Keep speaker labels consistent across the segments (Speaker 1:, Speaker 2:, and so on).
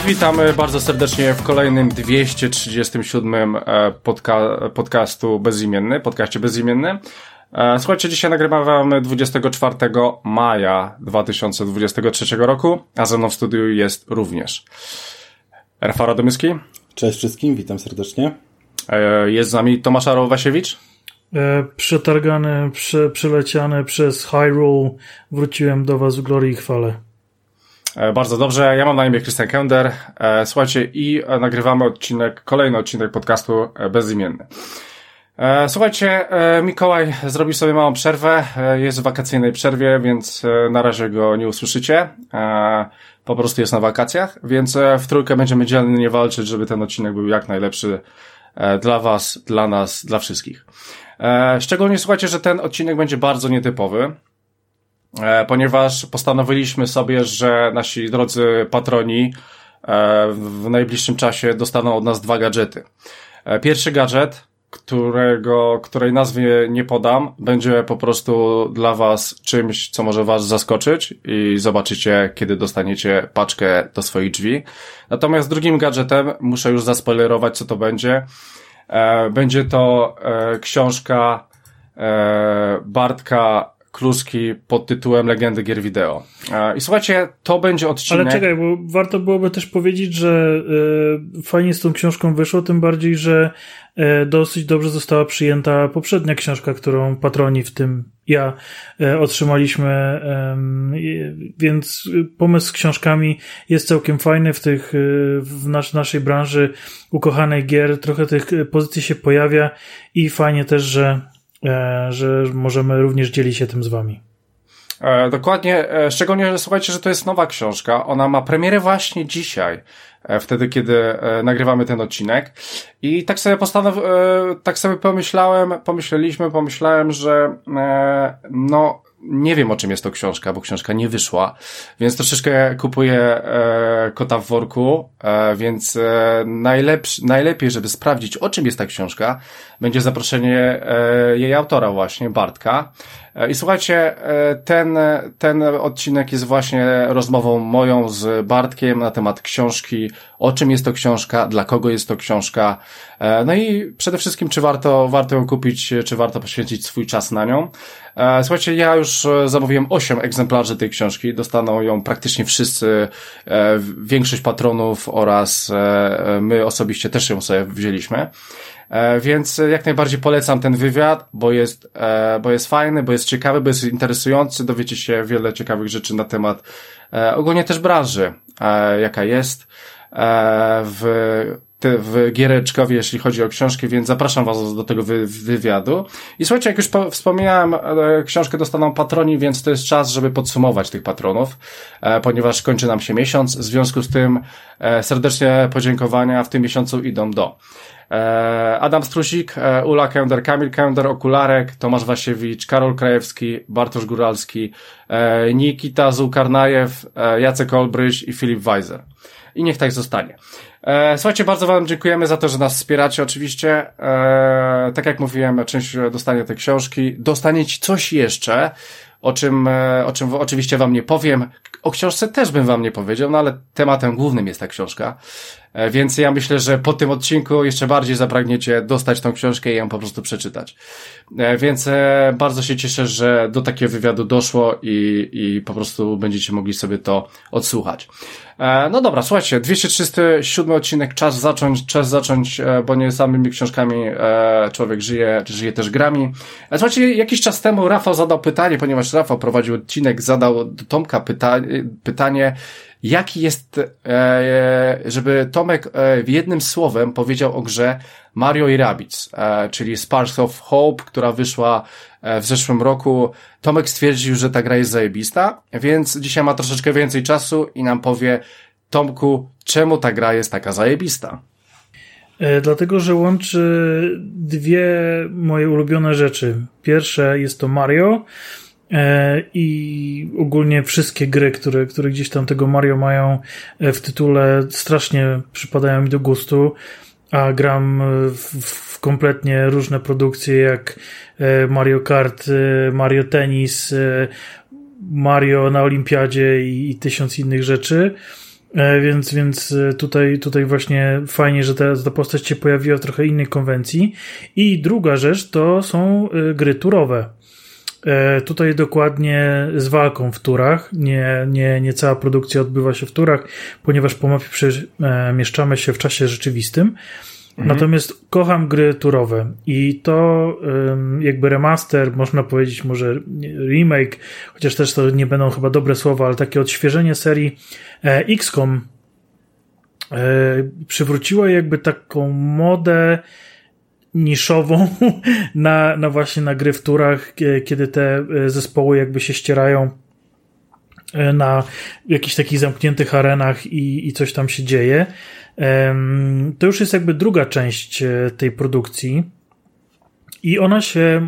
Speaker 1: Witamy bardzo serdecznie w kolejnym 237 podcaście Bezimienny. Słuchajcie, dzisiaj nagrywamy 24 maja 2023 roku, a ze mną w studiu jest również Rafał Radomyski.
Speaker 2: Cześć wszystkim, witam serdecznie.
Speaker 1: Jest z nami Tomasz Wasiewicz.
Speaker 3: Przetargany, przeleciany przez Hyrule, wróciłem do was w glorii i chwale.
Speaker 1: Bardzo dobrze, ja mam na imię Krystian Kender. Słuchajcie, i nagrywamy kolejny odcinek podcastu Bezimienny. Słuchajcie, Mikołaj zrobił sobie małą przerwę, jest w wakacyjnej przerwie, więc na razie go nie usłyszycie. Po prostu jest na wakacjach, więc w trójkę będziemy dzielnie walczyć, żeby ten odcinek był jak najlepszy dla was, dla nas, dla wszystkich. Szczególnie słuchajcie, że ten odcinek będzie bardzo nietypowy, ponieważ postanowiliśmy sobie, że nasi drodzy patroni w najbliższym czasie dostaną od nas 2 gadżety. Pierwszy gadżet, której nazwy nie podam, będzie po prostu dla was czymś, co może was zaskoczyć i zobaczycie, kiedy dostaniecie paczkę do swoich drzwi. Natomiast drugim gadżetem, muszę już zaspoilerować, co to będzie. Będzie to książka Bartka Kluski pod tytułem Legendy gier wideo. I słuchajcie, to będzie odcinek...
Speaker 3: Ale czekaj, bo warto byłoby też powiedzieć, że fajnie z tą książką wyszło, tym bardziej, że dosyć dobrze została przyjęta poprzednia książka, którą patroni, w tym ja, otrzymaliśmy, więc pomysł z książkami jest całkiem fajny w naszej branży ukochanej gier. Trochę tych pozycji się pojawia i fajnie też, że możemy również dzielić się tym z wami.
Speaker 1: Dokładnie, szczególnie, że słuchajcie, że to jest nowa książka, ona ma premierę właśnie dzisiaj, wtedy kiedy nagrywamy ten odcinek i tak sobie pomyślałem, że no nie wiem, o czym jest to książka, bo książka nie wyszła, więc troszeczkę kupuję kota w worku, więc najlepiej, żeby sprawdzić, o czym jest ta książka, będzie zaproszenie jej autora właśnie, Bartka. I słuchajcie, ten odcinek jest właśnie rozmową moją z Bartkiem na temat książki, o czym jest to książka, dla kogo jest to książka, no i przede wszystkim, czy warto ją kupić, czy warto poświęcić swój czas na nią. Słuchajcie, ja już zamówiłem 8 egzemplarzy tej książki, dostaną ją praktycznie wszyscy, większość patronów oraz my osobiście też ją sobie wzięliśmy. Więc jak najbardziej polecam ten wywiad, bo jest fajny, bo jest ciekawy, bo jest interesujący, dowiecie się wiele ciekawych rzeczy na temat ogólnie też branży, jaka jest w giereczkowie, jeśli chodzi o książki, więc zapraszam was do tego wywiadu. I słuchajcie, jak już wspomniałem, książkę dostaną patroni, więc to jest czas, żeby podsumować tych patronów, ponieważ kończy nam się miesiąc, w związku z tym serdecznie podziękowania w tym miesiącu idą do Adam Strusik, Ula Kender, Kamil Kender, Okularek, Tomasz Wasiewicz, Karol Krajewski, Bartosz Góralski, Nikita Zulkarnajew, Jacek Olbryś i Filip Weiser. I niech tak zostanie. Słuchajcie, bardzo wam dziękujemy za to, że nas wspieracie oczywiście. Tak jak mówiłem, część dostanie te książki. Dostaniecie coś jeszcze, o czym oczywiście wam nie powiem. O książce też bym wam nie powiedział, no ale tematem głównym jest ta książka. Więc ja myślę, że po tym odcinku jeszcze bardziej zapragniecie dostać tą książkę i ją po prostu przeczytać. Więc bardzo się cieszę, że do takiego wywiadu doszło i po prostu będziecie mogli sobie to odsłuchać. No dobra, słuchajcie, 237 odcinek, czas zacząć, bo nie samymi książkami człowiek żyje też grami. Słuchajcie, jakiś czas temu Rafał zadał pytanie, ponieważ Rafał prowadził odcinek, zadał do Tomka pytanie, jaki jest, żeby Tomek jednym słowem powiedział o grze Mario i Rabbids, czyli Sparks of Hope, która wyszła w zeszłym roku. Tomek stwierdził, że ta gra jest zajebista, więc dzisiaj ma troszeczkę więcej czasu i nam powie, Tomku, czemu ta gra jest taka zajebista?
Speaker 3: Dlatego, że łączy 2 moje ulubione rzeczy. Pierwsze jest to Mario i ogólnie wszystkie gry, które gdzieś tam tego Mario mają w tytule, strasznie przypadają mi do gustu, a gram w kompletnie różne produkcje jak Mario Kart, Mario Tennis, Mario na Olimpiadzie i 1000 innych rzeczy. Więc tutaj właśnie fajnie, że ta postać się pojawiła w trochę innej konwencji. I druga rzecz to są gry turowe. Tutaj dokładnie z walką w turach. Nie cała produkcja odbywa się w turach, ponieważ po mapie przemieszczamy się w czasie rzeczywistym. Natomiast kocham gry turowe i to jakby remaster, można powiedzieć może remake, chociaż też to nie będą chyba dobre słowa, ale takie odświeżenie serii XCOM przywróciło jakby taką modę niszową na właśnie na gry w turach, kiedy te zespoły jakby się ścierają na jakichś takich zamkniętych arenach i coś tam się dzieje. To już jest jakby druga część tej produkcji i ona się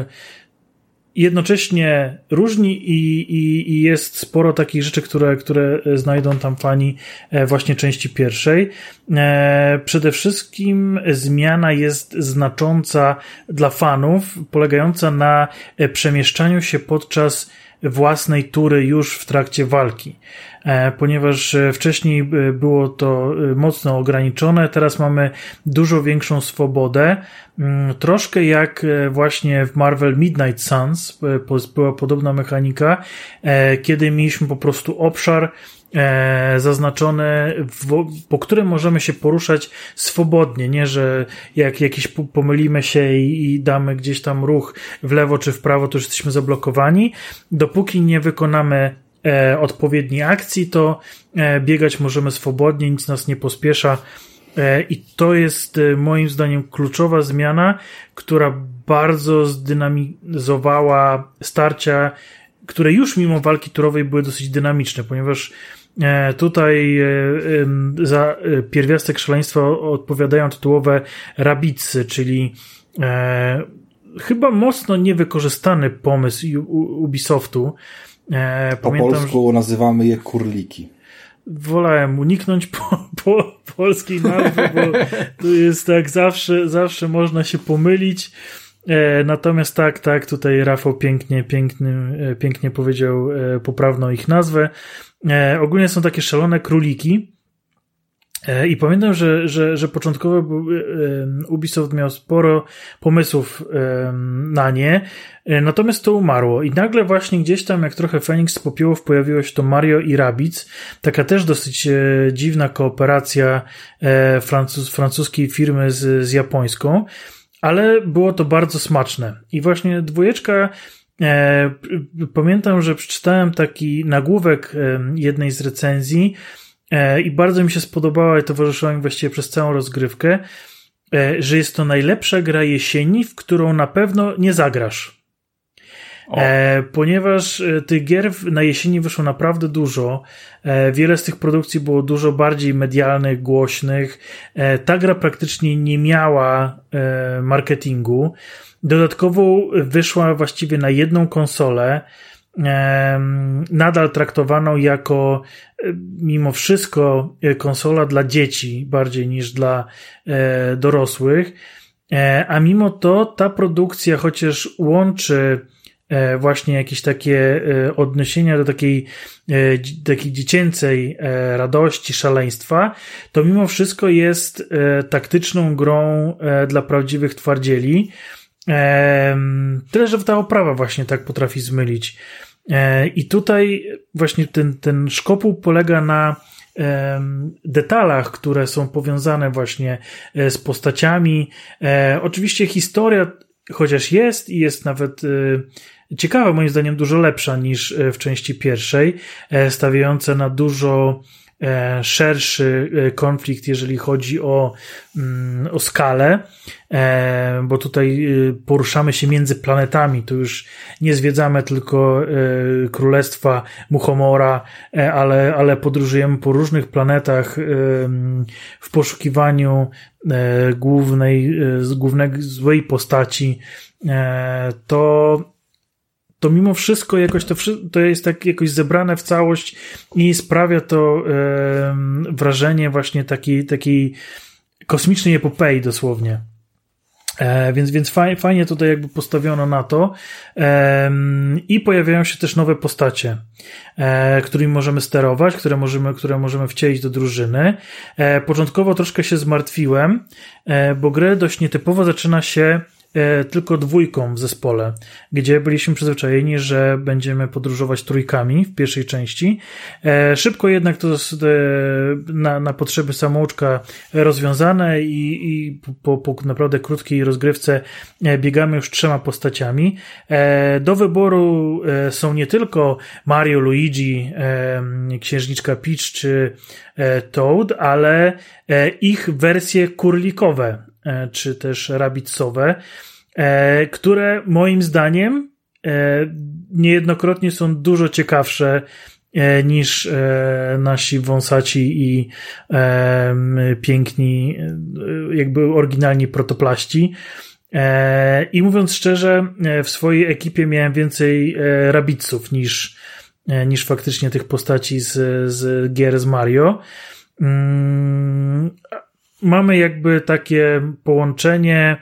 Speaker 3: jednocześnie różni i jest sporo takich rzeczy, które znajdą tam fani właśnie części pierwszej. Przede wszystkim zmiana jest znacząca dla fanów, polegająca na przemieszczaniu się podczas własnej tury już w trakcie walki. Ponieważ wcześniej było to mocno ograniczone, teraz mamy dużo większą swobodę. Troszkę jak właśnie w Marvel Midnight Suns była podobna mechanika, kiedy mieliśmy po prostu obszar zaznaczone, po którym możemy się poruszać swobodnie, nie, że jak jakiś pomylimy się i damy gdzieś tam ruch w lewo czy w prawo, to już jesteśmy zablokowani. Dopóki nie wykonamy odpowiedniej akcji, to biegać możemy swobodnie, nic nas nie pospiesza i to jest moim zdaniem kluczowa zmiana, która bardzo zdynamizowała starcia, które już mimo walki turowej były dosyć dynamiczne, ponieważ tutaj za pierwiastek szaleństwa odpowiadają tytułowe rabicy, czyli chyba mocno niewykorzystany pomysł Ubisoftu.
Speaker 2: Po polsku nazywamy je kurliki.
Speaker 3: Wolałem uniknąć po polskiej nazwy, bo to jest tak, zawsze można się pomylić. Natomiast tak, tutaj Rafał pięknie powiedział poprawną ich nazwę. Ogólnie są takie szalone króliki i pamiętam, że początkowo Ubisoft miał sporo pomysłów na nie, natomiast to umarło i nagle właśnie gdzieś tam jak trochę Feniks z popiołów pojawiło się to Mario i Rabbids, taka też dosyć dziwna kooperacja francuskiej firmy z japońską, ale było to bardzo smaczne i właśnie dwójeczka. Pamiętam, że przeczytałem taki nagłówek jednej z recenzji i bardzo mi się spodobała i towarzyszyła mi właściwie przez całą rozgrywkę, że jest to najlepsza gra jesieni, w którą na pewno nie zagrasz. Ponieważ tych gier na jesieni wyszło naprawdę dużo. Wiele z tych produkcji było dużo bardziej medialnych, głośnych. Ta gra praktycznie nie miała marketingu. Dodatkowo wyszła właściwie na jedną konsolę, nadal traktowaną jako mimo wszystko konsola dla dzieci bardziej niż dla dorosłych, a mimo to ta produkcja chociaż łączy właśnie jakieś takie odniesienia do takiej dziecięcej radości, szaleństwa, to mimo wszystko jest taktyczną grą dla prawdziwych twardzieli. Tyle, że ta oprawa właśnie tak potrafi zmylić. I tutaj właśnie ten szkopuł polega na detalach, które są powiązane właśnie z postaciami. Oczywiście historia, chociaż jest nawet ciekawa, moim zdaniem dużo lepsza niż w części pierwszej, stawiająca na dużo szerszy konflikt, jeżeli chodzi o skalę, bo tutaj poruszamy się między planetami, tu już nie zwiedzamy tylko królestwa Muchomora, ale podróżujemy po różnych planetach w poszukiwaniu głównej złej postaci. To mimo wszystko jakoś to jest tak jakoś zebrane w całość i sprawia to wrażenie właśnie takiej kosmicznej epopei dosłownie. Więc fajnie tutaj jakby postawiono na to i pojawiają się też nowe postacie, którymi możemy sterować, które możemy wcielić do drużyny. Początkowo troszkę się zmartwiłem, bo grę dość nietypowo zaczyna się tylko 2 w zespole, gdzie byliśmy przyzwyczajeni, że będziemy podróżować trójkami w pierwszej części. Szybko jednak to na potrzeby samouczka rozwiązane i po naprawdę krótkiej rozgrywce biegamy już 3 postaciami. Do wyboru są nie tylko Mario, Luigi, Księżniczka Peach czy Toad, ale ich wersje kurlikowe, czy też rabbicowe, które moim zdaniem niejednokrotnie są dużo ciekawsze niż nasi wąsaci i piękni, jakby oryginalni protoplaści. I mówiąc szczerze, w swojej ekipie miałem więcej rabbiców niż faktycznie tych postaci z gier z Mario. Mamy jakby takie połączenie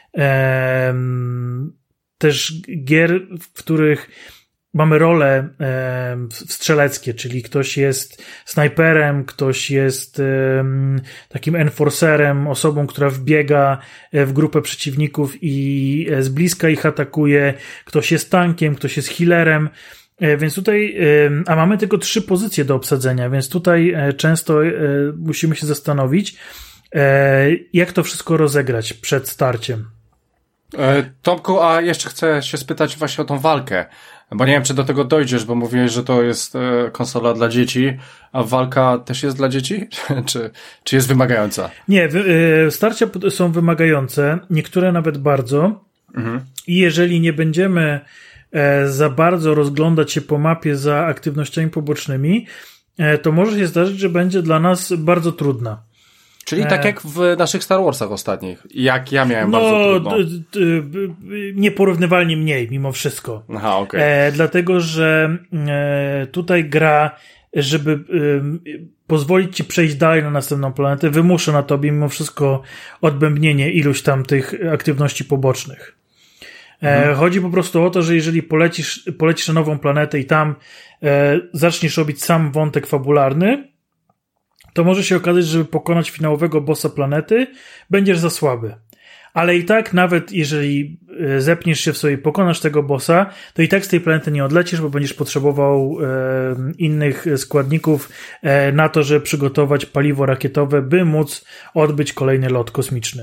Speaker 3: też gier, w których mamy role strzeleckie, czyli ktoś jest snajperem, ktoś jest takim enforcerem, osobą, która wbiega w grupę przeciwników i z bliska ich atakuje, ktoś jest tankiem, ktoś jest healerem. Więc tutaj, a mamy tylko 3 pozycje do obsadzenia, więc tutaj często musimy się zastanowić, jak to wszystko rozegrać przed starciem.
Speaker 1: Tomku, a jeszcze chcę się spytać właśnie o tą walkę, bo nie wiem, czy do tego dojdziesz, bo mówiłeś, że to jest konsola dla dzieci, a walka też jest dla dzieci? czy jest wymagająca?
Speaker 3: Nie, starcia są wymagające, niektóre nawet bardzo. Mhm. I jeżeli nie będziemy za bardzo rozglądać się po mapie za aktywnościami pobocznymi, to może się zdarzyć, że będzie dla nas bardzo trudna.
Speaker 1: Czyli tak jak w naszych Star Warsach ostatnich. Jak ja miałem bardzo trudno.
Speaker 3: Nieporównywalnie mniej mimo wszystko.
Speaker 1: Aha, okej.
Speaker 3: Dlatego, że tutaj gra, żeby pozwolić ci przejść dalej na następną planetę, wymusza na tobie mimo wszystko odbębnienie iluś tam tych aktywności pobocznych. Chodzi po prostu o to, że jeżeli polecisz na nową planetę i tam zaczniesz robić sam wątek fabularny, to może się okazać, że żeby pokonać finałowego bossa planety, będziesz za słaby. Ale i tak, nawet jeżeli zepniesz się w sobie i pokonasz tego bossa, to i tak z tej planety nie odlecisz, bo będziesz potrzebował innych składników na to, żeby przygotować paliwo rakietowe, by móc odbyć kolejny lot kosmiczny.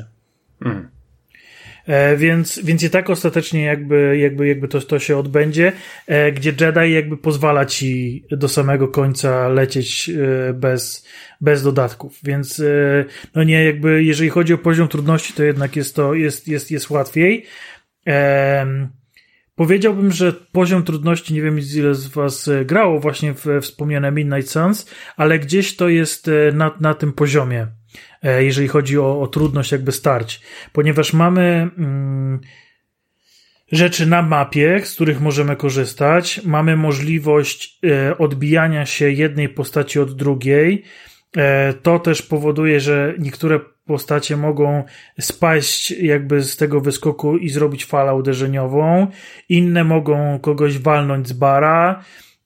Speaker 3: Więc i tak ostatecznie jakby to się odbędzie, gdzie Jedi jakby pozwala ci do samego końca lecieć bez dodatków, więc no nie, jakby jeżeli chodzi o poziom trudności, to jednak jest łatwiej. Powiedziałbym, że poziom trudności, nie wiem ile z was grało właśnie w wspomniane Midnight Suns, ale gdzieś to jest na tym poziomie, jeżeli chodzi o trudność jakby starć, ponieważ mamy rzeczy na mapie, z których możemy korzystać, mamy możliwość odbijania się jednej postaci od drugiej. To też powoduje, że niektóre postacie mogą spaść jakby z tego wyskoku i zrobić falę uderzeniową, inne mogą kogoś walnąć z bara.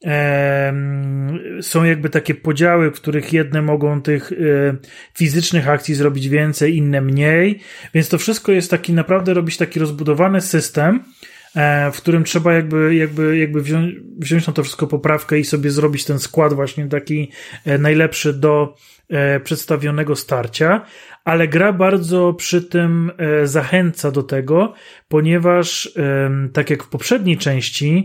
Speaker 3: Są jakby takie podziały, w których jedne mogą tych fizycznych akcji zrobić więcej, inne mniej, więc to wszystko jest taki, naprawdę robić taki rozbudowany system, w którym trzeba jakby wziąć na to wszystko poprawkę i sobie zrobić ten skład właśnie taki najlepszy do przedstawionego starcia, ale gra bardzo przy tym zachęca do tego, ponieważ tak jak w poprzedniej części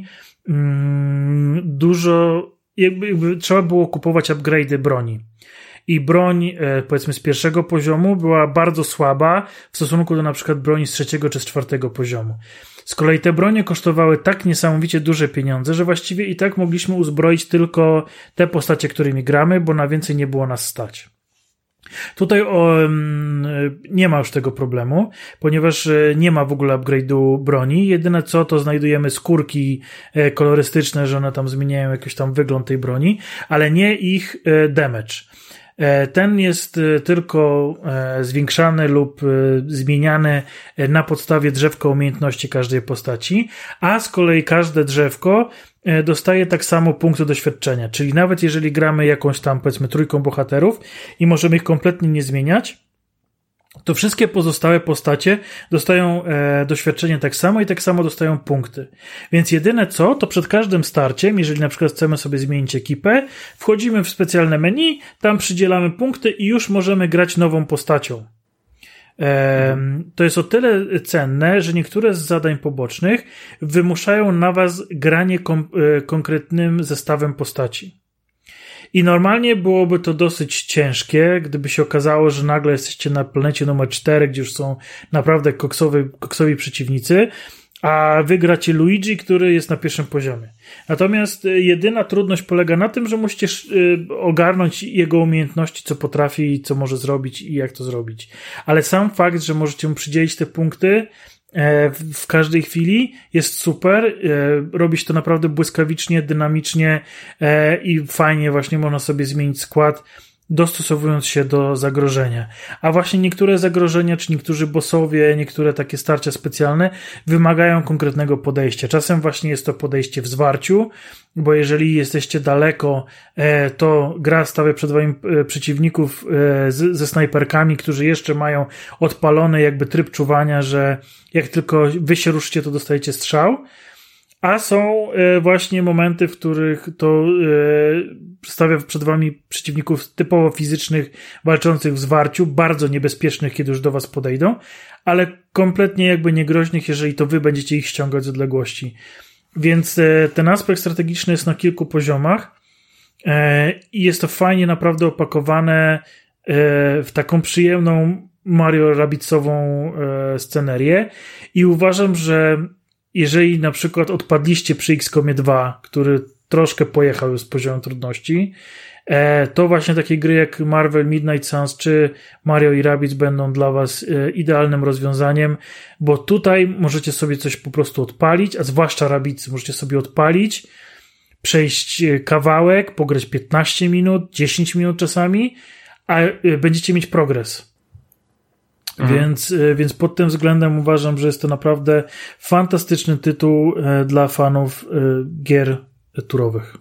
Speaker 3: dużo jakby trzeba było kupować upgrade'y broni. I broń, powiedzmy z pierwszego poziomu była bardzo słaba w stosunku do na przykład broni z 3. czy z 4. poziomu. Z kolei te bronie kosztowały tak niesamowicie duże pieniądze, że właściwie i tak mogliśmy uzbroić tylko te postacie, którymi gramy, bo na więcej nie było nas stać. Tutaj nie ma już tego problemu, ponieważ nie ma w ogóle upgrade'u broni. Jedyne co, to znajdujemy skórki kolorystyczne, że one tam zmieniają jakiś tam wygląd tej broni, ale nie ich damage. Ten jest tylko zwiększany lub zmieniany na podstawie drzewka umiejętności każdej postaci, a z kolei każde drzewko dostaje tak samo punkty doświadczenia, czyli nawet jeżeli gramy jakąś tam, powiedzmy, trójką bohaterów i możemy ich kompletnie nie zmieniać, to wszystkie pozostałe postacie dostają doświadczenie tak samo i tak samo dostają punkty. Więc jedyne co, to przed każdym starciem, jeżeli na przykład chcemy sobie zmienić ekipę, wchodzimy w specjalne menu, tam przydzielamy punkty i już możemy grać nową postacią. To jest o tyle cenne, że niektóre z zadań pobocznych wymuszają na was granie konkretnym zestawem postaci. I normalnie byłoby to dosyć ciężkie, gdyby się okazało, że nagle jesteście na planecie numer 4, gdzie już są naprawdę koksowi przeciwnicy, a wy gracie Luigi, który jest na pierwszym poziomie. Natomiast jedyna trudność polega na tym, że musicie ogarnąć jego umiejętności, co potrafi, co może zrobić i jak to zrobić. Ale sam fakt, że możecie mu przydzielić te punkty w każdej chwili jest super, robić to naprawdę błyskawicznie, dynamicznie i fajnie właśnie można sobie zmienić skład, dostosowując się do zagrożenia. A właśnie niektóre zagrożenia, czy niektórzy bossowie, niektóre takie starcia specjalne wymagają konkretnego podejścia. Czasem właśnie jest to podejście w zwarciu, bo jeżeli jesteście daleko, to gra stawia przed wami przeciwników ze snajperkami, którzy jeszcze mają odpalony jakby tryb czuwania, że jak tylko wy się ruszycie, to dostajecie strzał. A są właśnie momenty, w których to stawia przed wami przeciwników typowo fizycznych, walczących w zwarciu, bardzo niebezpiecznych, kiedy już do was podejdą, ale kompletnie jakby niegroźnych, jeżeli to wy będziecie ich ściągać z odległości. Więc ten aspekt strategiczny jest na kilku poziomach i jest to fajnie naprawdę opakowane w taką przyjemną Mario Rabbidsową scenerię i uważam, że jeżeli na przykład odpadliście przy XCOMie 2, który troszkę pojechał już z poziomu trudności, to właśnie takie gry jak Marvel Midnight Suns czy Mario i Rabbids będą dla was idealnym rozwiązaniem, bo tutaj możecie sobie coś po prostu odpalić, a zwłaszcza Rabbids możecie sobie odpalić, przejść kawałek, pograć 15 minut, 10 minut czasami, a będziecie mieć progres. Więc pod tym względem uważam, że jest to naprawdę fantastyczny tytuł dla fanów gier turowych.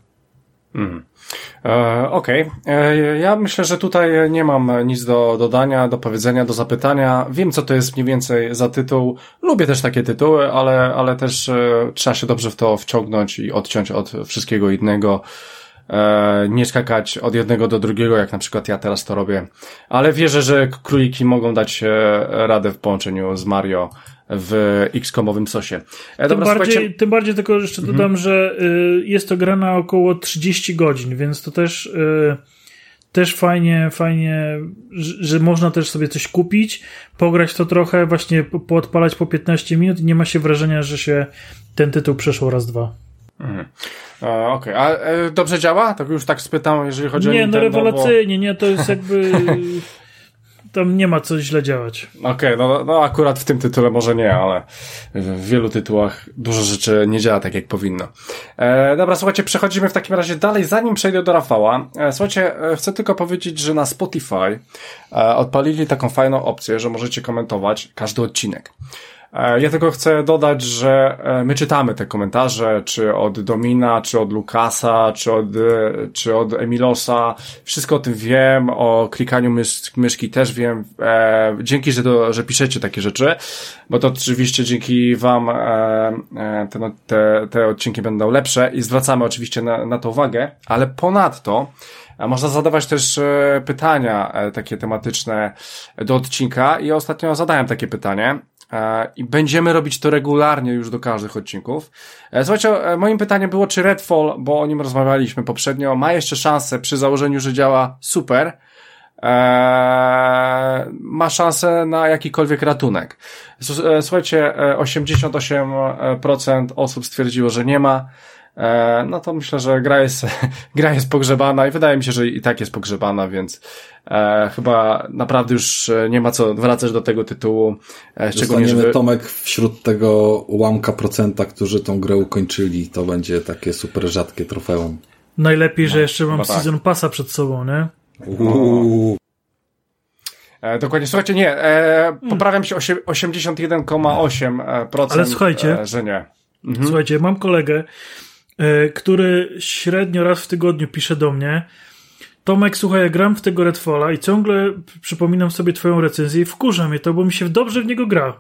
Speaker 1: Okej. Ja myślę, że tutaj nie mam nic do dodania, do powiedzenia, do zapytania. Wiem, co to jest mniej więcej za tytuł. Lubię też takie tytuły, ale też trzeba się dobrze w to wciągnąć i odciąć od wszystkiego innego. Nie skakać od jednego do drugiego, jak na przykład ja teraz to robię. Ale wierzę, że króliki mogą dać radę w połączeniu z Mario w XCOM-owym sosie.
Speaker 3: Tym bardziej tylko jeszcze dodam, że jest to gra na około 30 godzin, więc to też fajnie, że można też sobie coś kupić, pograć to trochę, właśnie poodpalać po 15 minut i nie ma się wrażenia, że się ten tytuł przeszło raz, dwa.
Speaker 1: Okej, a dobrze działa? To już tak spytam, jeżeli chodzi o Nintendo.
Speaker 3: Nie, rewelacyjnie, nie, to jest jakby tam nie ma co źle działać.
Speaker 1: Okej, no akurat w tym tytule może nie, ale w wielu tytułach dużo rzeczy nie działa tak, jak powinno. Dobra, słuchajcie, przechodzimy w takim razie dalej, zanim przejdę do Rafała. Słuchajcie, chcę tylko powiedzieć, że na Spotify odpalili taką fajną opcję, że możecie komentować każdy odcinek. Ja tylko chcę dodać, że my czytamy te komentarze, czy od Domina, czy od Lukasa, czy od Emilosa. Wszystko o tym wiem, o klikaniu myszki też wiem. Dzięki, że piszecie takie rzeczy, bo to oczywiście dzięki wam te odcinki będą lepsze i zwracamy oczywiście na to uwagę, ale ponadto można zadawać też pytania takie tematyczne do odcinka i ostatnio zadałem takie pytanie. I będziemy robić to regularnie już do każdych odcinków. Słuchajcie, moim pytaniem było, czy Redfall, bo o nim rozmawialiśmy poprzednio, ma jeszcze szansę przy założeniu, że działa super, ma szansę na jakikolwiek ratunek. Słuchajcie, 88% osób stwierdziło, że nie ma. No to myślę, że gra jest pogrzebana i wydaje mi się, że i tak jest pogrzebana, więc chyba naprawdę już nie ma co wracać do tego tytułu.
Speaker 2: Szczególnie, że Tomek wśród tego ułamka procenta, którzy tą grę ukończyli, to będzie takie super rzadkie trofeum.
Speaker 3: Najlepiej, że jeszcze mam Season Passa przed sobą, nie?
Speaker 1: Dokładnie, słuchajcie, nie, poprawiam się 81,8%,
Speaker 3: ale słuchajcie,
Speaker 1: że nie.
Speaker 3: Słuchajcie, mam kolegę, który średnio raz w tygodniu pisze do mnie: Tomek, słuchaj, ja gram w tego Redfalla i ciągle przypominam sobie twoją recenzję i wkurza mnie to, bo mi się dobrze w niego gra.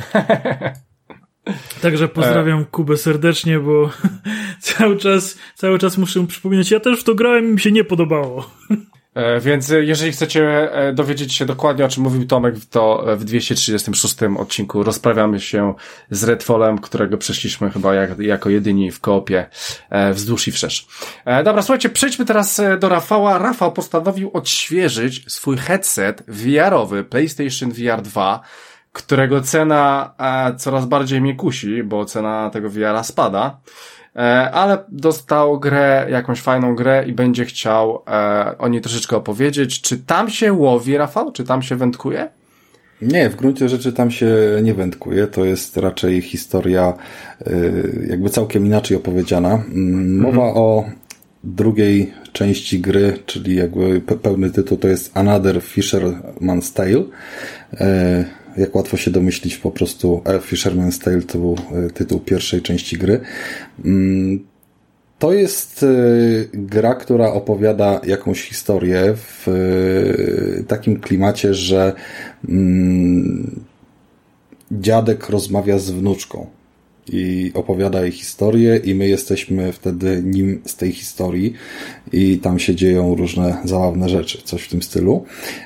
Speaker 3: Także pozdrawiam Kubę serdecznie, bo cały czas muszę mu przypominać, ja też w to grałem i mi się nie podobało.
Speaker 1: Więc jeżeli chcecie dowiedzieć się dokładnie, o czym mówił Tomek, to w 236 odcinku rozprawiamy się z Redfallem, którego przeszliśmy chyba jako jedyni w koopie wzdłuż i wszerz. Dobra, słuchajcie, przejdźmy teraz do Rafała. Rafał postanowił odświeżyć swój headset VR-owy PlayStation VR 2, którego cena coraz bardziej mnie kusi, bo cena tego VR-a spada. Ale dostał grę, jakąś fajną grę i będzie chciał o niej troszeczkę opowiedzieć. Czy tam się łowi, Rafał? Czy tam się wędkuje?
Speaker 2: Nie, w gruncie rzeczy tam się nie wędkuje. To jest raczej historia jakby całkiem inaczej opowiedziana. Mowa o drugiej części gry, czyli jakby pełny tytuł to jest Another Fisherman's Tale. Jak łatwo się domyślić, po prostu Fisherman's Tale to był tytuł pierwszej części gry. To jest gra, która opowiada jakąś historię w takim klimacie, że dziadek rozmawia z wnuczką i opowiada jej historię i my jesteśmy wtedy nim z tej historii i tam się dzieją różne zabawne rzeczy, coś w tym stylu.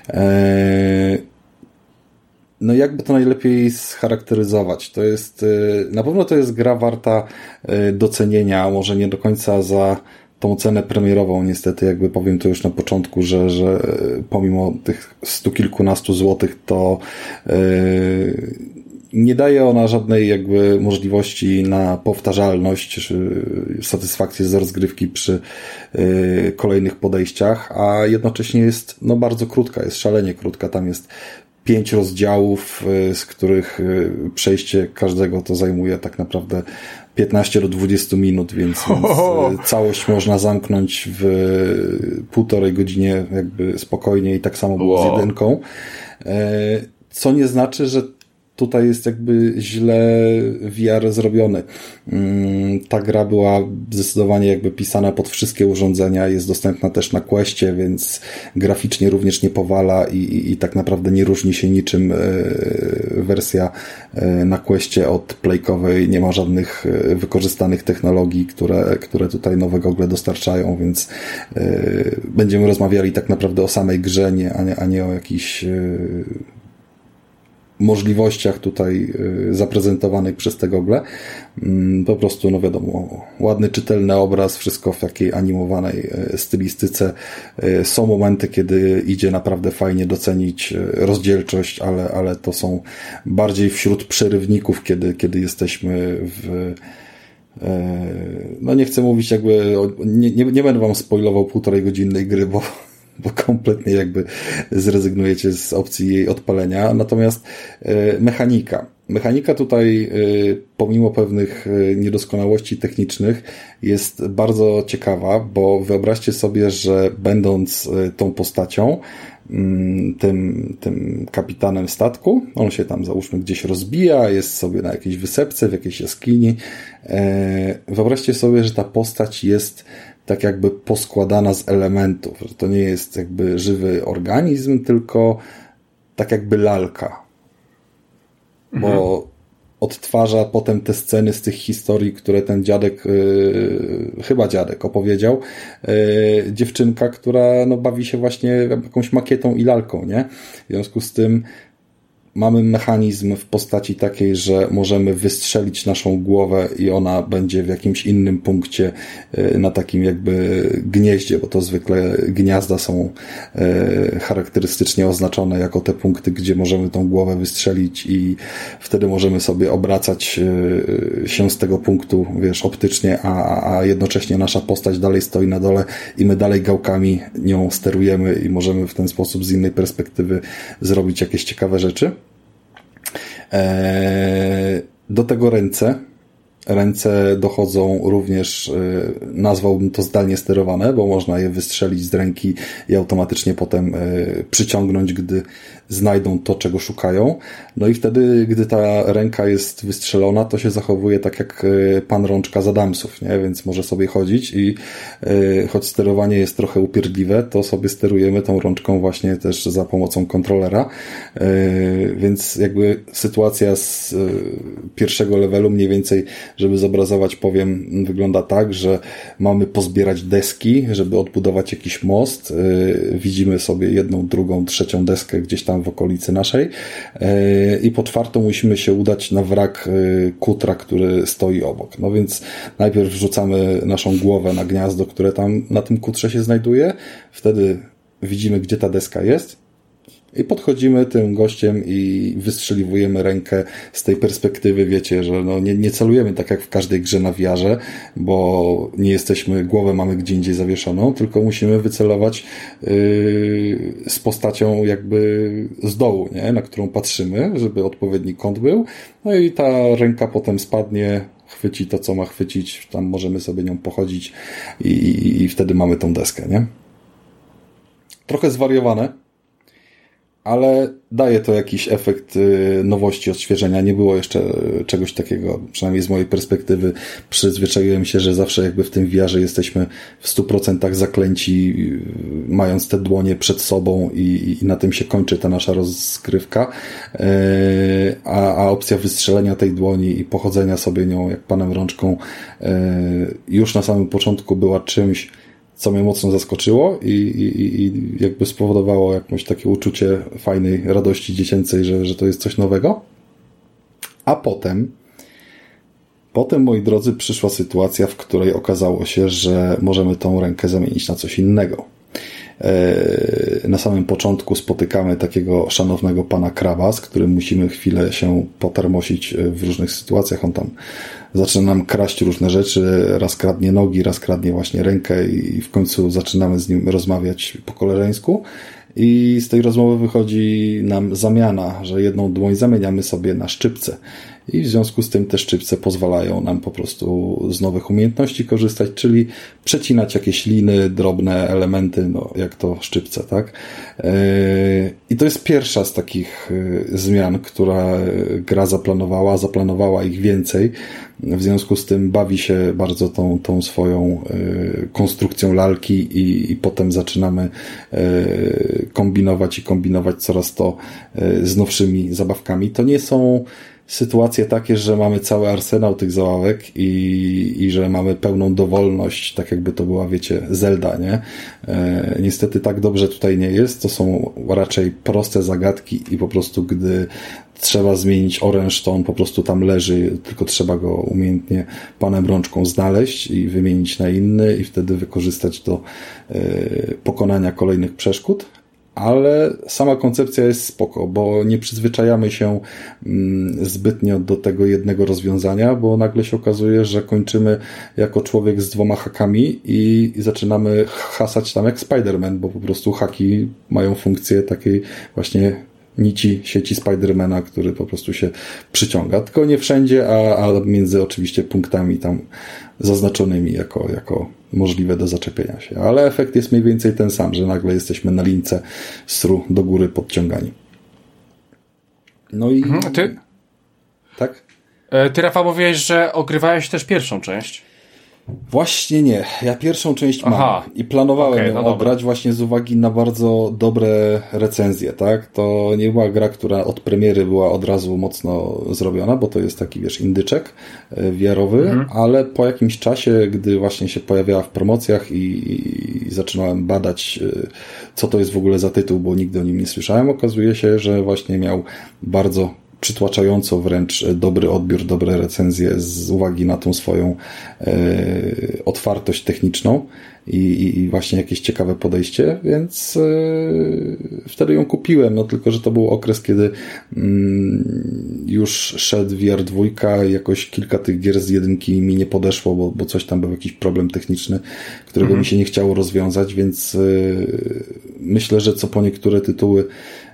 Speaker 2: No jakby to najlepiej scharakteryzować? To jest, na pewno to jest gra warta docenienia, może nie do końca za tą cenę premierową, niestety jakby powiem to już na początku, że pomimo tych 100 kilkunastu złotych to nie daje ona żadnej jakby możliwości na powtarzalność czy satysfakcję z rozgrywki przy kolejnych podejściach, a jednocześnie jest no bardzo krótka, jest szalenie krótka, tam jest 5 rozdziałów, z których przejście każdego to zajmuje tak naprawdę 15 do 20 minut, więc całość można zamknąć w 1,5 godziny jakby spokojnie i tak samo było z jedynką. Co nie znaczy, że tutaj jest jakby źle VR zrobiony. Ta gra była zdecydowanie jakby pisana pod wszystkie urządzenia, jest dostępna też na Questie, więc graficznie również nie powala i tak naprawdę nie różni się niczym wersja na Questie od Playkowej. Nie ma żadnych wykorzystanych technologii, które tutaj nowe gogle dostarczają, więc będziemy rozmawiali tak naprawdę o samej grze, a nie o jakichś możliwościach tutaj zaprezentowanych przez te gogle. Po prostu, no wiadomo, ładny, czytelny obraz, wszystko w takiej animowanej stylistyce. Są momenty, kiedy idzie naprawdę fajnie docenić rozdzielczość, ale to są bardziej wśród przerywników, kiedy jesteśmy w no nie chcę mówić jakby, nie będę wam spoilował 1,5-godzinnej gry, bo kompletnie jakby zrezygnujecie z opcji jej odpalenia. Natomiast mechanika tutaj pomimo pewnych niedoskonałości technicznych jest bardzo ciekawa, bo wyobraźcie sobie, że będąc tą postacią, tym kapitanem statku, on się tam załóżmy gdzieś rozbija, jest sobie na jakiejś wysepce, w jakiejś jaskini. Wyobraźcie sobie, że ta postać jest tak jakby poskładana z elementów, że to nie jest jakby żywy organizm, tylko tak jakby lalka. Bo odtwarza potem te sceny z tych historii, które ten dziadek, chyba dziadek opowiedział, dziewczynka, która no, bawi się właśnie jakąś makietą i lalką, nie? W związku z tym mamy mechanizm w postaci takiej, że możemy wystrzelić naszą głowę i ona będzie w jakimś innym punkcie na takim jakby gnieździe, bo to zwykle gniazda są charakterystycznie oznaczone jako te punkty, gdzie możemy tą głowę wystrzelić i wtedy możemy sobie obracać się z tego punktu, wiesz, optycznie, a jednocześnie nasza postać dalej stoi na dole i my dalej gałkami nią sterujemy i możemy w ten sposób z innej perspektywy zrobić jakieś ciekawe rzeczy. Do tego ręce. Ręce dochodzą również, nazwałbym to zdalnie sterowane, bo można je wystrzelić z ręki i automatycznie potem przyciągnąć, gdy znajdą to, czego szukają. No i wtedy, gdy ta ręka jest wystrzelona, to się zachowuje tak jak pan rączka z Adamsów, nie? Więc może sobie chodzić i choć sterowanie jest trochę upierdliwe, to sobie sterujemy tą rączką właśnie też za pomocą kontrolera. Więc jakby sytuacja z pierwszego levelu mniej więcej, żeby zobrazować, powiem, wygląda tak, że mamy pozbierać deski, żeby odbudować jakiś most. Widzimy sobie jedną, drugą, trzecią deskę gdzieś tam w okolicy naszej i po czwartą musimy się udać na wrak kutra, który stoi obok. No więc najpierw wrzucamy naszą głowę na gniazdo, które tam na tym kutrze się znajduje. Wtedy widzimy, gdzie ta deska jest. I podchodzimy tym gościem i wystrzeliwujemy rękę z tej perspektywy, wiecie, że no nie celujemy tak jak w każdej grze na VR-ze, bo nie jesteśmy, głowę mamy gdzie indziej zawieszoną, tylko musimy wycelować z postacią jakby z dołu, nie? Na którą patrzymy, żeby odpowiedni kąt był. No i ta ręka potem spadnie, chwyci to, co ma chwycić, tam możemy sobie nią pochodzić i wtedy mamy tą deskę, nie? Trochę zwariowane, ale daje to jakiś efekt nowości, odświeżenia. Nie było jeszcze czegoś takiego, przynajmniej z mojej perspektywy. Przyzwyczaiłem się, że zawsze jakby w tym VR-ze jesteśmy w 100% zaklęci, mając te dłonie przed sobą i na tym się kończy ta nasza rozgrywka. A opcja wystrzelenia tej dłoni i pochodzenia sobie nią jak panem rączką już na samym początku była czymś, co mnie mocno zaskoczyło i jakby spowodowało jakieś takie uczucie fajnej radości dziecięcej, że to jest coś nowego. A potem, moi drodzy, przyszła sytuacja, w której okazało się, że możemy tą rękę zamienić na coś innego. Na samym początku spotykamy takiego szanownego pana Kraba, z którym musimy chwilę się potarmosić w różnych sytuacjach. On tam zaczyna nam kraść różne rzeczy, raz kradnie nogi, raz kradnie właśnie rękę i w końcu zaczynamy z nim rozmawiać po koleżeńsku. I z tej rozmowy wychodzi nam zamiana, że jedną dłoń zamieniamy sobie na szczypce. I w związku z tym te szczypce pozwalają nam po prostu z nowych umiejętności korzystać, czyli przecinać jakieś liny, drobne elementy, no jak to szczypce, tak? I to jest pierwsza z takich zmian, która gra zaplanowała ich więcej. W związku z tym bawi się bardzo tą swoją konstrukcją lalki i potem zaczynamy kombinować coraz to z nowszymi zabawkami. To nie są sytuacje takie, że mamy cały arsenał tych zabawek i że mamy pełną dowolność, tak jakby to była, wiecie, Zelda, nie? Niestety tak dobrze tutaj nie jest. To są raczej proste zagadki i po prostu gdy trzeba zmienić oręż, to on po prostu tam leży, tylko trzeba go umiejętnie panem rączką znaleźć i wymienić na inny i wtedy wykorzystać do pokonania kolejnych przeszkód. Ale sama koncepcja jest spoko, bo nie przyzwyczajamy się zbytnio do tego jednego rozwiązania, bo nagle się okazuje, że kończymy jako człowiek z 2 hakami i zaczynamy hasać tam jak Spider-Man, bo po prostu haki mają funkcję takiej właśnie nici sieci Spidermana, który po prostu się przyciąga. Tylko nie wszędzie, a między oczywiście punktami tam zaznaczonymi jako możliwe do zaczepienia się. Ale efekt jest mniej więcej ten sam, że nagle jesteśmy na lince sru do góry podciągani. No i...
Speaker 1: Ty?
Speaker 2: Tak?
Speaker 1: Ty, Rafał, mówiłeś, że ogrywałeś też pierwszą część.
Speaker 2: Właśnie nie. Ja pierwszą część mam i planowałem ją ograć właśnie z uwagi na bardzo dobre recenzje, tak? To nie była gra, która od premiery była od razu mocno zrobiona, bo to jest taki, wiesz, indyczek VR-owy, ale po jakimś czasie, gdy właśnie się pojawiała w promocjach i zaczynałem badać, co to jest w ogóle za tytuł, bo nigdy o nim nie słyszałem, okazuje się, że właśnie miał bardzo przytłaczająco wręcz dobry odbiór, dobre recenzje z uwagi na tą swoją otwartość techniczną i właśnie jakieś ciekawe podejście, więc wtedy ją kupiłem, no tylko, że to był okres, kiedy już szedł VR 2 i jakoś kilka tych gier z 1 mi nie podeszło, bo coś tam był jakiś problem techniczny, którego mi się nie chciało rozwiązać, więc myślę, że co po niektóre tytuły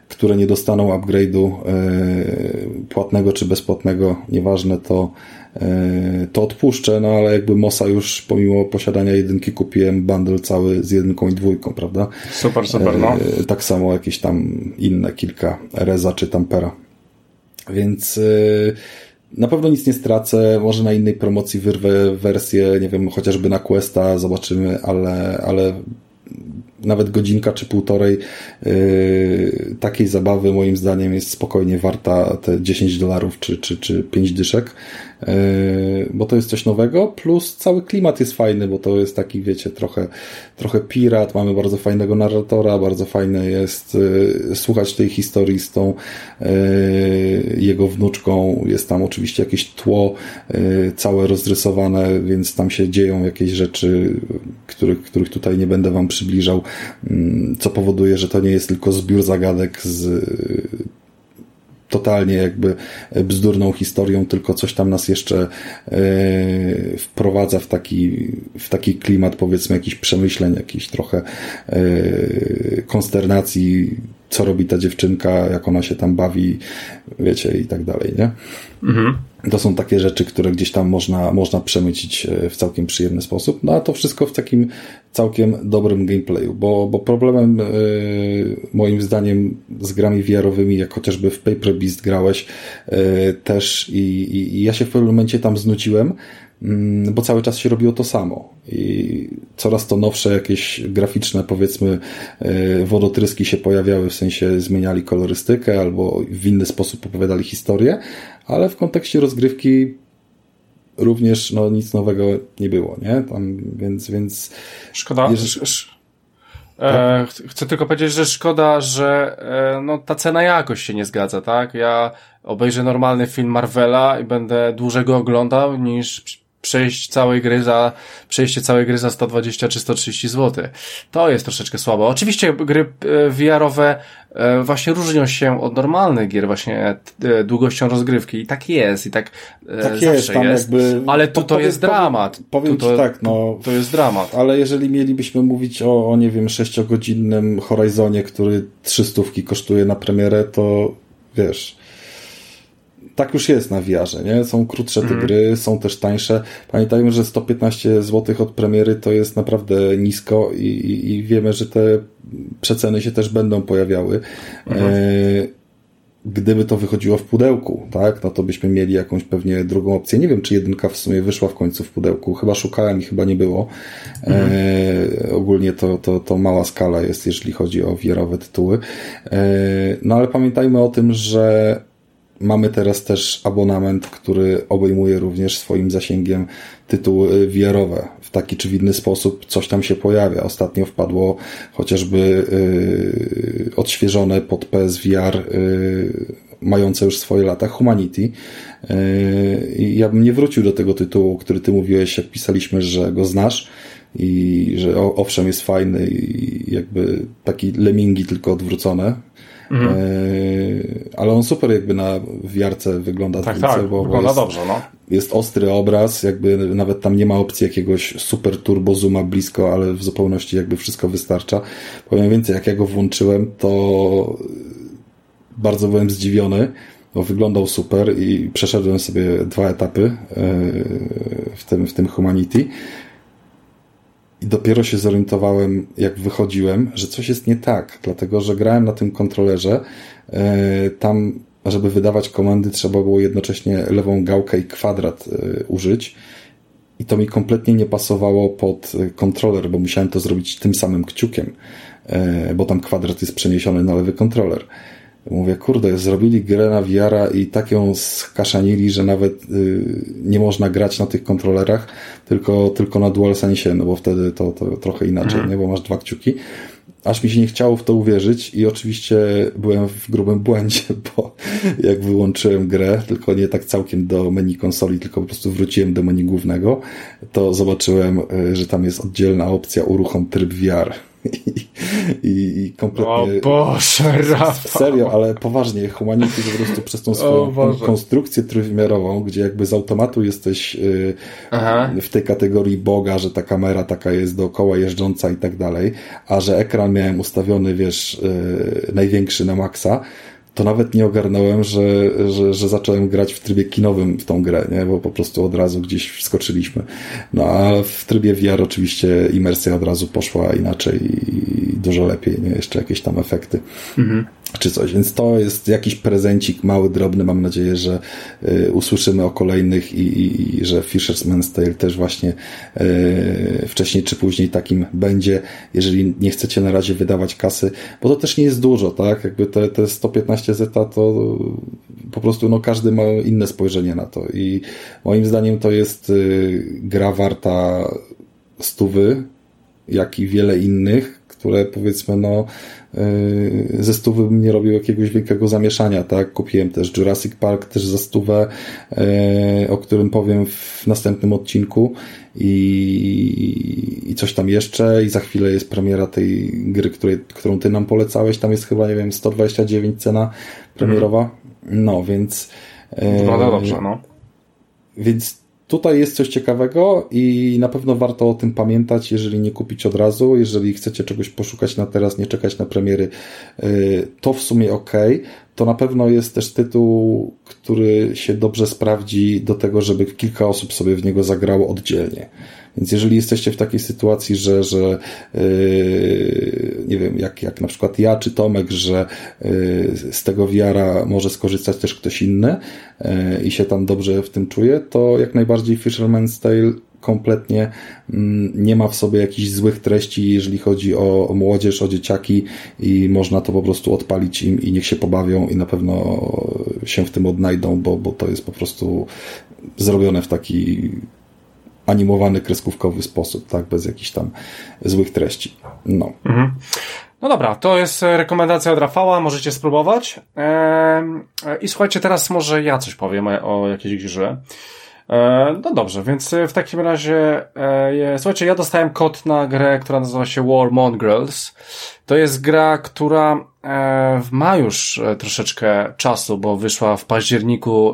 Speaker 2: które nie dostaną upgrade'u płatnego czy bezpłatnego, nieważne, to odpuszczę, no ale jakby Mossa już pomimo posiadania 1 kupiłem bundle cały z 1 i 2, prawda?
Speaker 1: Super, no.
Speaker 2: Tak samo jakieś tam inne kilka Reza czy Tampera. Więc na pewno nic nie stracę, może na innej promocji wyrwę wersję, nie wiem, chociażby na Questa, zobaczymy, ale nawet godzinka czy półtorej takiej zabawy moim zdaniem jest spokojnie warta te $10 czy 5 dyszek, bo to jest coś nowego, plus cały klimat jest fajny, bo to jest taki, wiecie, trochę pirat, mamy bardzo fajnego narratora, bardzo fajne jest słuchać tej historii z tą jego wnuczką, jest tam oczywiście jakieś tło całe rozrysowane, więc tam się dzieją jakieś rzeczy, których tutaj nie będę wam przybliżał, co powoduje, że to nie jest tylko zbiór zagadek z totalnie jakby bzdurną historią, tylko coś tam nas jeszcze wprowadza w taki klimat, powiedzmy, jakichś przemyśleń, jakichś trochę konsternacji, co robi ta dziewczynka, jak ona się tam bawi, wiecie, i tak dalej, nie? Mhm. To są takie rzeczy, które gdzieś tam można przemycić w całkiem przyjemny sposób, no a to wszystko w takim całkiem dobrym gameplayu, bo problemem moim zdaniem z grami VR-owymi, jak chociażby w Paper Beast grałeś też i ja się w pewnym momencie tam znudziłem, bo cały czas się robiło to samo i coraz to nowsze jakieś graficzne, powiedzmy, wodotryski się pojawiały, w sensie zmieniali kolorystykę albo w inny sposób opowiadali historię, ale w kontekście rozgrywki również no, nic nowego nie było, nie? Tam, więc
Speaker 1: szkoda. Chcę tylko powiedzieć, że szkoda, że no, ta cena jakoś się nie zgadza, tak? Ja obejrzę normalny film Marvela i będę dłużej go oglądał niż przejście całej gry za 120 czy 130 zł. To jest troszeczkę słabo. Oczywiście gry VR-owe właśnie różnią się od normalnych gier właśnie długością rozgrywki i tak jest, i tak zawsze
Speaker 2: tam
Speaker 1: jest,
Speaker 2: jakby,
Speaker 1: ale tu to jest dramat.
Speaker 2: Powiem ci tak, no.
Speaker 1: To jest dramat.
Speaker 2: Ale jeżeli mielibyśmy mówić o nie wiem, 6-godzinnym Horizonie, który 300 kosztuje na premierę, to wiesz, tak już jest na VR-ze, nie? Są krótsze te gry, są też tańsze. Pamiętajmy, że 115 zł od premiery to jest naprawdę nisko i wiemy, że te przeceny się też będą pojawiały. Gdyby to wychodziło w pudełku, tak? No to byśmy mieli jakąś pewnie drugą opcję. Nie wiem, czy 1 w sumie wyszła w końcu w pudełku. Chyba szukałem i chyba nie było. Ogólnie to mała skala jest, jeżeli chodzi o VR-owe tytuły. No ale pamiętajmy o tym, że mamy teraz też abonament, który obejmuje również swoim zasięgiem tytuły VR-owe. W taki czy w inny sposób coś tam się pojawia. Ostatnio wpadło chociażby odświeżone pod PSVR mające już swoje lata Humanity. I ja bym nie wrócił do tego tytułu, który ty mówiłeś, jak pisaliśmy, że go znasz i że owszem jest fajny i jakby taki Lemmingi tylko odwrócone. Ale on super jakby na VR-ce wygląda.
Speaker 1: Tak, bo wygląda dobrze, no.
Speaker 2: Jest ostry obraz, jakby nawet tam nie ma opcji jakiegoś super turbo zooma blisko, ale w zupełności jakby wszystko wystarcza. Powiem więcej, jak ja go włączyłem, to bardzo byłem zdziwiony, bo wyglądał super i przeszedłem sobie 2 etapy w tym Humanity. I dopiero się zorientowałem, jak wychodziłem, że coś jest nie tak, dlatego że grałem na tym kontrolerze. Tam, żeby wydawać komendy, trzeba było jednocześnie lewą gałkę i kwadrat użyć. I to mi kompletnie nie pasowało pod kontroler, bo musiałem to zrobić tym samym kciukiem, bo tam kwadrat jest przeniesiony na lewy kontroler. Mówię, kurde, zrobili grę na VR-a i tak ją skaszanili, że nawet nie można grać na tych kontrolerach, tylko na DualSense, no bo wtedy to trochę inaczej, nie? Bo masz 2 kciuki. Aż mi się nie chciało w to uwierzyć i oczywiście byłem w grubym błędzie, bo jak wyłączyłem grę, tylko nie tak całkiem do menu konsoli, tylko po prostu wróciłem do menu głównego, to zobaczyłem, że tam jest oddzielna opcja uruchom tryb VR. I kompletnie...
Speaker 1: O Boże, Rafał.
Speaker 2: Serio, ale poważnie, Humanity po prostu przez tą swoją konstrukcję trójwymiarową, gdzie jakby z automatu jesteś w tej kategorii Boga, że ta kamera taka jest dookoła jeżdżąca i tak dalej, a że ekran miałem ustawiony, wiesz, największy na maksa, to nawet nie ogarnąłem, że zacząłem grać w trybie kinowym w tą grę, nie? Bo po prostu od razu gdzieś wskoczyliśmy. No a w trybie VR oczywiście imersja od razu poszła inaczej i dużo lepiej, nie? Jeszcze jakieś tam efekty. Czy coś, więc to jest jakiś prezencik mały, drobny, mam nadzieję, że usłyszymy o kolejnych i że Fisherman's Tale też właśnie wcześniej czy później takim będzie, jeżeli nie chcecie na razie wydawać kasy, bo to też nie jest dużo, tak? Jakby te 115 zeta to po prostu no każdy ma inne spojrzenie na to i moim zdaniem to jest gra warta 100, jak i wiele innych, które powiedzmy no ze 100 bym nie robił jakiegoś wielkiego zamieszania, tak? Kupiłem też Jurassic Park też za 100, o którym powiem w następnym odcinku i coś tam jeszcze i za chwilę jest premiera tej gry, którą ty nam polecałeś, tam jest chyba, nie wiem, 129 cena premierowa, no więc
Speaker 1: wygląda dobrze, no.
Speaker 2: Więc tutaj jest coś ciekawego i na pewno warto o tym pamiętać, jeżeli nie kupić od razu, jeżeli chcecie czegoś poszukać na teraz, nie czekać na premiery, to w sumie okej. To na pewno jest też tytuł, który się dobrze sprawdzi do tego, żeby kilka osób sobie w niego zagrało oddzielnie. Więc jeżeli jesteście w takiej sytuacji, że nie wiem, jak na przykład ja czy Tomek, że z tego VR-a może skorzystać też ktoś inny i się tam dobrze w tym czuje, to jak najbardziej Fisherman's Tale kompletnie nie ma w sobie jakichś złych treści, jeżeli chodzi o młodzież, o dzieciaki i można to po prostu odpalić im i niech się pobawią i na pewno się w tym odnajdą, bo to jest po prostu zrobione w taki animowany, kreskówkowy sposób, tak, bez jakichś tam złych treści. No.
Speaker 1: No dobra, to jest rekomendacja od Rafała, możecie spróbować. I słuchajcie, teraz może ja coś powiem o jakiejś grze. No dobrze, więc w takim razie słuchajcie, ja dostałem kod na grę, która nazywa się War Mongrels. To jest gra, która ma już troszeczkę czasu, bo wyszła w październiku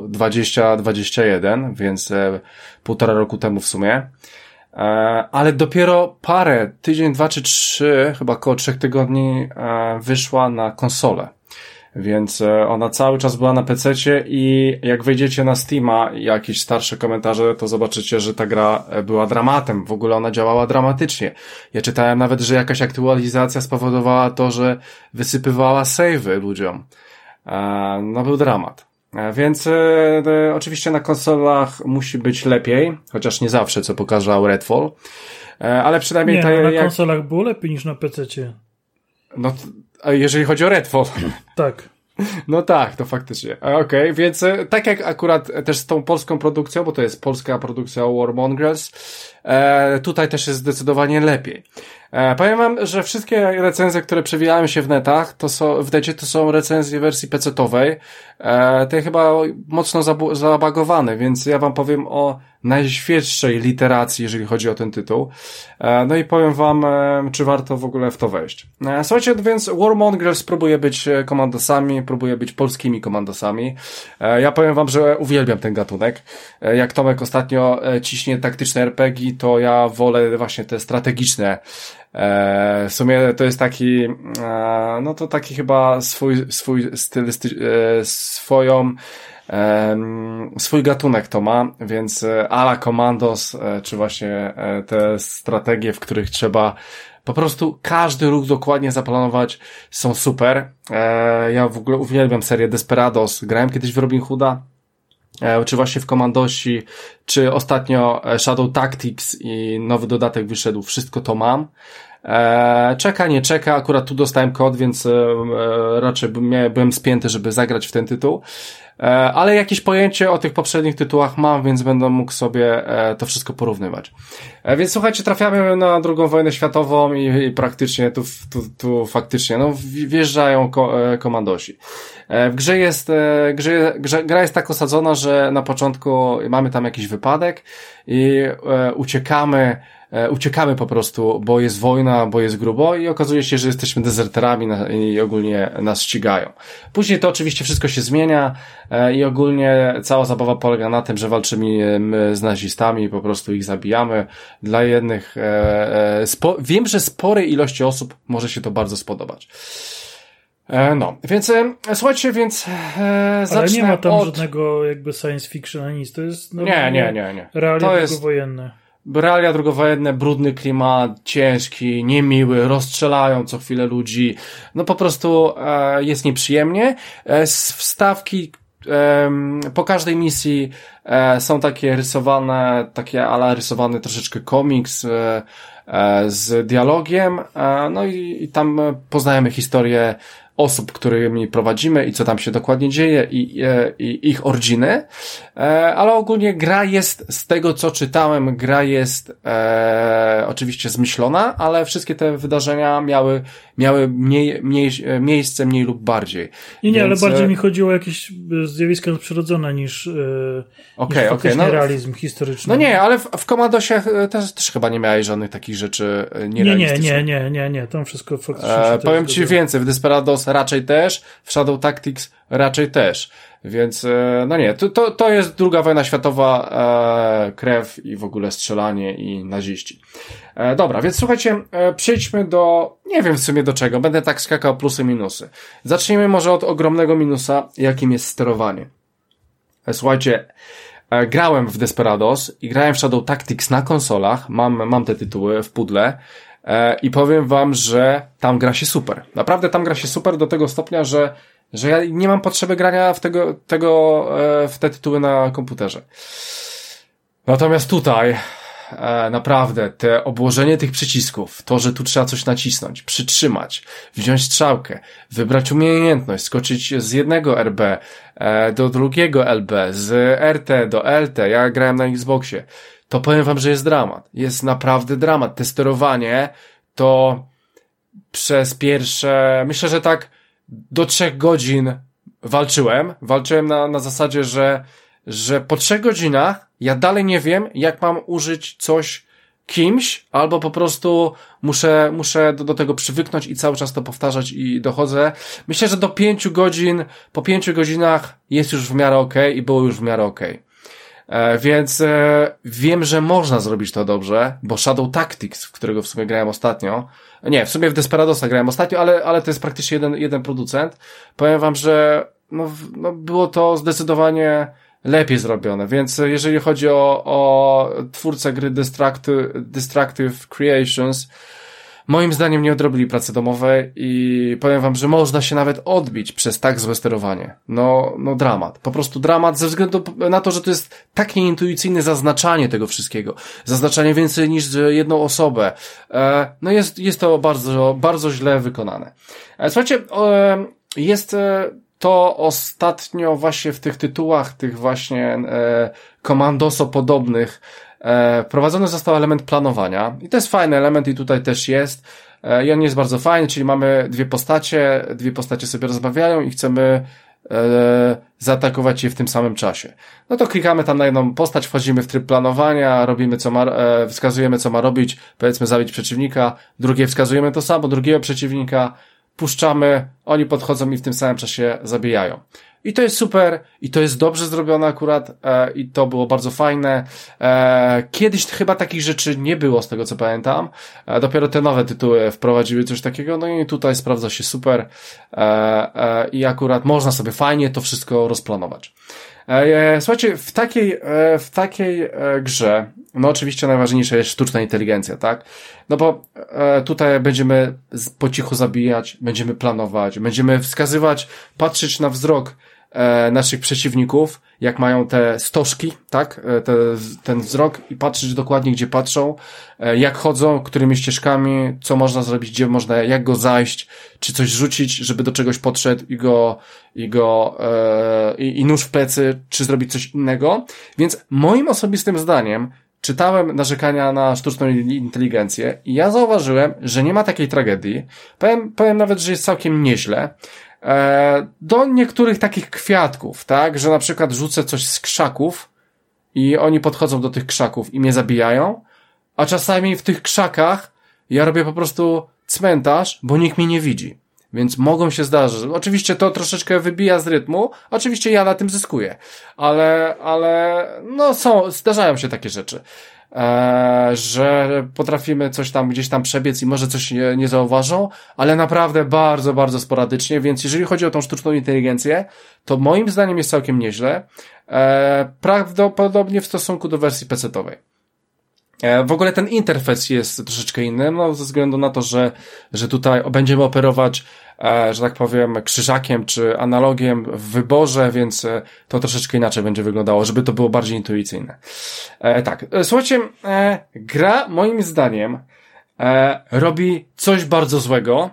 Speaker 1: 2021, więc 1,5 roku temu w sumie. Ale dopiero tydzień, 2 czy 3, chyba około 3 tygodni wyszła na konsolę. Więc ona cały czas była na PC-cie i jak wejdziecie na Steama i jakieś starsze komentarze, to zobaczycie, że ta gra była dramatem. W ogóle ona działała dramatycznie. Ja czytałem nawet, że jakaś aktualizacja spowodowała to, że wysypywała save'y ludziom. No był dramat. Więc oczywiście na konsolach musi być lepiej, chociaż nie zawsze, co pokazał Redfall. Ale przynajmniej...
Speaker 3: Nie, na konsolach było lepiej niż na PC-cie.
Speaker 1: No, jeżeli chodzi o Redfall.
Speaker 3: Tak.
Speaker 1: No tak, to faktycznie. Okej, więc tak jak akurat też z tą polską produkcją, bo to jest polska produkcja War Mongrels, tutaj też jest zdecydowanie lepiej. Powiem wam, że wszystkie recenzje, które przewijają się w netach, w necie to są recenzje wersji PC-towej, te chyba mocno zabagowane, więc ja wam powiem o najświeższej literacji, jeżeli chodzi o ten tytuł. No i powiem wam, czy warto w ogóle w to wejść. Słuchajcie, więc War Mongrels próbuje być komandosami, próbuje być polskimi komandosami. Ja powiem wam, że uwielbiam ten gatunek. Jak Tomek ostatnio ciśnie taktyczne RPG, to ja wolę właśnie te strategiczne. W sumie to jest taki, no to taki chyba swój styl, swój gatunek to ma, więc a la Commandos, czy właśnie te strategie, w których trzeba po prostu każdy ruch dokładnie zaplanować, są super. Ja w ogóle uwielbiam serię Desperados, grałem kiedyś w Robin Hooda, czy właśnie w Commandosi, czy ostatnio Shadow Tactics i nowy dodatek wyszedł, wszystko to mam. Czeka, nie czeka, akurat tu dostałem kod, więc raczej byłem spięty, żeby zagrać w ten tytuł. Ale jakieś pojęcie o tych poprzednich tytułach mam, więc będę mógł sobie to wszystko porównywać. Więc słuchajcie, trafiamy na II wojnę światową i praktycznie tu faktycznie wjeżdżają komandosi. W grze gra jest tak osadzona, że na początku mamy tam jakiś wypadek i uciekamy uciekamy po prostu, bo jest wojna, bo jest grubo i okazuje się, że jesteśmy dezerterami i ogólnie nas ścigają. Później to oczywiście wszystko się zmienia i ogólnie cała zabawa polega na tym, że walczymy z nazistami i po prostu ich zabijamy. Dla jednych wiem, że sporej ilości osób może się to bardzo spodobać. No, więc słuchajcie, zacznę
Speaker 3: ale nie ma tam żadnego jakby science fiction ani nic, to jest
Speaker 1: nie.
Speaker 3: Realia drugowojenne.
Speaker 1: Realia drugowojenne, brudny klimat, ciężki, niemiły, rozstrzelają co chwilę ludzi, no po prostu jest nieprzyjemnie. Wstawki po każdej misji są takie rysowane, takie ala rysowany troszeczkę komiks z dialogiem, no i tam poznajemy historię osób, którymi prowadzimy i co tam się dokładnie dzieje i ich originy, ale ogólnie gra jest, z tego co czytałem, gra jest oczywiście zmyślona, ale wszystkie te wydarzenia miały miejsce mniej lub bardziej.
Speaker 3: Nie, ale bardziej mi chodziło o jakieś zjawiska nadprzyrodzone niż realizm historyczny.
Speaker 1: No nie, ale w Commandosie też chyba nie miałeś żadnych takich rzeczy nierealistycznych.
Speaker 3: Nie, tam wszystko faktycznie
Speaker 1: powiem ci więcej, w Desperados raczej też, w Shadow Tactics raczej też, więc no nie, to jest II wojna światowa, krew i w ogóle strzelanie i naziści. Dobra, więc słuchajcie, przejdźmy do, nie wiem w sumie do czego, będę tak skakał plusy, minusy. Zacznijmy może od ogromnego minusa, jakim jest sterowanie. Słuchajcie, grałem w Desperados i grałem w Shadow Tactics na konsolach, mam te tytuły w pudle i powiem wam, że tam gra się super. Naprawdę tam gra się super do tego stopnia, że ja nie mam potrzeby grania w te tytuły na komputerze. Natomiast tutaj naprawdę te obłożenie tych przycisków, to, że tu trzeba coś nacisnąć, przytrzymać, wziąć strzałkę, wybrać umiejętność, skoczyć z jednego RB do drugiego LB, z RT do LT, ja grałem na Xboxie, to powiem wam, że jest dramat. Jest naprawdę dramat. Te sterowanie to przez pierwsze, myślę, że tak do 3 godzin walczyłem na zasadzie, że po 3 godzinach ja dalej nie wiem, jak mam użyć coś kimś, albo po prostu muszę do tego przywyknąć i cały czas to powtarzać i dochodzę. Myślę, że do 5 godzin, po 5 godzinach jest już w miarę okej i było już w miarę okej. Więc wiem, że można zrobić to dobrze, bo Shadow Tactics, w którego w sumie grałem ostatnio, nie, w sumie w Desperadosa grałem ostatnio, ale to jest praktycznie jeden producent. Powiem wam, że no było to zdecydowanie lepiej zrobione, więc jeżeli chodzi o twórcę gry Destructive Creations, moim zdaniem nie odrobili pracy domowej i powiem wam, że można się nawet odbić przez tak złe sterowanie. No dramat. Po prostu dramat ze względu na to, że to jest tak nieintuicyjne zaznaczanie tego wszystkiego. Zaznaczanie więcej niż jedną osobę. No jest to bardzo, bardzo źle wykonane. Słuchajcie, jest to ostatnio właśnie w tych tytułach, tych właśnie komandoso-podobnych, wprowadzony został element planowania i to jest fajny element i tutaj też jest i on jest bardzo fajny, czyli mamy dwie postacie sobie rozmawiają i chcemy zaatakować je w tym samym czasie. No to klikamy tam na jedną postać, wchodzimy w tryb planowania, robimy wskazujemy co ma robić, powiedzmy zabić przeciwnika, drugie wskazujemy to samo, drugiego przeciwnika, puszczamy, oni podchodzą i w tym samym czasie zabijają. I to jest super, i to jest dobrze zrobione akurat, i to było bardzo fajne. Kiedyś chyba takich rzeczy nie było, z tego co pamiętam. Dopiero te nowe tytuły wprowadziły coś takiego, no i tutaj sprawdza się super, i akurat można sobie fajnie to wszystko rozplanować. Słuchajcie, w takiej grze, no oczywiście najważniejsza jest sztuczna inteligencja, tak? No bo tutaj będziemy po cichu zabijać, będziemy planować, będziemy wskazywać, patrzeć na wzrok naszych przeciwników, jak mają te stożki, tak? Ten wzrok i patrzeć dokładnie, gdzie patrzą, jak chodzą, którymi ścieżkami, co można zrobić, gdzie można, jak go zajść, czy coś rzucić, żeby do czegoś podszedł i nóż w plecy, czy zrobić coś innego. Więc moim osobistym zdaniem czytałem narzekania na sztuczną inteligencję i ja zauważyłem, że nie ma takiej tragedii. Powiem nawet, że jest całkiem nieźle. Do niektórych takich kwiatków, tak, że na przykład rzucę coś z krzaków i oni podchodzą do tych krzaków i mnie zabijają, a czasami w tych krzakach ja robię po prostu cmentarz, bo nikt mnie nie widzi. Więc mogą się zdarzyć. Oczywiście to troszeczkę wybija z rytmu, oczywiście ja na tym zyskuję, ale no zdarzają się takie rzeczy, że potrafimy coś tam gdzieś tam przebiec i może coś nie zauważą, ale naprawdę bardzo, bardzo sporadycznie, więc jeżeli chodzi o tą sztuczną inteligencję, to moim zdaniem jest całkiem nieźle, prawdopodobnie w stosunku do wersji PC-towej. W ogóle ten interfejs jest troszeczkę inny, no ze względu na to, że tutaj będziemy operować, że tak powiem, krzyżakiem czy analogiem w wyborze, więc to troszeczkę inaczej będzie wyglądało, żeby to było bardziej intuicyjne. Tak, słuchajcie, gra moim zdaniem robi coś bardzo złego,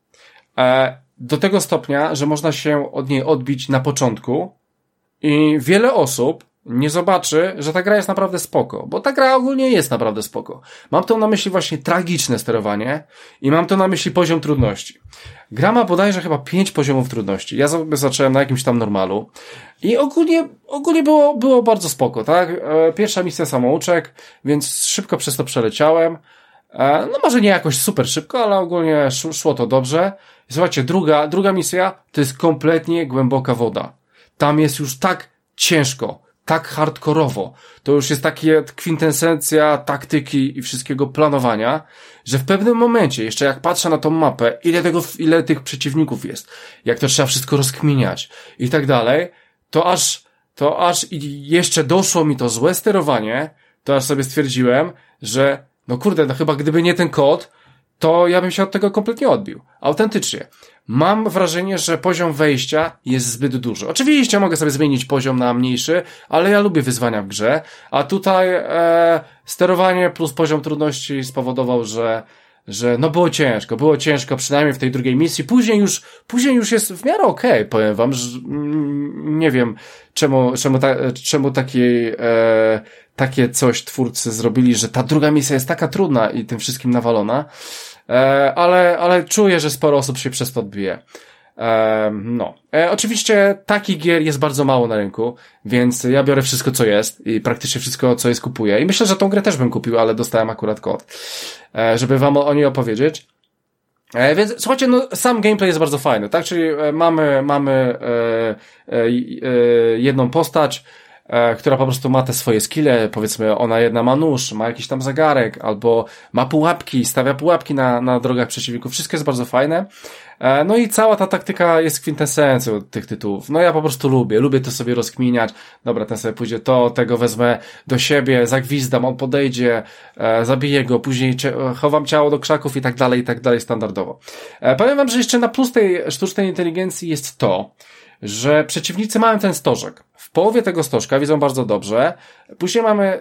Speaker 1: do tego stopnia, że można się od niej odbić na początku i wiele osób nie zobaczy, że ta gra jest naprawdę spoko, bo ta gra ogólnie jest naprawdę spoko. Mam tu na myśli właśnie tragiczne sterowanie i mam tu na myśli poziom trudności. Gra ma bodajże chyba 5 poziomów trudności. Ja sobie zacząłem na jakimś tam normalu i ogólnie było bardzo spoko, tak? Pierwsza misja samouczek, więc szybko przez to przeleciałem. No może nie jakoś super szybko, ale ogólnie szło to dobrze. I słuchajcie, druga misja to jest kompletnie głęboka woda. Tam jest już tak ciężko, tak hardkorowo, to już jest takie kwintesencja taktyki i wszystkiego planowania, że w pewnym momencie, jeszcze jak patrzę na tą mapę, ile tych przeciwników jest, jak to trzeba wszystko rozkminiać i tak dalej, to aż i jeszcze doszło mi to złe sterowanie, to aż sobie stwierdziłem, że no kurde, no chyba gdyby nie ten kod, to ja bym się od tego kompletnie odbił. Autentycznie. Mam wrażenie, że poziom wejścia jest zbyt duży. Oczywiście mogę sobie zmienić poziom na mniejszy, ale ja lubię wyzwania w grze, a tutaj sterowanie plus poziom trudności spowodował, że no było ciężko, przynajmniej w tej drugiej misji. Później już jest w miarę okej, powiem wam, że nie wiem czemu takie coś twórcy zrobili, że ta druga misja jest taka trudna i tym wszystkim nawalona, ale czuję, że sporo osób się przez to odbije. Oczywiście takich gier jest bardzo mało na rynku, więc ja biorę wszystko, co jest i praktycznie wszystko, co jest, kupuję. I myślę, że tą grę też bym kupił, ale dostałem akurat kod, żeby wam o niej opowiedzieć. Więc słuchajcie, no sam gameplay jest bardzo fajny, tak? Czyli mamy jedną postać, która po prostu ma te swoje skille, powiedzmy ona jedna ma nóż, ma jakiś tam zegarek, albo ma pułapki, stawia pułapki na drogach przeciwników, wszystko jest bardzo fajne. No i cała ta taktyka jest kwintesencją tych tytułów. No ja po prostu lubię to sobie rozkminiać, dobra, ten sobie pójdzie tego wezmę do siebie, zagwizdam, on podejdzie, zabiję go, później chowam ciało do krzaków i tak dalej standardowo. Powiem wam, że jeszcze na plus tej sztucznej inteligencji jest to, że przeciwnicy mają ten stożek. W połowie tego stożka widzą bardzo dobrze. Później mamy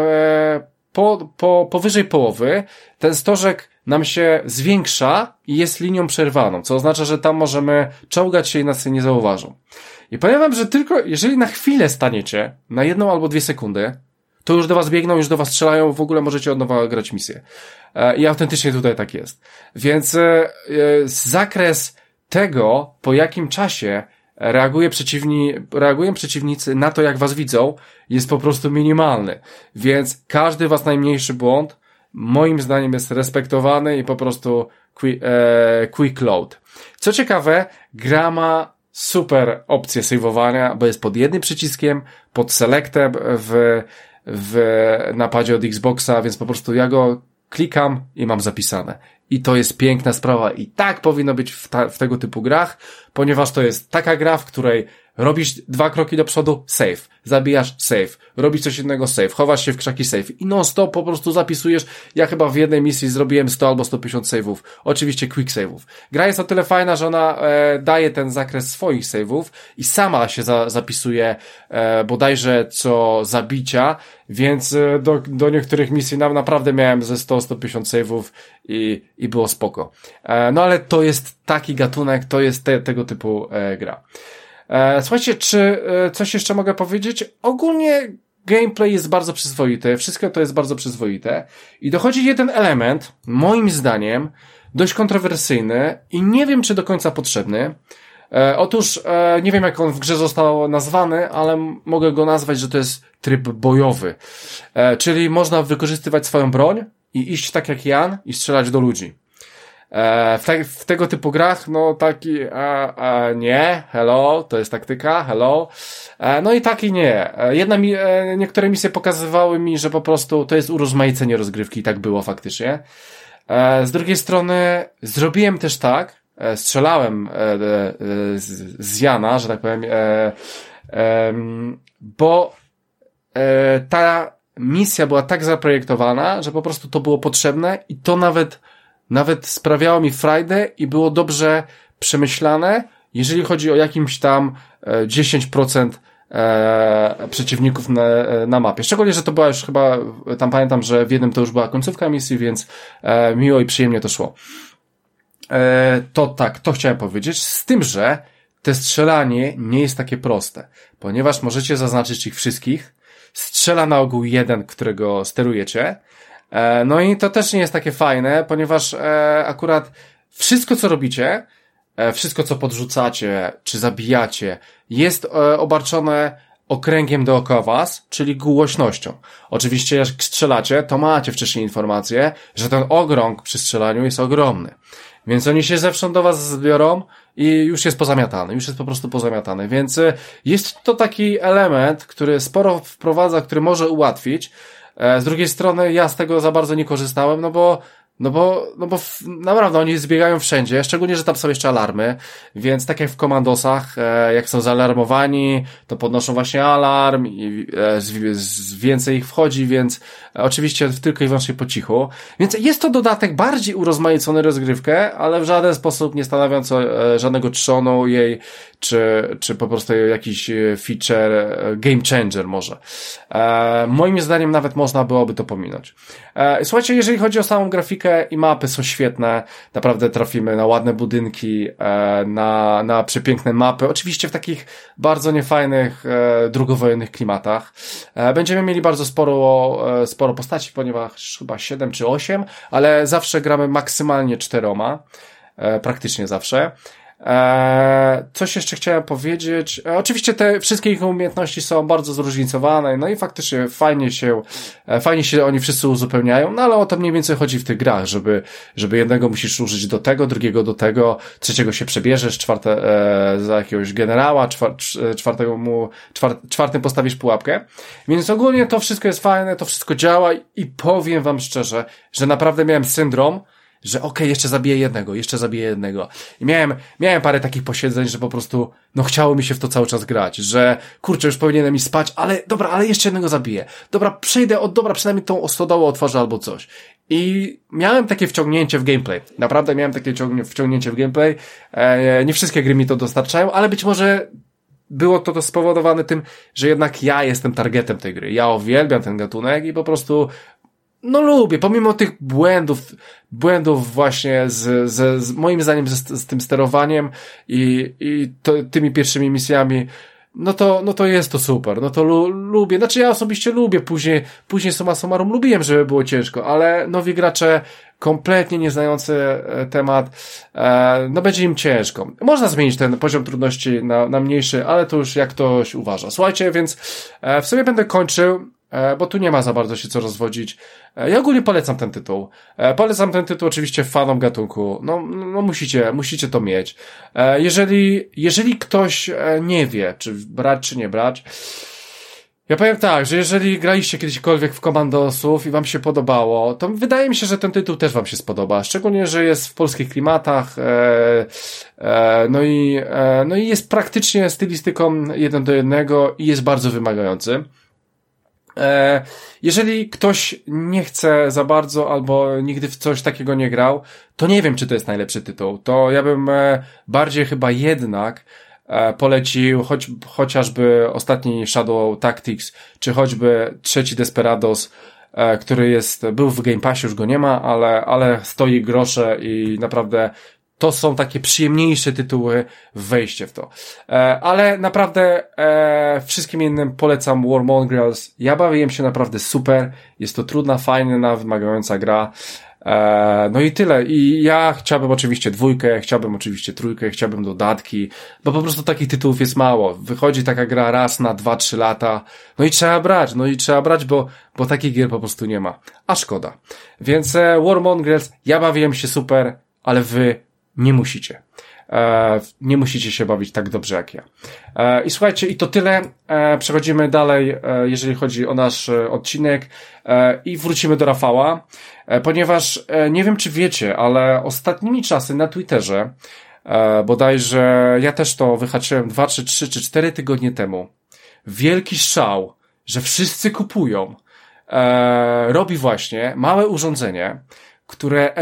Speaker 1: powyżej połowy ten stożek nam się zwiększa i jest linią przerwaną, co oznacza, że tam możemy czołgać się i nas nie zauważą. I powiem wam, że tylko jeżeli na chwilę staniecie, na 1 albo 2 sekundy, to już do was biegną, już do was strzelają, w ogóle możecie od nowa grać misję. I autentycznie tutaj tak jest. Więc zakres tego, po jakim czasie reagują przeciwnicy na to, jak was widzą, jest po prostu minimalny. Więc każdy was najmniejszy błąd moim zdaniem jest respektowany i po prostu quick load. Co ciekawe, gra ma super opcję save'owania, bo jest pod jednym przyciskiem, pod selectem w napadzie od Xboxa, więc po prostu ja go klikam i mam zapisane. I to jest piękna sprawa i tak powinno być w tego typu grach, ponieważ to jest taka gra, w której robisz 2 kroki do przodu, save. Zabijasz, save. Robisz coś innego, save. Chowasz się w krzaki, save. I non-stop po prostu zapisujesz. Ja chyba w jednej misji zrobiłem 100 albo 150 save'ów. Oczywiście quick save'ów. Gra jest o tyle fajna, że ona daje ten zakres swoich save'ów i sama się zapisuje bodajże co zabicia, więc do niektórych misji naprawdę miałem ze 100-150 save'ów i było spoko. No ale to jest taki gatunek, to jest tego typu gra. Słuchajcie, czy coś jeszcze mogę powiedzieć? Ogólnie gameplay jest bardzo przyzwoity, wszystko to jest bardzo przyzwoite i dochodzi jeden element, moim zdaniem, dość kontrowersyjny i nie wiem, czy do końca potrzebny. Otóż nie wiem, jak on w grze został nazwany, ale mogę go nazwać, że to jest tryb bojowy. Czyli można wykorzystywać swoją broń i iść tak jak Jan i strzelać do ludzi. W tego typu grach, no taki nie, hello, to jest taktyka, hello. No i tak i nie. Niektóre misje pokazywały mi, że po prostu to jest urozmaicenie rozgrywki i tak było faktycznie. Z drugiej strony zrobiłem też tak, strzelałem z Jana, że tak powiem, bo ta misja była tak zaprojektowana, że po prostu to było potrzebne i to nawet sprawiało mi frajdę i było dobrze przemyślane, jeżeli chodzi o jakimś tam 10% przeciwników na mapie. Szczególnie, że to była już chyba, tam pamiętam, że w jednym to już była końcówka misji, więc miło i przyjemnie to szło. To chciałem powiedzieć, z tym, że te strzelanie nie jest takie proste, ponieważ możecie zaznaczyć ich wszystkich, strzela na ogół jeden, którego sterujecie, no i to też nie jest takie fajne, ponieważ akurat wszystko, co robicie, wszystko, co podrzucacie, czy zabijacie, jest obarczone okręgiem dookoła was, czyli głośnością. Oczywiście, jak strzelacie, to macie wcześniej informację, że ten okrąg przy strzelaniu jest ogromny. Więc oni się zewsząd do was zbiorą i już jest pozamiatany, już jest po prostu pozamiatany. Więc jest to taki element, który sporo wprowadza, który może ułatwić. Z drugiej strony ja z tego za bardzo nie korzystałem, no bo naprawdę oni zbiegają wszędzie, szczególnie, że tam są jeszcze alarmy, więc tak jak w komandosach, jak są zaalarmowani, to podnoszą właśnie alarm i więcej ich wchodzi, więc oczywiście tylko i wyłącznie po cichu. Więc jest to dodatek bardziej urozmaicony rozgrywkę, ale w żaden sposób nie stanowiąc żadnego trzonu jej, czy po prostu jakiś feature, game changer może. Moim zdaniem nawet można byłoby to pominąć. Słuchajcie, jeżeli chodzi o samą grafikę i mapy są świetne, naprawdę trafimy na ładne budynki, na przepiękne mapy, oczywiście w takich bardzo niefajnych, drugowojennych klimatach. Będziemy mieli bardzo sporo postaci, ponieważ chyba 7 czy 8, ale zawsze gramy maksymalnie 4, praktycznie zawsze. Coś jeszcze chciałem powiedzieć. Oczywiście te wszystkie ich umiejętności są bardzo zróżnicowane, no i faktycznie fajnie się oni wszyscy uzupełniają, no ale o to mniej więcej chodzi w tych grach, żeby jednego musisz użyć do tego, drugiego do tego, trzeciego się przebierzesz, za jakiegoś generała, czwartym postawisz pułapkę. Więc ogólnie to wszystko jest fajne, to wszystko działa i powiem wam szczerze, że naprawdę miałem syndrom, że jeszcze zabiję jednego. I miałem parę takich posiedzeń, że po prostu, chciało mi się w to cały czas grać, że kurczę, już powinienem iść spać, ale jeszcze jednego zabiję. Przynajmniej tą stodołę otworzę albo coś. I miałem takie wciągnięcie w gameplay. Naprawdę miałem takie wciągnięcie w gameplay. Nie wszystkie gry mi to dostarczają, ale być może było to spowodowane tym, że jednak ja jestem targetem tej gry. Ja uwielbiam ten gatunek i po prostu lubię, pomimo tych błędów właśnie z moim zdaniem z tym sterowaniem i tymi pierwszymi misjami, no to jest to super, no to lubię, znaczy ja osobiście lubię, później summa summarum lubiłem, żeby było ciężko, ale nowi gracze kompletnie nie znający temat, będzie im ciężko. Można zmienić ten poziom trudności na mniejszy, ale to już jak ktoś uważa. Słuchajcie, więc w sumie będę kończył, bo tu nie ma za bardzo się co rozwodzić. Ja ogólnie polecam ten tytuł. Polecam ten tytuł oczywiście fanom gatunku. Musicie to mieć. Jeżeli ktoś nie wie, czy brać, czy nie brać, ja powiem tak, że jeżeli graliście kiedyśkolwiek w Komandosów i wam się podobało, to wydaje mi się, że ten tytuł też wam się spodoba. Szczególnie, że jest w polskich klimatach, no i jest praktycznie stylistyką 1:1 i jest bardzo wymagający. Jeżeli ktoś nie chce za bardzo albo nigdy w coś takiego nie grał, to nie wiem, czy to jest najlepszy tytuł. To ja bym bardziej chyba jednak polecił chociażby ostatni Shadow Tactics, czy choćby trzeci Desperados, który był w Game Passie, już go nie ma, ale stoi grosze i naprawdę to są takie przyjemniejsze tytuły w wejście w to. Ale naprawdę wszystkim innym polecam War Mongrels. Ja bawiłem się naprawdę super. Jest to trudna, fajna, wymagająca gra. No i tyle. I ja chciałbym oczywiście 2, chciałbym oczywiście 3, chciałbym dodatki, bo po prostu takich tytułów jest mało. Wychodzi taka gra raz na 2-3 lata, no i trzeba brać, bo takich gier po prostu nie ma. A szkoda. Więc Warmongers, ja bawiłem się super, ale wy nie musicie. Nie musicie się bawić tak dobrze jak ja. I słuchajcie, i to tyle. Przechodzimy dalej, jeżeli chodzi o nasz odcinek, i wrócimy do Rafała, ponieważ nie wiem, czy wiecie, ale ostatnimi czasy na Twitterze, bodajże ja też to wyhaczyłem 2, czy 3, czy 4 tygodnie temu, wielki szał, że wszyscy kupują, robi właśnie małe urządzenie, które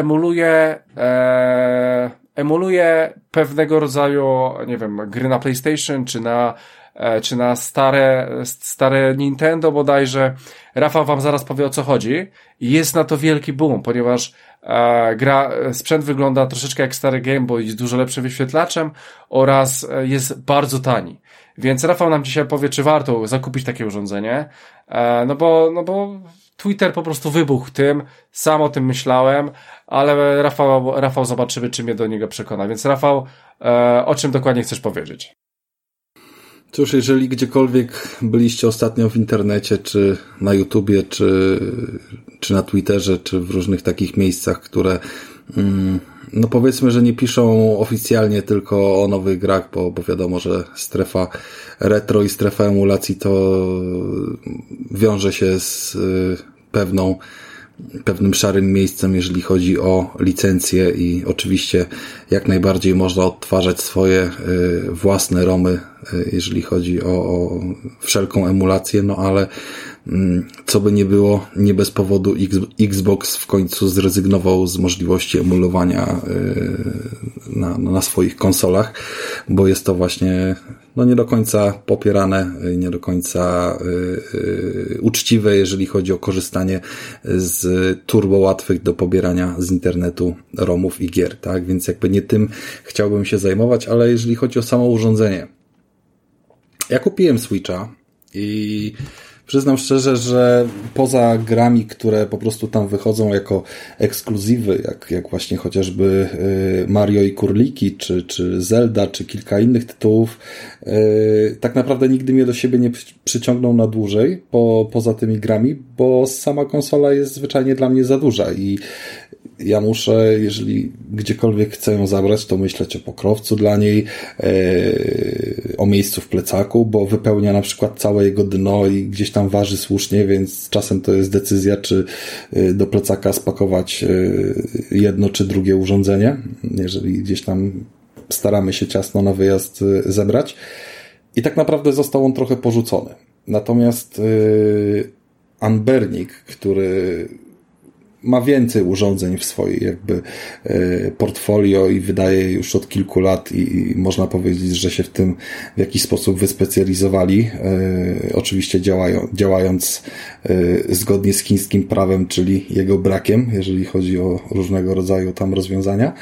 Speaker 1: emuluje pewnego rodzaju, nie wiem, gry na PlayStation, czy na stare Nintendo bodajże. Rafał wam zaraz powie, o co chodzi. I jest na to wielki boom, ponieważ sprzęt wygląda troszeczkę jak stary Game Boy, jest dużo lepszym wyświetlaczem oraz jest bardzo tani. Więc Rafał nam dzisiaj powie, czy warto zakupić takie urządzenie. No bo Twitter po prostu wybuchł tym, sam o tym myślałem, ale Rafał zobaczymy, czy mnie do niego przekona. Więc Rafał, o czym dokładnie chcesz powiedzieć?
Speaker 2: Cóż, jeżeli gdziekolwiek byliście ostatnio w internecie, czy na YouTubie, czy na Twitterze, czy w różnych takich miejscach, które no powiedzmy, że nie piszą oficjalnie tylko o nowych grach, bo wiadomo, że strefa retro i strefa emulacji to wiąże się z pewnym szarym miejscem, jeżeli chodzi o licencje, i oczywiście jak najbardziej można odtwarzać swoje własne romy, jeżeli chodzi o wszelką emulację, no ale co by nie było, nie bez powodu Xbox w końcu zrezygnował z możliwości emulowania na swoich konsolach, bo jest to właśnie no nie do końca popierane, nie do końca uczciwe, jeżeli chodzi o korzystanie z turbo łatwych do pobierania z internetu ROMów i gier, tak? Więc jakby nie tym chciałbym się zajmować, ale jeżeli chodzi o samo urządzenie. Ja kupiłem Switcha i przyznam szczerze, że poza grami, które po prostu tam wychodzą jako ekskluzywy, jak właśnie chociażby Mario i Kurliki, czy Zelda, czy kilka innych tytułów, tak naprawdę nigdy mnie do siebie nie przyciągną na dłużej, poza tymi grami, bo sama konsola jest zwyczajnie dla mnie za duża i ja muszę, jeżeli gdziekolwiek chcę ją zabrać, to myśleć o pokrowcu dla niej, o miejscu w plecaku, bo wypełnia na przykład całe jego dno i gdzieś tam waży słusznie, więc czasem to jest decyzja, czy do plecaka spakować jedno czy drugie urządzenie, jeżeli gdzieś tam staramy się ciasno na wyjazd zebrać. I tak naprawdę został on trochę porzucony. Natomiast Anbernik, który ma więcej urządzeń w swojej jakby portfolio i wydaje już od kilku lat i można powiedzieć, że się w tym w jakiś sposób wyspecjalizowali. Oczywiście działając zgodnie z chińskim prawem, czyli jego brakiem, jeżeli chodzi o różnego rodzaju tam rozwiązania.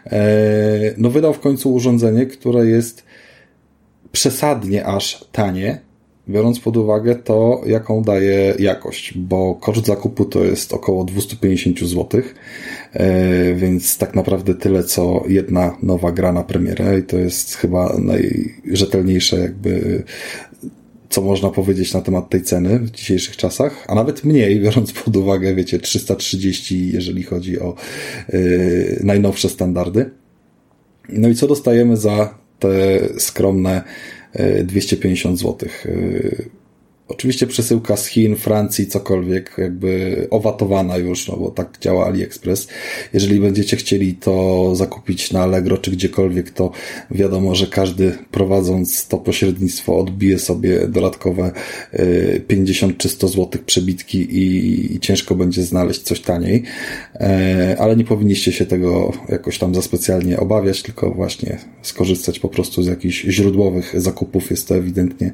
Speaker 2: No wydał w końcu urządzenie, które jest przesadnie aż tanie, biorąc pod uwagę to, jaką daje jakość, bo koszt zakupu to jest około 250 zł, więc tak naprawdę tyle, co jedna nowa gra na premierę i to jest chyba najrzetelniejsze jakby, co można powiedzieć na temat tej ceny w dzisiejszych czasach, a nawet mniej, biorąc pod uwagę, wiecie, 330, jeżeli chodzi o najnowsze standardy. No i co dostajemy za te skromne 250 zł. Oczywiście przesyłka z Chin, Francji, cokolwiek, jakby owatowana już, no bo tak działa AliExpress. Jeżeli będziecie chcieli to zakupić na Allegro czy gdziekolwiek, to wiadomo, że każdy prowadząc to pośrednictwo odbije sobie dodatkowe 50 czy 100 zł przebitki i ciężko będzie znaleźć coś taniej. Ale nie powinniście się tego jakoś tam za specjalnie obawiać, tylko właśnie skorzystać po prostu z jakichś źródłowych zakupów. Jest to ewidentnie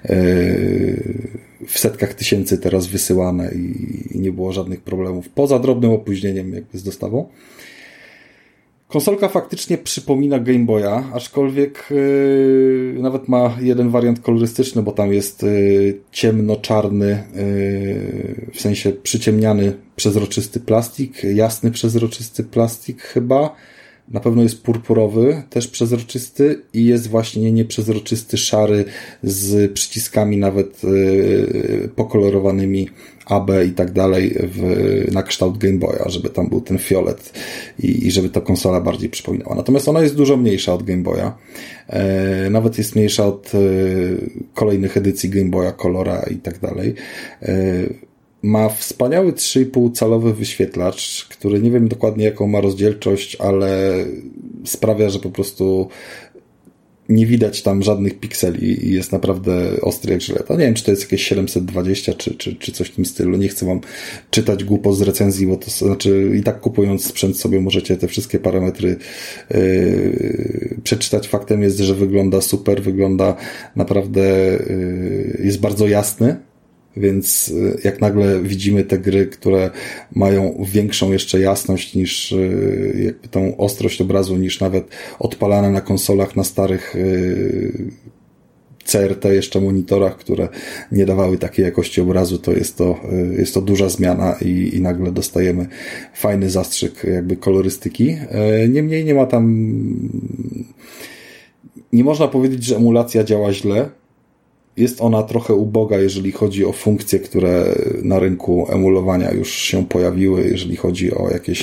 Speaker 2: w setkach tysięcy teraz wysyłane i nie było żadnych problemów, poza drobnym opóźnieniem jakby z dostawą. Konsolka faktycznie przypomina Game Boya, aczkolwiek nawet ma jeden wariant kolorystyczny, bo tam jest ciemno-czarny, w sensie przyciemniany przezroczysty plastik, jasny przezroczysty plastik chyba. Na pewno jest purpurowy, też przezroczysty i jest właśnie nieprzezroczysty, szary z przyciskami nawet pokolorowanymi AB i tak dalej na kształt Game Boya, żeby tam był ten fiolet i żeby ta konsola bardziej przypominała. Natomiast ona jest dużo mniejsza od Game Boya. Nawet jest mniejsza od kolejnych edycji Game Boya Colora i tak dalej. Ma wspaniały 3,5-calowy wyświetlacz, który nie wiem dokładnie jaką ma rozdzielczość, ale sprawia, że po prostu nie widać tam żadnych pikseli i jest naprawdę ostry jak żyleta. Nie wiem, czy to jest jakieś 720 czy coś w tym stylu. Nie chcę wam czytać głupot z recenzji, bo to znaczy i tak kupując sprzęt sobie możecie te wszystkie parametry przeczytać. Faktem jest, że wygląda super, wygląda naprawdę, jest bardzo jasny. Więc jak nagle widzimy te gry, które mają większą jeszcze jasność niż jakby tą ostrość obrazu niż nawet odpalane na konsolach na starych CRT jeszcze monitorach, które nie dawały takiej jakości obrazu, to jest to duża zmiana i nagle dostajemy fajny zastrzyk jakby kolorystyki. Niemniej nie ma tam, nie można powiedzieć, że emulacja działa źle. Jest ona trochę uboga, jeżeli chodzi o funkcje, które na rynku emulowania już się pojawiły, jeżeli chodzi o jakieś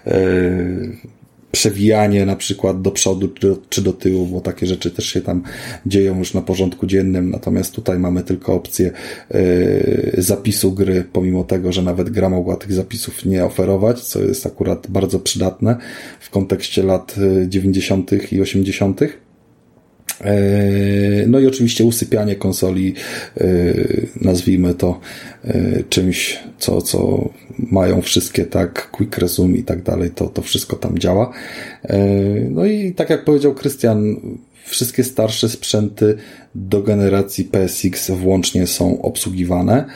Speaker 2: przewijanie na przykład do przodu czy do tyłu, bo takie rzeczy też się tam dzieją już na porządku dziennym, natomiast tutaj mamy tylko opcję zapisu gry, pomimo tego, że nawet gra mogła tych zapisów nie oferować, co jest akurat bardzo przydatne w kontekście lat 90. i 80. No i oczywiście usypianie konsoli, nazwijmy to czymś, co mają wszystkie, tak, Quick Resume i tak dalej, to wszystko tam działa. No i tak jak powiedział Krystian, wszystkie starsze sprzęty do generacji PSX włącznie są obsługiwane.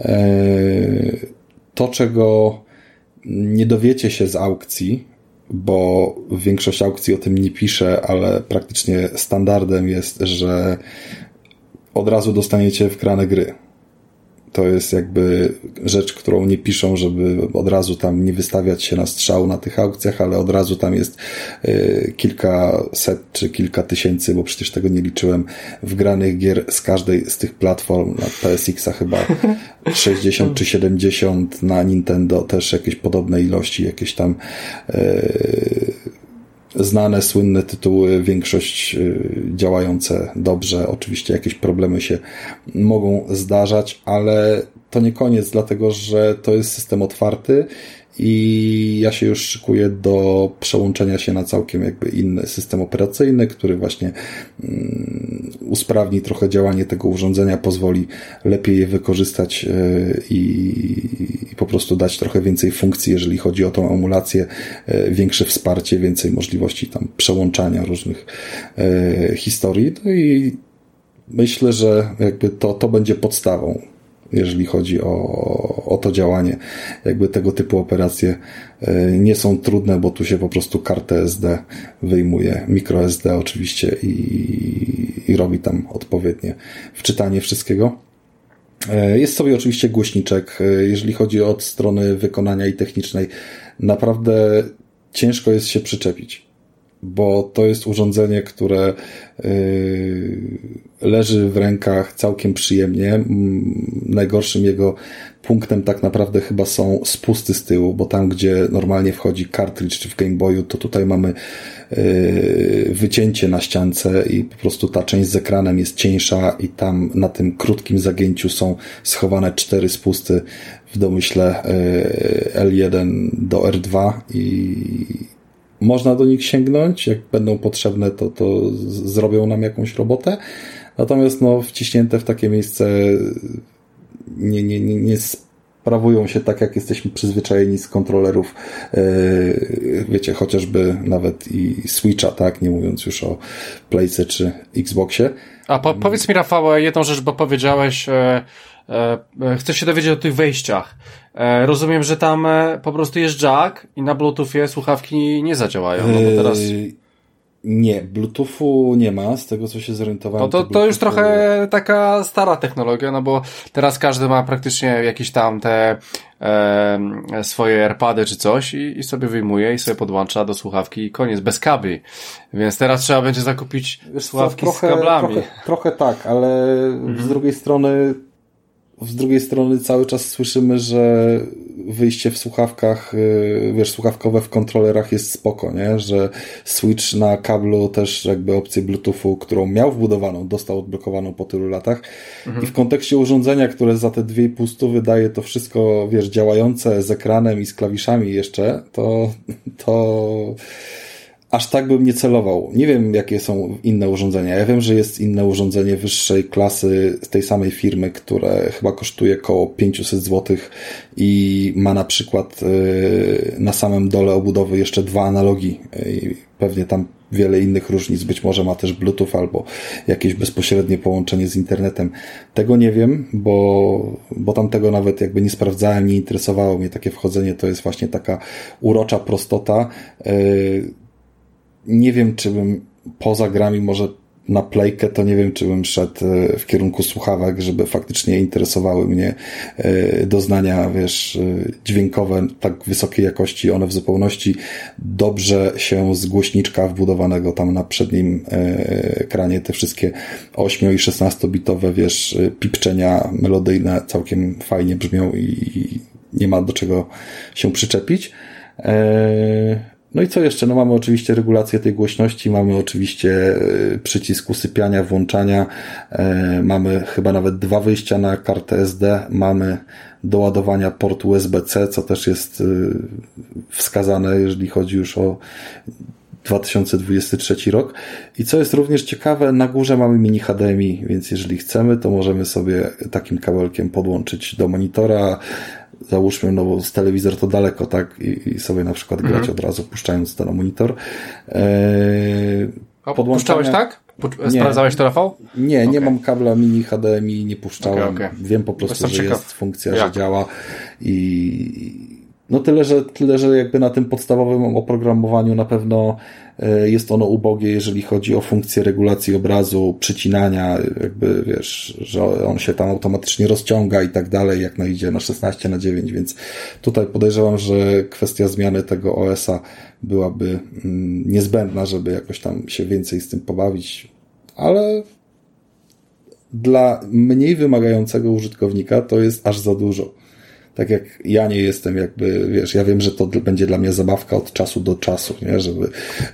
Speaker 2: To, czego nie dowiecie się z aukcji, bo większość aukcji o tym nie pisze, ale praktycznie standardem jest, że od razu dostaniecie wgrane gry. To jest jakby rzecz, którą nie piszą, żeby od razu tam nie wystawiać się na strzał na tych aukcjach, ale od razu tam jest kilkaset czy kilka tysięcy, bo przecież tego nie liczyłem, wgranych gier z każdej z tych platform. Na PSX-a chyba 60 czy 70, na Nintendo też jakieś podobne ilości, jakieś tam znane, słynne tytuły, większość działające dobrze. Oczywiście jakieś problemy się mogą zdarzać, ale to nie koniec, dlatego że to jest system otwarty i ja się już szykuję do przełączenia się na całkiem jakby inny system operacyjny, który właśnie usprawni trochę działanie tego urządzenia, pozwoli lepiej je wykorzystać i po prostu dać trochę więcej funkcji, jeżeli chodzi o tą emulację, większe wsparcie, więcej możliwości tam przełączania różnych historii. No i myślę, że jakby to będzie podstawą, jeżeli chodzi o to działanie. Jakby tego typu operacje nie są trudne, bo tu się po prostu kartę SD wyjmuje, microSD oczywiście i robi tam odpowiednie wczytanie wszystkiego. Jest sobie oczywiście głośniczek. Jeżeli chodzi od strony wykonania i technicznej, naprawdę ciężko jest się przyczepić, bo to jest urządzenie, które leży w rękach całkiem przyjemnie. Najgorszym jego punktem tak naprawdę chyba są spusty z tyłu, bo tam, gdzie normalnie wchodzi kartridż w Game Boyu, to tutaj mamy wycięcie na ściance i po prostu ta część z ekranem jest cieńsza i tam na tym krótkim zagięciu są schowane 4 spusty w domyśle L1 do R2 i można do nich sięgnąć, jak będą potrzebne, to zrobią nam jakąś robotę. Natomiast wciśnięte w takie miejsce nie sprawują się tak, jak jesteśmy przyzwyczajeni z kontrolerów, wiecie, chociażby nawet i Switcha, tak, nie mówiąc już o Playce czy Xboxie.
Speaker 1: A powiedz mi, Rafał, jedną rzecz, bo powiedziałeś, chcę się dowiedzieć o tych wejściach. Rozumiem, że tam po prostu jest jack i na Bluetoothie słuchawki nie zadziałają, no bo teraz...
Speaker 2: Nie, Bluetoothu nie ma, z tego co się zorientowałem.
Speaker 1: No to już trochę taka stara technologia, no bo teraz każdy ma praktycznie jakieś tam te swoje AirPody czy coś i sobie wyjmuje i sobie podłącza do słuchawki i koniec, bez kabli. Więc teraz trzeba będzie zakupić słuchawki z kablami.
Speaker 2: Trochę tak, ale z drugiej strony cały czas słyszymy, że wyjście w słuchawkach, wiesz, słuchawkowe w kontrolerach jest spoko, nie? Że Switch na kablu też jakby opcję Bluetoothu, którą miał wbudowaną, dostał odblokowaną po tylu latach. I w kontekście urządzenia, które za te 2,5 stówy daje to wszystko, wiesz, działające z ekranem i z klawiszami jeszcze, to aż tak bym nie celował. Nie wiem, jakie są inne urządzenia. Ja wiem, że jest inne urządzenie wyższej klasy z tej samej firmy, które chyba kosztuje około 500 zł i ma na przykład na samym dole obudowy jeszcze 2 analogi. I pewnie tam wiele innych różnic. Być może ma też Bluetooth albo jakieś bezpośrednie połączenie z internetem. Tego nie wiem, bo tamtego nawet jakby nie sprawdzałem, nie interesowało mnie takie wchodzenie. To jest właśnie taka urocza prostota. Nie wiem, czy bym poza grami może na Playkę, to nie wiem, czy bym szedł w kierunku słuchawek, żeby faktycznie interesowały mnie doznania, wiesz, dźwiękowe tak wysokiej jakości. One w zupełności dobrze się z głośniczka wbudowanego tam na przednim ekranie, te wszystkie 8 i 16-bitowe, wiesz, pipczenia melodyjne całkiem fajnie brzmią i nie ma do czego się przyczepić. No i co jeszcze? No mamy oczywiście regulację tej głośności, mamy oczywiście przycisk usypiania, włączania, mamy chyba nawet 2 wyjścia na kartę SD, mamy do ładowania port USB-C, co też jest wskazane, jeżeli chodzi już o 2023 rok. I co jest również ciekawe, na górze mamy mini HDMI, więc jeżeli chcemy, to możemy sobie takim kabelkiem podłączyć do monitora. Załóżmy, no bo z telewizor to daleko, tak? I sobie na przykład grać od razu, puszczając to na monitor.
Speaker 1: Puszczałeś tak? Sprawdzałeś to, Rafał?
Speaker 2: Nie, nie mam kabla mini HDMI, nie puszczałem.
Speaker 1: Okay.
Speaker 2: Wiem po prostu, że jest funkcja, że działa i no tyle, że jakby na tym podstawowym oprogramowaniu na pewno jest ono ubogie, jeżeli chodzi o funkcję regulacji obrazu, przycinania, jakby wiesz, że on się tam automatycznie rozciąga i tak dalej, jak idzie na 16:9, więc tutaj podejrzewam, że kwestia zmiany tego OS-a byłaby niezbędna, żeby jakoś tam się więcej z tym pobawić, ale dla mniej wymagającego użytkownika to jest aż za dużo. Tak jak ja nie jestem jakby, wiesz, ja wiem, że to będzie dla mnie zabawka od czasu do czasu, nie? Żeby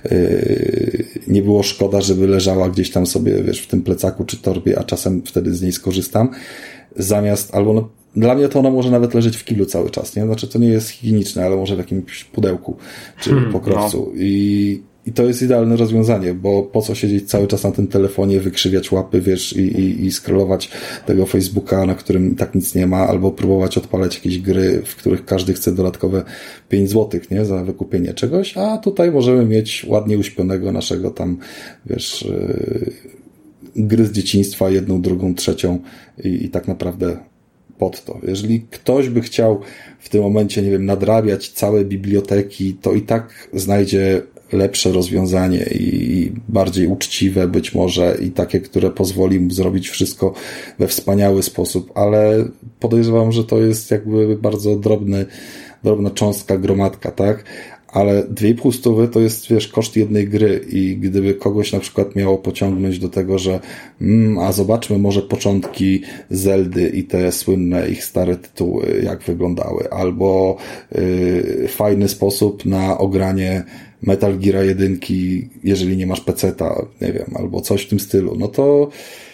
Speaker 2: nie było szkoda, żeby leżała gdzieś tam sobie, wiesz, w tym plecaku czy torbie, a czasem wtedy z niej skorzystam. Zamiast, albo no, dla mnie to ona może nawet leżeć w kiblu cały czas, nie? Znaczy to nie jest higieniczne, ale może w jakimś pudełku czy pokrowcu. No. I to jest idealne rozwiązanie, bo po co siedzieć cały czas na tym telefonie, wykrzywiać łapy, wiesz, i scrollować tego Facebooka, na którym tak nic nie ma, albo próbować odpalać jakieś gry, w których każdy chce dodatkowe 5 zł, nie, za wykupienie czegoś, a tutaj możemy mieć ładnie uśpionego naszego tam, wiesz, gry z dzieciństwa, 1, 2, 3 i tak naprawdę pod to. Jeżeli ktoś by chciał w tym momencie, nie wiem, nadrabiać całe biblioteki, to i tak znajdzie lepsze rozwiązanie i bardziej uczciwe być może i takie, które pozwoli mu zrobić wszystko we wspaniały sposób, ale podejrzewam, że to jest jakby bardzo drobna cząstka, gromadka, tak? Ale 2,5 stówy to jest, wiesz, koszt jednej gry i gdyby kogoś na przykład miało pociągnąć do tego, że a zobaczmy może początki Zeldy i te słynne ich stare tytuły, jak wyglądały, albo fajny sposób na ogranie Metal Gear 1, jeżeli nie masz peceta, nie wiem, albo coś w tym stylu, no to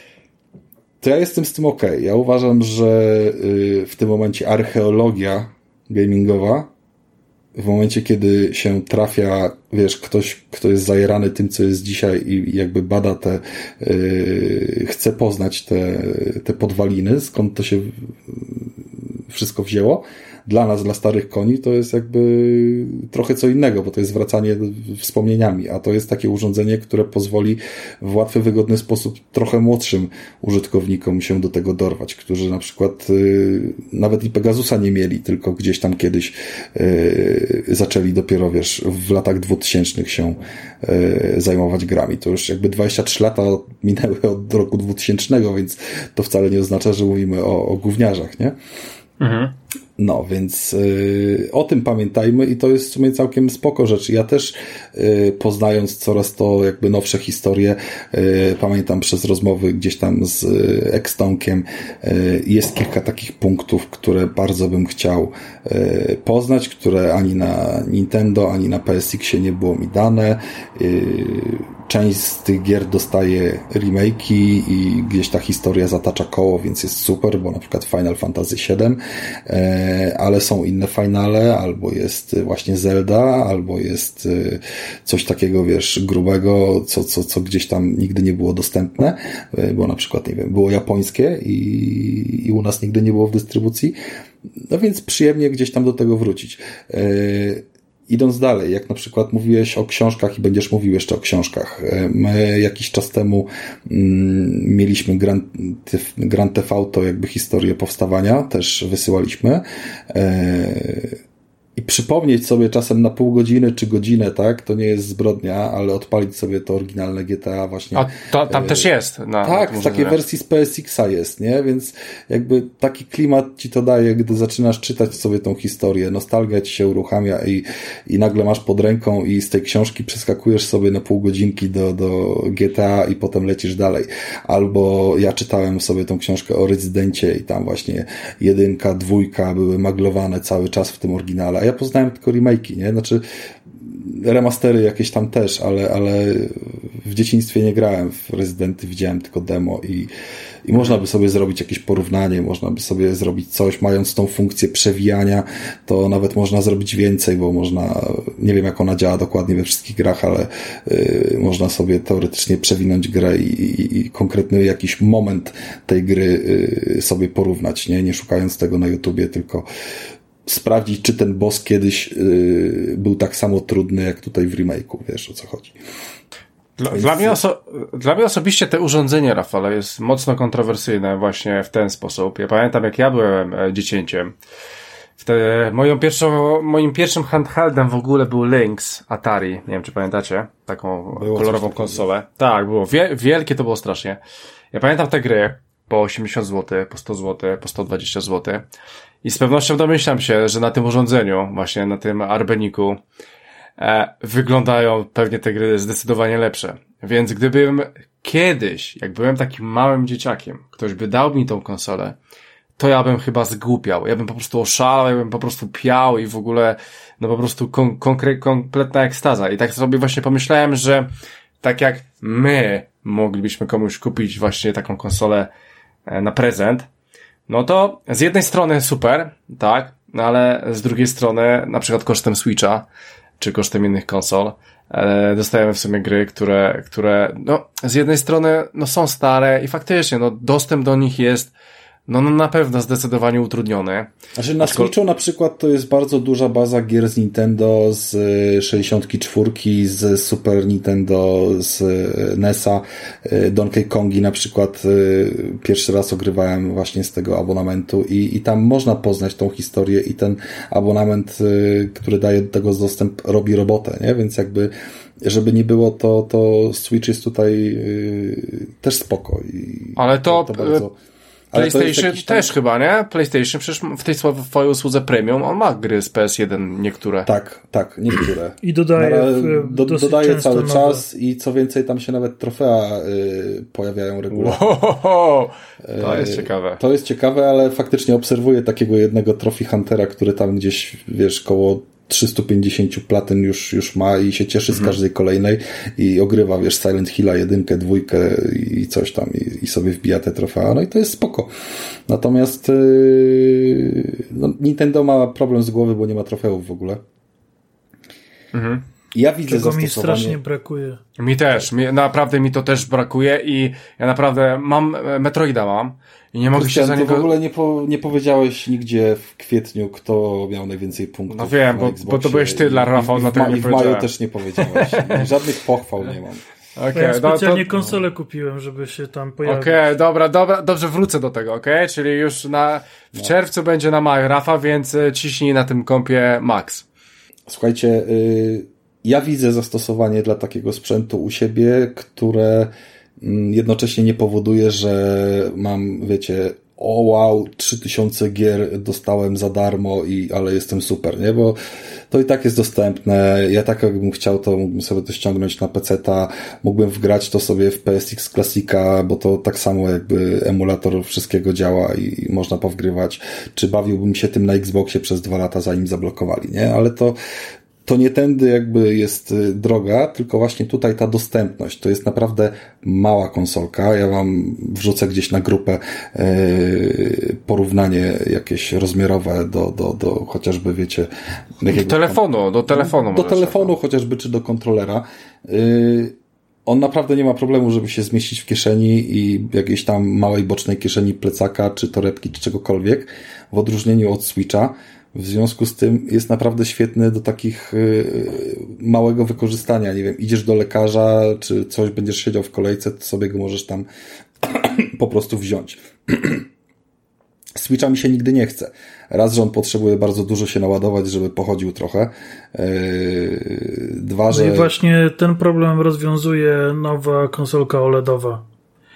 Speaker 2: ja jestem z tym okej. Ja uważam, że w tym momencie archeologia gamingowa, w momencie, kiedy się trafia, wiesz, ktoś, kto jest zajerany tym, co jest dzisiaj i jakby bada chce poznać te podwaliny, skąd to się wszystko wzięło. Dla nas, dla starych koni, to jest jakby trochę co innego, bo to jest wracanie wspomnieniami, a to jest takie urządzenie, które pozwoli w łatwy, wygodny sposób trochę młodszym użytkownikom się do tego dorwać, którzy na przykład nawet i Pegasusa nie mieli, tylko gdzieś tam kiedyś zaczęli dopiero, wiesz, w latach 2000 się zajmować grami. To już jakby 23 lata minęły od roku 2000, więc to wcale nie oznacza, że mówimy o gówniarzach, nie? Mhm. No, więc o tym pamiętajmy i to jest w sumie całkiem spoko rzecz. Ja też poznając coraz to jakby nowsze historie, pamiętam przez rozmowy gdzieś tam z Extonkiem, jest kilka takich punktów, które bardzo bym chciał poznać, które ani na Nintendo, ani na PSX-ie nie było mi dane. Część z tych gier dostaje remake'i i gdzieś ta historia zatacza koło, więc jest super, bo na przykład Final Fantasy VII, ale są inne finale, albo jest właśnie Zelda, albo jest coś takiego, wiesz, grubego, co gdzieś tam nigdy nie było dostępne, bo na przykład, nie wiem, było japońskie i u nas nigdy nie było w dystrybucji. No więc przyjemnie gdzieś tam do tego wrócić. Idąc dalej, jak na przykład mówiłeś o książkach i będziesz mówił jeszcze o książkach. My jakiś czas temu mieliśmy Grand Theft Auto, jakby historię powstawania, też wysyłaliśmy. I przypomnieć sobie czasem na pół godziny czy godzinę, tak? To nie jest zbrodnia, ale odpalić sobie to oryginalne GTA właśnie.
Speaker 1: A to tam też jest.
Speaker 2: Tak, w takiej wersji z PSX-a jest, nie? Więc jakby taki klimat ci to daje, gdy zaczynasz czytać sobie tą historię. Nostalgia ci się uruchamia i nagle masz pod ręką i z tej książki przeskakujesz sobie na pół godzinki do GTA i potem lecisz dalej. Albo ja czytałem sobie tą książkę o Rezydencie i tam właśnie 1, 2 były maglowane cały czas w tym oryginale. A ja poznałem tylko remake'i, nie? Znaczy remastery jakieś tam też, ale w dzieciństwie nie grałem w Rezydenty, widziałem tylko demo i można by sobie zrobić jakieś porównanie, można by sobie zrobić coś, mając tą funkcję przewijania, to nawet można zrobić więcej, bo można, nie wiem jak ona działa dokładnie we wszystkich grach, ale można sobie teoretycznie przewinąć grę i konkretny jakiś moment tej gry sobie porównać, nie szukając tego na YouTubie, tylko sprawdzić, czy ten boss kiedyś był tak samo trudny, jak tutaj w remake'u. Wiesz, o co chodzi.
Speaker 1: Dla mnie osobiście te urządzenie, Rafale, jest mocno kontrowersyjne właśnie w ten sposób. Ja pamiętam, jak ja byłem dziecięciem. Moim pierwszym handheldem w ogóle był Lynx Atari. Nie wiem, czy pamiętacie? Taką kolorową konsolę. Tak, było. Wielkie to było strasznie. Ja pamiętam te gry po 80 zł, po 100 zł, po 120 zł. I z pewnością domyślam się, że na tym urządzeniu, właśnie na tym Arbeniku, wyglądają pewnie te gry zdecydowanie lepsze. Więc gdybym kiedyś, jak byłem takim małym dzieciakiem, ktoś by dał mi tą konsolę, to ja bym chyba zgłupiał. Ja bym po prostu oszalał, ja bym po prostu piał i w ogóle, no po prostu kompletna ekstaza. I tak sobie właśnie pomyślałem, że tak jak my moglibyśmy komuś kupić właśnie taką konsolę na prezent, no to z jednej strony super, tak, no ale z drugiej strony, na przykład kosztem Switcha, czy kosztem innych konsol, dostajemy w sumie gry, które, no, z jednej strony, no, są stare i faktycznie, no, dostęp do nich jest, no na pewno zdecydowanie utrudniony.
Speaker 2: Znaczy na Switchu na przykład to jest bardzo duża baza gier z Nintendo, z 64, z Super Nintendo, z NES-a, Donkey Kongi na przykład pierwszy raz ogrywałem właśnie z tego abonamentu i tam można poznać tą historię i ten abonament, który daje do tego dostęp, robi robotę, nie? Więc jakby żeby nie było, to Switch jest tutaj też spoko.
Speaker 1: Ale to
Speaker 2: bardzo...
Speaker 1: PlayStation też tam... chyba, nie? PlayStation przecież w tej swojej usłudze premium on ma gry z PS1 niektóre.
Speaker 2: Tak, niektóre.
Speaker 3: I dodaje
Speaker 2: dodaje cały czas i co więcej tam się nawet trofea pojawiają regularnie.
Speaker 1: Wow, to jest ciekawe.
Speaker 2: To jest ciekawe, ale faktycznie obserwuję takiego jednego Trophy Huntera, który tam gdzieś, wiesz, koło 350 platyn już ma i się cieszy z każdej kolejnej i ogrywa, wiesz, Silent Hilla 1, 2 i coś tam i sobie wbija te trofea, no i to jest spoko. Natomiast no, Nintendo ma problem z głowy, bo nie ma trofeów w ogóle. Ja widzę
Speaker 3: czego
Speaker 2: zastosowanie...
Speaker 3: mi strasznie brakuje.
Speaker 1: Mi też, naprawdę mi to też brakuje i ja naprawdę Metroida mam i nie mogę się za niego...
Speaker 2: w ogóle nie powiedziałeś nigdzie w kwietniu, kto miał najwięcej punktów.
Speaker 1: No wiem, bo to byłeś ty dla Rafał, dlatego nie powiedziałem.
Speaker 2: I w maju też nie powiedziałeś. Żadnych pochwał nie mam.
Speaker 3: Okay, ja specjalnie konsolę kupiłem, żeby się tam pojawić.
Speaker 1: Okej, dobra, dobrze, wrócę do tego, czyli już w czerwcu będzie na maju Rafa, więc ciśnij na tym kompie max.
Speaker 2: Słuchajcie, ja widzę zastosowanie dla takiego sprzętu u siebie, które jednocześnie nie powoduje, że mam, wiecie, o wow, 3000 gier dostałem za darmo, ale jestem super, nie? Bo to i tak jest dostępne. Ja tak jakbym chciał, to mógłbym sobie to ściągnąć na PC-ta, mógłbym wgrać to sobie w PSX Classica, bo to tak samo jakby emulator wszystkiego działa i można powgrywać. Czy bawiłbym się tym na Xboxie przez 2 lata, zanim zablokowali, nie? Ale to nie tędy jakby jest droga, tylko właśnie tutaj ta dostępność. To jest naprawdę mała konsolka. Ja wam wrzucę gdzieś na grupę porównanie jakieś rozmiarowe do chociażby, wiecie...
Speaker 1: Do telefonu. Do telefonu
Speaker 2: chociażby, czy do kontrolera. On naprawdę nie ma problemu, żeby się zmieścić w kieszeni i jakiejś tam małej bocznej kieszeni plecaka, czy torebki, czy czegokolwiek, w odróżnieniu od Switcha. W związku z tym jest naprawdę świetny do takich małego wykorzystania. Nie wiem, idziesz do lekarza, czy coś, będziesz siedział w kolejce, to sobie go możesz tam po prostu wziąć. Switcha mi się nigdy nie chce. Raz, że on potrzebuje bardzo dużo się naładować, żeby pochodził trochę. Dwa, że...
Speaker 3: No i właśnie ten problem rozwiązuje nowa konsolka OLEDowa.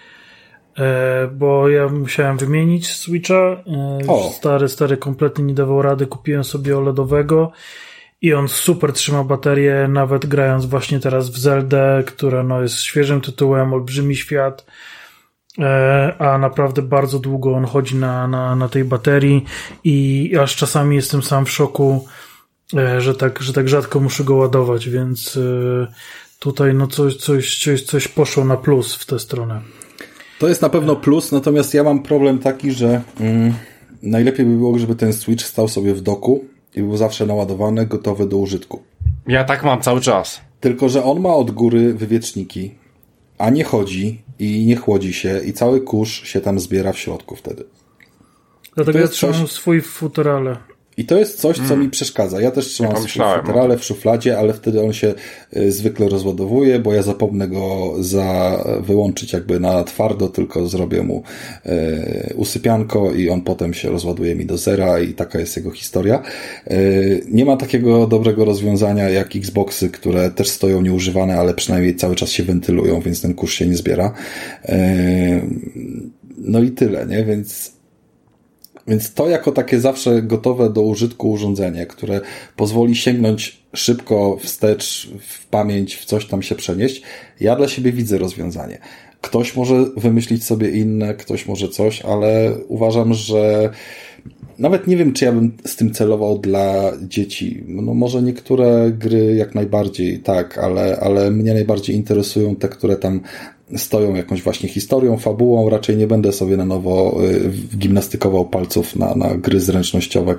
Speaker 3: Bo ja musiałem wymienić Switcha. Stary kompletnie nie dawał rady. Kupiłem sobie OLEDowego i on super trzyma baterię, nawet grając właśnie teraz w Zeldę, która jest świeżym tytułem, olbrzymi świat, a naprawdę bardzo długo on chodzi na tej baterii i aż czasami jestem sam w szoku, że tak rzadko muszę go ładować, więc tutaj coś poszło na plus w tę stronę.
Speaker 2: To jest na pewno plus, natomiast ja mam problem taki, że najlepiej by było, żeby ten Switch stał sobie w doku i był zawsze naładowany, gotowy do użytku.
Speaker 1: Ja tak mam cały czas.
Speaker 2: Tylko że on ma od góry wywieczniki, a nie chodzi i nie chłodzi się i cały kurz się tam zbiera w środku wtedy.
Speaker 3: Dlatego ja trzymam swój w futerale.
Speaker 2: I to jest coś, co mi przeszkadza. Ja też trzymam swój futerale w szufladzie, ale wtedy on się zwykle rozładowuje, bo ja zapomnę go wyłączyć jakby na twardo, tylko zrobię mu usypianko i on potem się rozładuje mi do zera i taka jest jego historia. Nie ma takiego dobrego rozwiązania jak Xboxy, które też stoją nieużywane, ale przynajmniej cały czas się wentylują, więc ten kurz się nie zbiera. No i tyle, nie? Więc to jako takie zawsze gotowe do użytku urządzenie, które pozwoli sięgnąć szybko wstecz, w pamięć, w coś tam się przenieść, ja dla siebie widzę rozwiązanie. Ktoś może wymyślić sobie inne, ktoś może coś, ale uważam, że nawet nie wiem, czy ja bym z tym celował dla dzieci. No może niektóre gry jak najbardziej, tak, ale mnie najbardziej interesują te, które tam stoją jakąś właśnie historią, fabułą. Raczej nie będę sobie na nowo gimnastykował palców na gry zręcznościowe,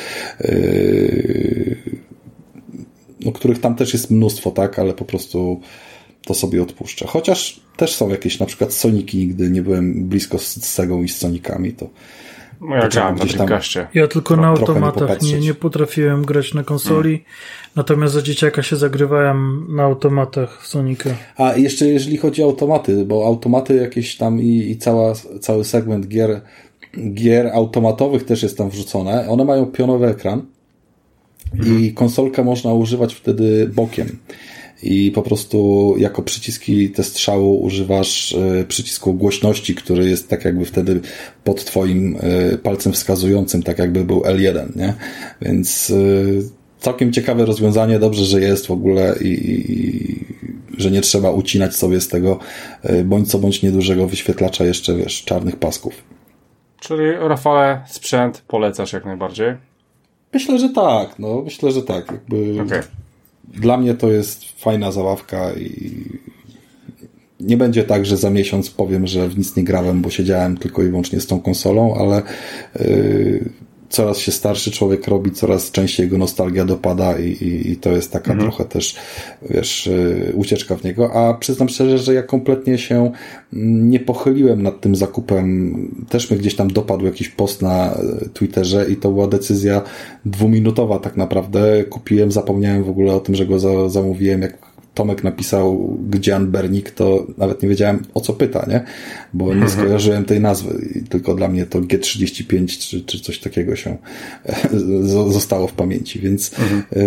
Speaker 2: których tam też jest mnóstwo, tak, ale po prostu to sobie odpuszczę. Chociaż też są jakieś, na przykład Soniki, nigdy nie byłem blisko z Segą i z Sonikami, to
Speaker 1: ja grałem na Dreamcastie.
Speaker 3: Ja tylko na automatach nie potrafiłem grać na konsoli, natomiast za dzieciaka się zagrywałem na automatach w Sonika.
Speaker 2: A jeszcze jeżeli chodzi o automaty, bo automaty jakieś tam i cały segment gier automatowych też jest tam wrzucone. One mają pionowy ekran i konsolkę można używać wtedy bokiem. I po prostu jako przyciski te strzału używasz przycisku głośności, który jest tak jakby wtedy pod twoim palcem wskazującym, tak jakby był L1, nie? Więc całkiem ciekawe rozwiązanie, dobrze, że jest w ogóle i że nie trzeba ucinać sobie z tego bądź co bądź niedużego wyświetlacza jeszcze, wiesz, czarnych pasków.
Speaker 1: Czyli, Rafale, sprzęt polecasz jak najbardziej?
Speaker 2: Myślę, że tak. Jakby
Speaker 1: okay.
Speaker 2: Dla mnie to jest fajna zabawka i nie będzie tak, że za miesiąc powiem, że w nic nie grałem, bo siedziałem tylko i wyłącznie z tą konsolą, ale coraz się starszy człowiek robi, coraz częściej jego nostalgia dopada i to jest taka trochę też, wiesz, ucieczka w niego, a przyznam szczerze, że ja kompletnie się nie pochyliłem nad tym zakupem. Też mnie gdzieś tam dopadł jakiś post na Twitterze i to była decyzja 2-minutowa tak naprawdę. Kupiłem, zapomniałem w ogóle o tym, że go zamówiłem, jak Tomek napisał, gdzie Anbernik, to nawet nie wiedziałem, o co pyta, nie? Bo nie skojarzyłem tej nazwy i tylko dla mnie to G35 czy coś takiego się zostało w pamięci, więc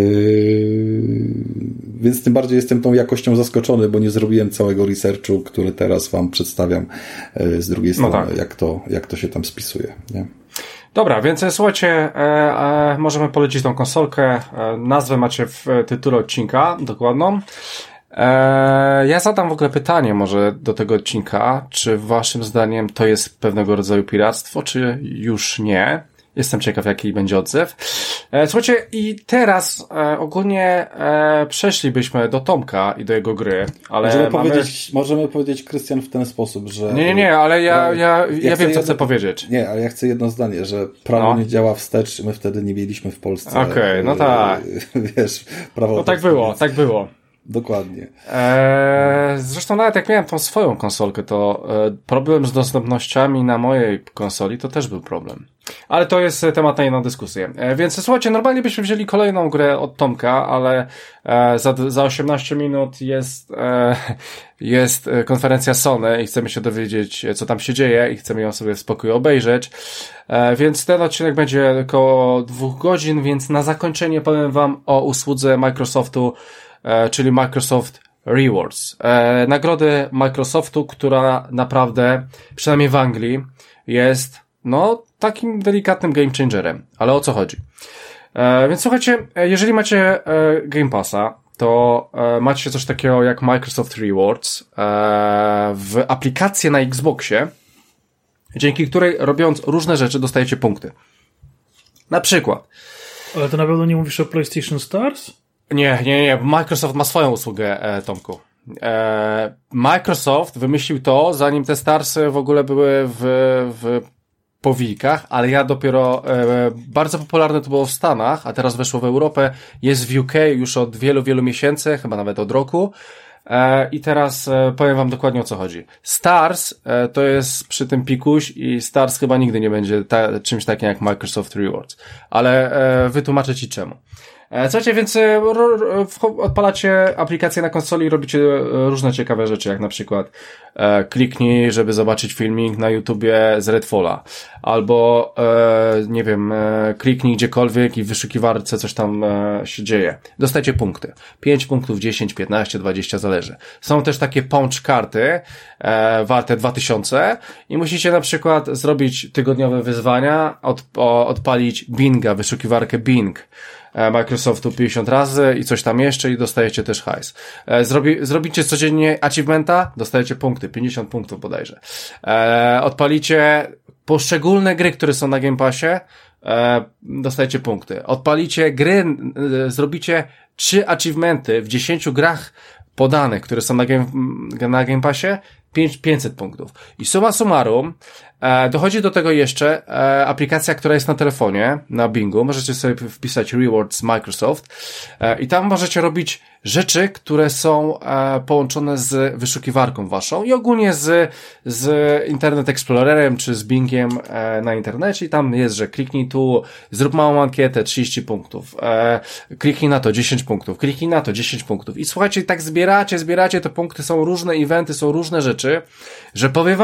Speaker 2: więc tym bardziej jestem tą jakością zaskoczony, bo nie zrobiłem całego researchu, który teraz wam przedstawiam z drugiej strony, no tak. jak to się tam spisuje, nie?
Speaker 1: Dobra, więc słuchajcie, możemy polecić tą konsolkę. Nazwę macie w tytule odcinka, dokładną. Ja zadam w ogóle pytanie może do tego odcinka, czy waszym zdaniem to jest pewnego rodzaju piractwo, czy już nie? Jestem ciekaw, jaki będzie odzew. Słuchajcie, i teraz ogólnie przeszlibyśmy do Tomka i do jego gry, ale
Speaker 2: możemy powiedzieć, Krystian, w ten sposób, że...
Speaker 1: Nie, ale ja wiem, co chcę powiedzieć.
Speaker 2: Nie, ale ja chcę jedno zdanie, że prawo nie działa wstecz, my wtedy nie mieliśmy w Polsce...
Speaker 1: Okej, no tak.
Speaker 2: Wiesz, prawo...
Speaker 1: No tak było.
Speaker 2: Dokładnie.
Speaker 1: Zresztą nawet jak miałem tą swoją konsolkę, to problem z dostępnościami na mojej konsoli to też był problem. Ale to jest temat na inną dyskusję. Więc słuchajcie, normalnie byśmy wzięli kolejną grę od Tomka, ale za 18 minut jest konferencja Sony i chcemy się dowiedzieć, co tam się dzieje i chcemy ją sobie w spokoju obejrzeć. Więc ten odcinek będzie około 2 godzin, więc na zakończenie powiem wam o usłudze Microsoftu, czyli Microsoft Rewards. Nagrody Microsoftu, która naprawdę, przynajmniej w Anglii, jest takim delikatnym game changerem. Ale o co chodzi? Więc słuchajcie, jeżeli macie Game Passa, to macie coś takiego jak Microsoft Rewards w aplikacji na Xboxie, dzięki której robiąc różne rzeczy dostajecie punkty. Na przykład.
Speaker 3: Ale to na pewno nie mówisz o PlayStation Stars?
Speaker 1: Nie. Microsoft ma swoją usługę, Tomku. Microsoft wymyślił to, zanim te Starsy w ogóle były w powijkach, ale ja dopiero bardzo popularne to było w Stanach, a teraz weszło w Europę, jest w UK już od wielu miesięcy, chyba nawet od roku. I teraz powiem wam dokładnie, o co chodzi. Stars to jest przy tym pikuś i Stars chyba nigdy nie będzie czymś takim jak Microsoft Rewards, ale wytłumaczę ci czemu. Słuchajcie, więc odpalacie aplikację na konsoli i robicie różne ciekawe rzeczy, jak na przykład kliknij, żeby zobaczyć filmik na YouTubie z Redfalla, albo nie wiem, kliknij gdziekolwiek i w wyszukiwarce coś tam się dzieje. Dostajecie punkty. 5 punktów, 10, 15, 20, zależy. Są też takie punch karty warte 2000 i musicie na przykład zrobić tygodniowe wyzwania, odpalić Binga, wyszukiwarkę Bing Microsoftu 50 razy i coś tam jeszcze i dostajecie też hajs. Zrobicie codziennie achievementa, dostajecie punkty, 50 punktów bodajże. Odpalicie poszczególne gry, które są na Game Passie, dostajecie punkty. Odpalicie gry, zrobicie 3 achievementy w 10 grach podanych, które są na Game Passie, 500 punktów. I summa summarum, dochodzi do tego jeszcze aplikacja, która jest na telefonie, na Bingu. Możecie sobie wpisać Rewards Microsoft i tam możecie robić rzeczy, które są połączone z wyszukiwarką waszą i ogólnie z Internet Explorerem czy z Bingiem na internecie i tam jest, że kliknij tu, zrób małą ankietę, 30 punktów, kliknij na to, 10 punktów, kliknij na to, 10 punktów i słuchajcie, tak zbieracie, te punkty, są różne eventy, są różne rzeczy, że powiem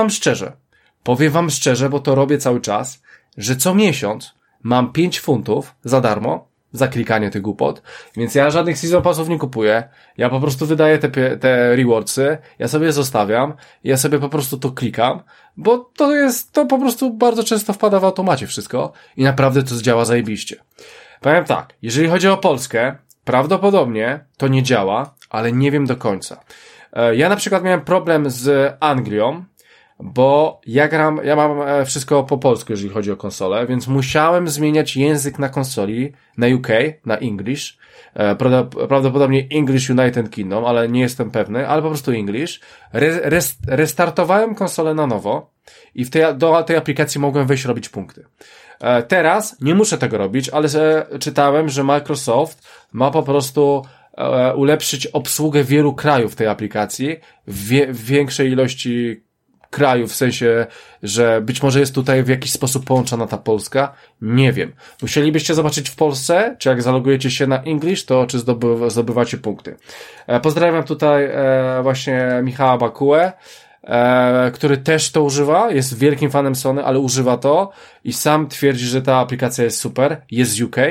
Speaker 1: wam szczerze, bo to robię cały czas, że co miesiąc mam 5 funtów za darmo za klikanie tych głupot, więc ja żadnych season passów nie kupuję, ja po prostu wydaję te rewardsy, ja sobie zostawiam, ja sobie po prostu to klikam, bo to po prostu bardzo często wpada w automacie wszystko i naprawdę to działa zajebiście. Powiem tak, jeżeli chodzi o Polskę, prawdopodobnie to nie działa, ale nie wiem do końca. Ja na przykład miałem problem z Anglią, bo ja mam wszystko po polsku, jeżeli chodzi o konsolę, więc musiałem zmieniać język na konsoli, na UK, na English, prawdopodobnie English United Kingdom, ale nie jestem pewny, ale po prostu English. Restartowałem konsolę na nowo, I do tej aplikacji mogłem wejść robić punkty. Teraz nie muszę tego robić, ale czytałem, że Microsoft ma po prostu ulepszyć obsługę wielu krajów tej aplikacji w większej ilości krajów, w sensie, że być może jest tutaj w jakiś sposób połączona ta Polska. Nie wiem. Musielibyście zobaczyć w Polsce, czy jak zalogujecie się na English, to czy zdobywacie punkty. Pozdrawiam tutaj właśnie Michała Bakułę, który też to używa, jest wielkim fanem Sony, ale używa to i sam twierdzi, że ta aplikacja jest super, jest z UK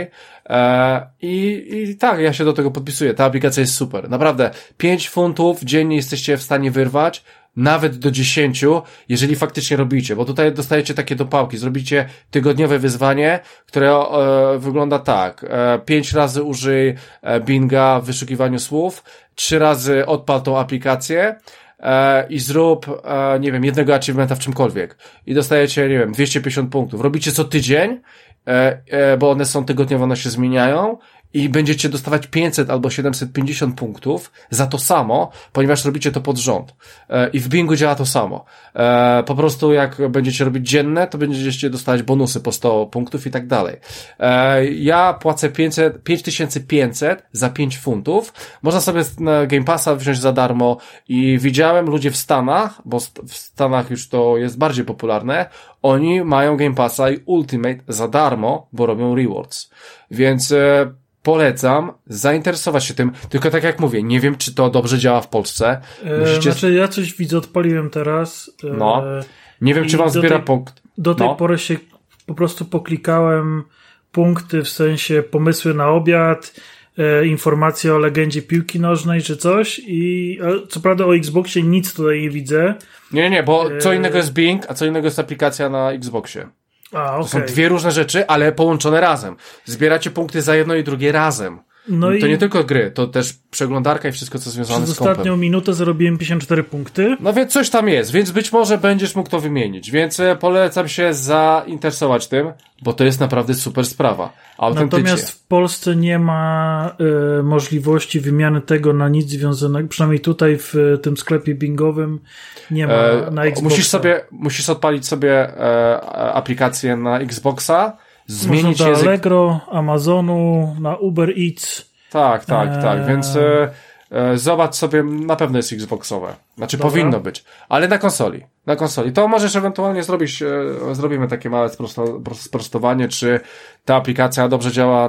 Speaker 1: i tak, ja się do tego podpisuję, ta aplikacja jest super, naprawdę, 5 funtów dziennie jesteście w stanie wyrwać, nawet do 10, jeżeli faktycznie robicie, bo tutaj dostajecie takie dopałki, zrobicie tygodniowe wyzwanie, które wygląda tak, 5 razy użyj Binga w wyszukiwaniu słów, 3 razy odpal tą aplikację, i zrób, nie wiem, jednego achievementa w czymkolwiek. I dostajecie, nie wiem, 250 punktów. Robicie co tydzień, bo one są tygodniowo, one się zmieniają i będziecie dostawać 500 albo 750 punktów za to samo, ponieważ robicie to pod rząd. I w Bingu działa to samo. Po prostu jak będziecie robić dzienne, to będziecie dostawać bonusy po 100 punktów i tak dalej. Ja płacę 5500 za 5 funtów. Można sobie na Game Passa wziąć za darmo i widziałem ludzi w Stanach, bo w Stanach już to jest bardziej popularne, oni mają Game Passa i Ultimate za darmo, bo robią rewards. Więc polecam zainteresować się tym, tylko tak jak mówię, nie wiem, czy to dobrze działa w Polsce.
Speaker 3: Znaczy ja coś widzę, odpaliłem teraz.
Speaker 1: No. Nie wiem, czy wam zbiera punkt.
Speaker 3: Do tej pory się po prostu poklikałem punkty, w sensie pomysły na obiad, informacje o legendzie piłki nożnej czy coś i co prawda o Xboxie nic tutaj nie widzę.
Speaker 1: Nie, bo co innego jest Bing, a co innego jest aplikacja na Xboxie. To są dwie różne rzeczy, ale połączone razem. Zbieracie punkty za jedno i drugie razem. To nie tylko gry, to też przeglądarka i wszystko, co związane z kompem.
Speaker 3: Przez ostatnią minutę zarobiłem 54 punkty.
Speaker 1: No więc coś tam jest, więc być może będziesz mógł to wymienić. Więc polecam się zainteresować tym, bo to jest naprawdę super sprawa. Autentycznie.
Speaker 3: Natomiast w Polsce nie ma możliwości wymiany tego na nic związanego, przynajmniej tutaj w tym sklepie bingowym nie ma na Xboxa.
Speaker 1: Musisz odpalić sobie aplikację na Xboxa, zmienić
Speaker 3: można do
Speaker 1: język.
Speaker 3: Allegro, Amazonu, na Uber Eats.
Speaker 1: Tak, więc zobacz sobie, na pewno jest Xboxowe. Znaczy powinno być, ale na konsoli. To możesz ewentualnie zrobimy takie małe sprostowanie, czy ta aplikacja dobrze działa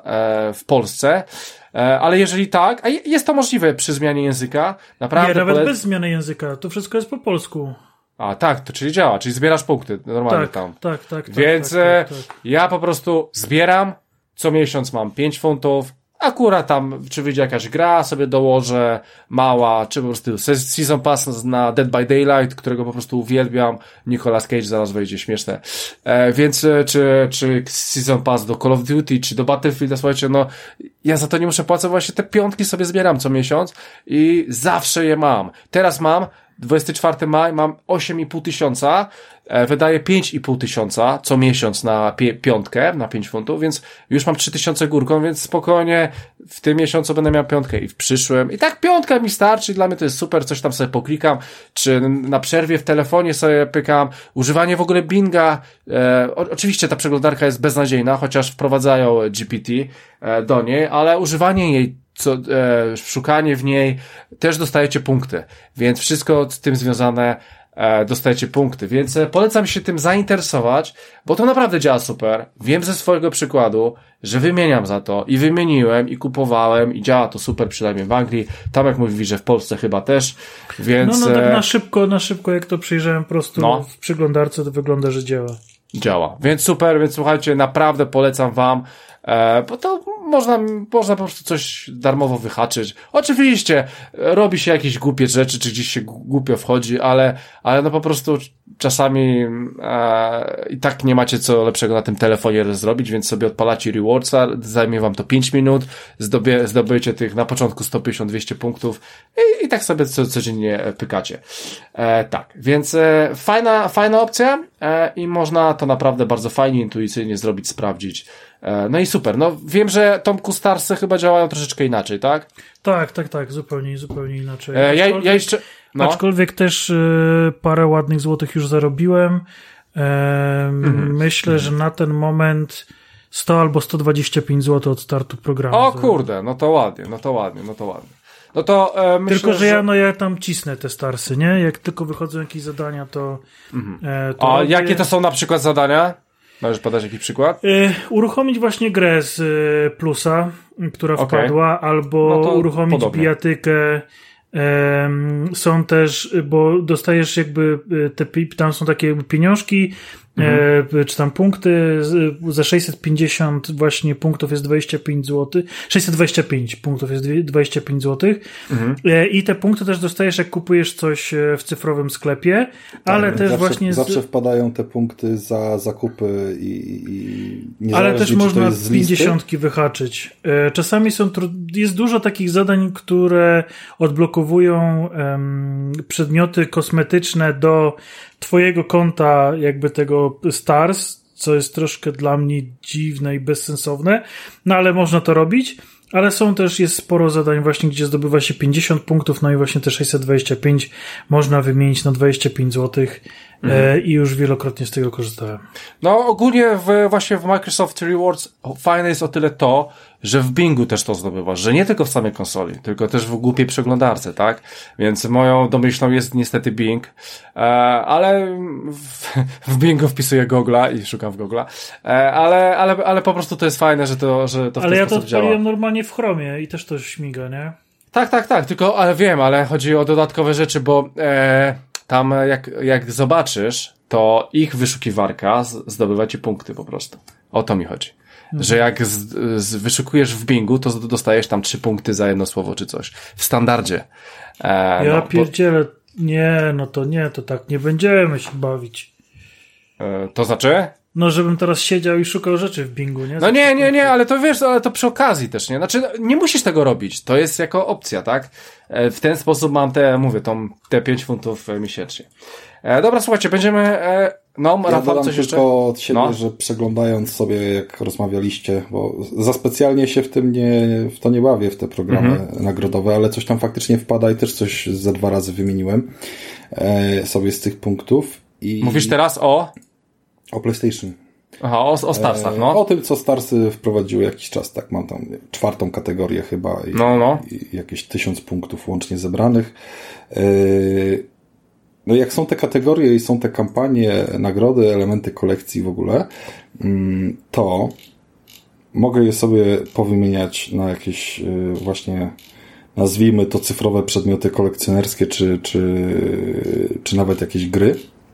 Speaker 1: w Polsce. Ale jeżeli tak, a jest to możliwe przy zmianie języka, naprawdę.
Speaker 3: Nie, nawet bez zmiany języka, to wszystko jest po polsku.
Speaker 1: A tak, to czyli działa, czyli zbierasz punkty normalnie tam.
Speaker 3: Tak.
Speaker 1: Więc ja po prostu zbieram, co miesiąc mam 5 funtów, akurat tam, czy wyjdzie jakaś gra, sobie dołożę, mała, czy po prostu Season Pass na Dead by Daylight, którego po prostu uwielbiam, Nicolas Cage zaraz wejdzie, śmieszne. Więc czy Season Pass do Call of Duty, czy do Battlefielda, słuchajcie, no ja za to nie muszę płacić, właśnie te piątki sobie zbieram co miesiąc i zawsze je mam. Teraz mam 24 maj, mam 8,5 tysiąca, wydaję 5,5 tysiąca co miesiąc na piątkę, na 5 funtów, więc już mam 3000 górką, więc spokojnie w tym miesiącu będę miał piątkę i w przyszłym. I tak piątka mi starczy, dla mnie to jest super, coś tam sobie poklikam, czy na przerwie w telefonie sobie pykam, używanie w ogóle Binga, oczywiście ta przeglądarka jest beznadziejna, chociaż wprowadzają GPT do niej, ale używanie jej szukanie w niej, też dostajecie punkty, więc wszystko z tym związane dostajecie punkty, więc polecam się tym zainteresować, bo to naprawdę działa super, wiem ze swojego przykładu, że wymieniam za to i wymieniłem i kupowałem i działa to super, przynajmniej w Anglii, tam jak mówi, że w Polsce chyba też, więc...
Speaker 3: No tak na szybko jak to przyjrzałem po prostu w przeglądarce, to wygląda, że działa,
Speaker 1: więc super, więc słuchajcie, naprawdę polecam wam, bo to można po prostu coś darmowo wyhaczyć. Oczywiście robi się jakieś głupie rzeczy, czy gdzieś się głupio wchodzi, ale no po prostu czasami i tak nie macie co lepszego na tym telefonie zrobić, więc sobie odpalacie rewardsa, zajmie wam to 5 minut, zdobyjecie tych na początku 150-200 punktów i tak sobie codziennie pykacie. Tak, więc fajna opcja i można to naprawdę bardzo fajnie, intuicyjnie zrobić, sprawdzić. No i super. No wiem, że Tomku Starsy chyba działają troszeczkę inaczej, tak?
Speaker 3: Tak. Zupełnie inaczej.
Speaker 1: Ja jeszcze... No.
Speaker 3: Aczkolwiek też parę ładnych złotych już zarobiłem. Myślę, że na ten moment 100 albo 125 zł od startu programu.
Speaker 1: O kurde, no to ładnie. No to myślę,
Speaker 3: tylko, że ja tam cisnę te starsy, nie? Jak tylko wychodzą jakieś zadania, to
Speaker 1: A jakie to są na przykład zadania? Możesz podać jakiś przykład?
Speaker 3: Uruchomić właśnie grę z plusa, która wpadła, albo uruchomić bijatykę. Są też, bo dostajesz jakby tam są takie jakby pieniążki, czy tam punkty, za 650 właśnie punktów jest 25 zł, 625 punktów jest 25 zł i te punkty też dostajesz, jak kupujesz coś w cyfrowym sklepie, ale też właśnie...
Speaker 2: Zawsze wpadają te punkty za zakupy i
Speaker 3: ale też można 50 wyhaczyć. Czasami jest dużo takich zadań, które odblokowują przedmioty kosmetyczne do twojego konta, jakby tego Stars, co jest troszkę dla mnie dziwne i bezsensowne, no ale można to robić, ale jest sporo zadań właśnie, gdzie zdobywa się 50 punktów, no i właśnie te 625 można wymienić na 25 zł i już wielokrotnie z tego korzystałem.
Speaker 1: No ogólnie właśnie w Microsoft Rewards fajne jest o tyle to, że w Bingu też to zdobywasz, że nie tylko w samej konsoli, tylko też w głupiej przeglądarce, tak? Więc moją domyślną jest niestety Bing, ale w Bingu wpisuję Google'a i szukam w Google'a, ale po prostu to jest fajne, że to w ten sposób działa.
Speaker 3: Ale ja to odpaliłem normalnie w Chromie i też to śmiga, nie?
Speaker 1: Tak, tylko, ale chodzi o dodatkowe rzeczy, bo tam jak zobaczysz, to ich wyszukiwarka zdobywa ci punkty po prostu. O to mi chodzi. Że jak wyszukujesz w Bingu, to dostajesz tam 3 punkty za jedno słowo czy coś. W standardzie.
Speaker 3: Pierdzielę. To tak nie będziemy się bawić.
Speaker 1: To znaczy?
Speaker 3: No, żebym teraz siedział i szukał rzeczy w Bingu, nie?
Speaker 1: No nie, ale to wiesz, ale to przy okazji też, nie? Znaczy, nie musisz tego robić. To jest jako opcja, tak? W ten sposób mam te 5 funtów miesięcznie. Dobra, słuchajcie, będziemy...
Speaker 2: Rafał, coś jeszcze? Tylko od siebie, że przeglądając sobie, jak rozmawialiście, bo za specjalnie się w to nie bawię, w te programy nagrodowe, ale coś tam faktycznie wpada i też coś za 2 razy wymieniłem sobie z tych punktów.
Speaker 1: Mówisz teraz o
Speaker 2: PlayStation.
Speaker 1: Aha, o Starsach, no.
Speaker 2: O tym, co Starsy wprowadziły jakiś czas, tak, mam tam 4. kategorię chyba i jakieś 1000 punktów łącznie zebranych. No jak są te kategorie i są te kampanie, nagrody, elementy kolekcji w ogóle, to mogę je sobie powymieniać na jakieś właśnie, nazwijmy to cyfrowe przedmioty kolekcjonerskie, czy nawet jakieś gry.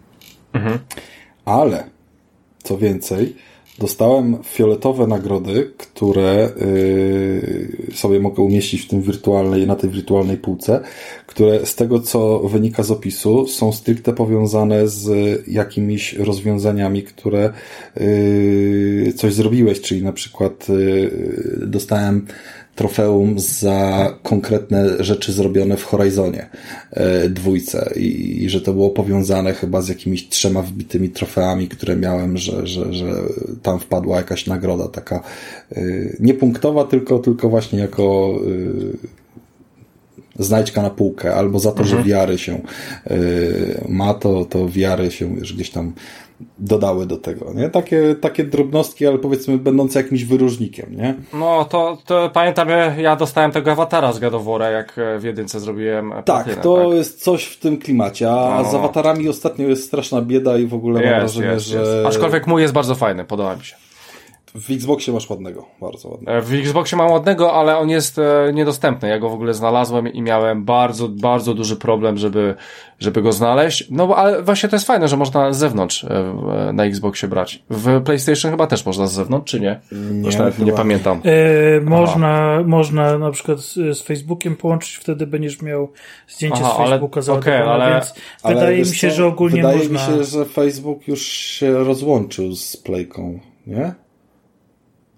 Speaker 2: Ale co więcej, dostałem fioletowe nagrody, które sobie mogę umieścić w tym na tej wirtualnej półce, które z tego, co wynika z opisu, są stricte powiązane z jakimiś rozwiązaniami, które coś zrobiłeś, czyli na przykład dostałem trofeum za konkretne rzeczy zrobione w Horizonie 2 i że to było powiązane chyba z jakimiś 3 wbitymi trofeami, które miałem, że tam wpadła jakaś nagroda taka nie punktowa, tylko właśnie jako znajdźka na półkę, albo za to, że wiary się ma, to wiary się już gdzieś tam dodały do tego, nie? Takie drobnostki, ale powiedzmy będące jakimś wyróżnikiem, nie?
Speaker 1: No, to pamiętam, ja dostałem tego awatara z God of War'a, jak w 1 zrobiłem platynę,
Speaker 2: to jest coś w tym klimacie, a z awatarami ostatnio jest straszna bieda i w ogóle mam wrażenie, że...
Speaker 1: Aczkolwiek mój jest bardzo fajny, podoba mi się.
Speaker 2: W Xboxie masz ładnego, bardzo ładnego.
Speaker 1: W Xboxie mam ładnego, ale on jest niedostępny. Ja go w ogóle znalazłem i miałem bardzo, bardzo duży problem, żeby go znaleźć. No, ale właśnie to jest fajne, że można z zewnątrz na Xboxie brać. W PlayStation chyba też można z zewnątrz, czy nie? Już nawet nie pamiętam.
Speaker 3: Można na przykład z Facebookiem połączyć, wtedy będziesz miał zdjęcie z Facebooka załadowane, więc wydaje mi się, że ogólnie
Speaker 2: wydaje mi się, że Facebook już się rozłączył z Playką, nie?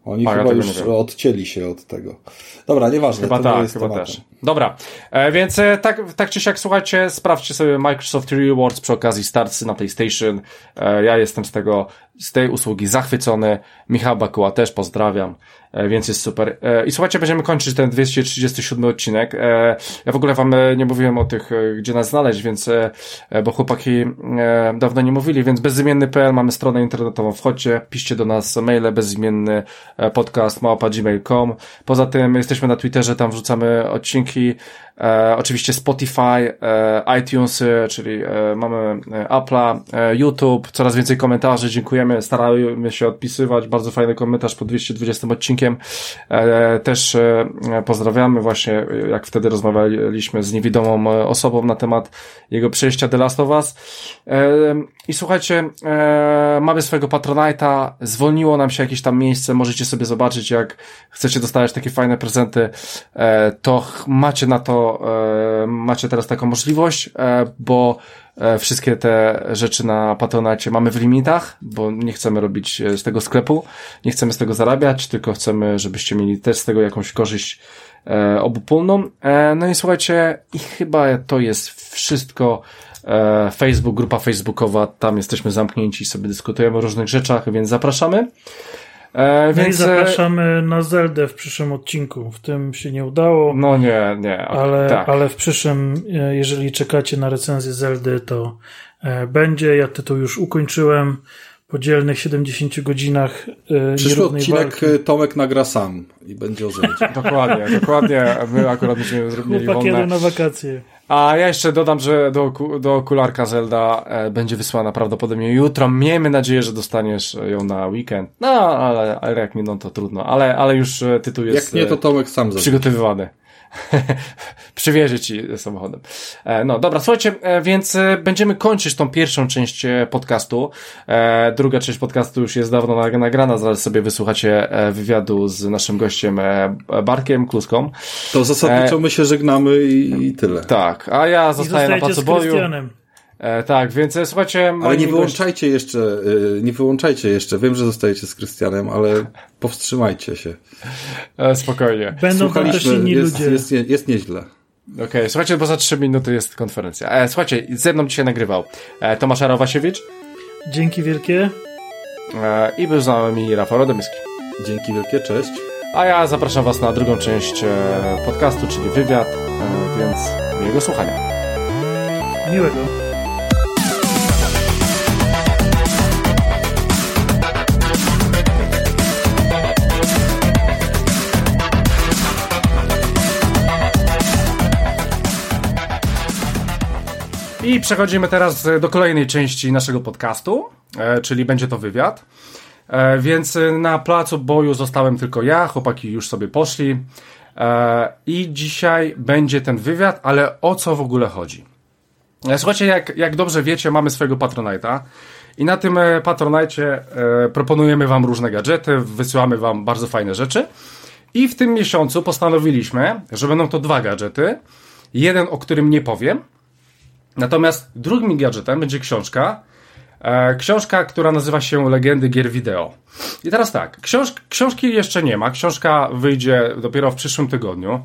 Speaker 2: Oni chyba już odcięli się od tego. Dobra, nieważne.
Speaker 1: Chyba tak, chyba też. Dobra, więc tak czy siak, słuchajcie, sprawdźcie sobie Microsoft Rewards przy okazji starcy na PlayStation. Ja jestem z tej usługi zachwycony. Michał Bakuła też pozdrawiam, więc jest super. I słuchajcie, będziemy kończyć ten 237 odcinek. Ja w ogóle wam nie mówiłem o tych, gdzie nas znaleźć, więc, bo chłopaki dawno nie mówili, więc bezimienny.pl, mamy stronę internetową, wchodźcie, piszcie do nas maile, bezimienny podcast@gmail.com. Poza tym jesteśmy na Twitterze, tam wrzucamy odcinki, oczywiście Spotify, iTunes, czyli mamy Apple'a, YouTube, coraz więcej komentarzy, dziękujemy, staramy się odpisywać, bardzo fajny komentarz po 220 odcinkiem, też pozdrawiamy właśnie, jak wtedy rozmawialiśmy z niewidomą osobą na temat jego przejścia The Last of Us. I słuchajcie, mamy swojego Patronite'a, zwolniło nam się jakieś tam miejsce, możecie sobie zobaczyć, jak chcecie dostawać takie fajne prezenty, to macie teraz taką możliwość, bo wszystkie te rzeczy na Patronite mamy w limitach, bo nie chcemy robić z tego sklepu, nie chcemy z tego zarabiać, tylko chcemy, żebyście mieli też z tego jakąś korzyść obopólną. No i słuchajcie, i chyba to jest wszystko. Facebook, grupa facebookowa, tam jesteśmy zamknięci, sobie dyskutujemy o różnych rzeczach, więc zapraszamy.
Speaker 3: Więc i zapraszamy na Zeldę w przyszłym odcinku. W tym się nie udało.
Speaker 1: No nie.
Speaker 3: Ale w przyszłym, jeżeli czekacie na recenzję Zeldy, to będzie. Ja tytuł już ukończyłem po dzielnych 70 godzinach
Speaker 2: przyszły odcinek walki. Tomek nagra sam i będzie o Zeldzie.
Speaker 1: Dokładnie. My akurat będziemy zrobili wolne
Speaker 3: na wakacje.
Speaker 1: A ja jeszcze dodam, że do okularka Zelda będzie wysłana prawdopodobnie jutro. Miejmy nadzieję, że dostaniesz ją na weekend. No, ale jak nie, no to trudno. Ale już tytuł jest...
Speaker 2: Jak nie, to Tomek sam
Speaker 1: przygotowywany. Przywiezie ci samochodem. No dobra, słuchajcie, więc będziemy kończyć tą pierwszą część podcastu. Druga część podcastu już jest dawno nagrana, zaraz sobie wysłuchacie wywiadu z naszym gościem Bartkiem Kluską.
Speaker 2: To zasadniczo my się żegnamy i tyle.
Speaker 1: Tak, a ja zostaję na Pacoboju. Tak, więc słuchajcie...
Speaker 2: Ale nie wyłączajcie jeszcze. Wiem, że zostajecie z Krystianem, ale powstrzymajcie się.
Speaker 1: Spokojnie.
Speaker 3: Będą tam też inni ludzie.
Speaker 2: Jest nieźle.
Speaker 1: Okej, słuchajcie, bo za 3 minuty jest konferencja. Słuchajcie, ze mną dzisiaj nagrywał Tomasz Arowasiewicz.
Speaker 3: Dzięki wielkie.
Speaker 1: I był z nami Rafał Radomyski.
Speaker 2: Dzięki wielkie, cześć.
Speaker 1: A ja zapraszam was na drugą część podcastu, czyli wywiad, więc miłego słuchania.
Speaker 3: Miłego.
Speaker 1: I przechodzimy teraz do kolejnej części naszego podcastu, czyli będzie to wywiad. Więc na placu boju zostałem tylko ja, chłopaki już sobie poszli. I dzisiaj będzie ten wywiad, ale o co w ogóle chodzi? Słuchajcie, jak dobrze wiecie, mamy swojego Patronite'a i na tym Patronite proponujemy wam różne gadżety, wysyłamy wam bardzo fajne rzeczy. I w tym miesiącu postanowiliśmy, że będą to 2 gadżety. Jeden, o którym nie powiem. Natomiast drugim gadżetem będzie książka, która nazywa się Legendy gier wideo. I teraz tak, książki jeszcze nie ma, książka wyjdzie dopiero w przyszłym tygodniu.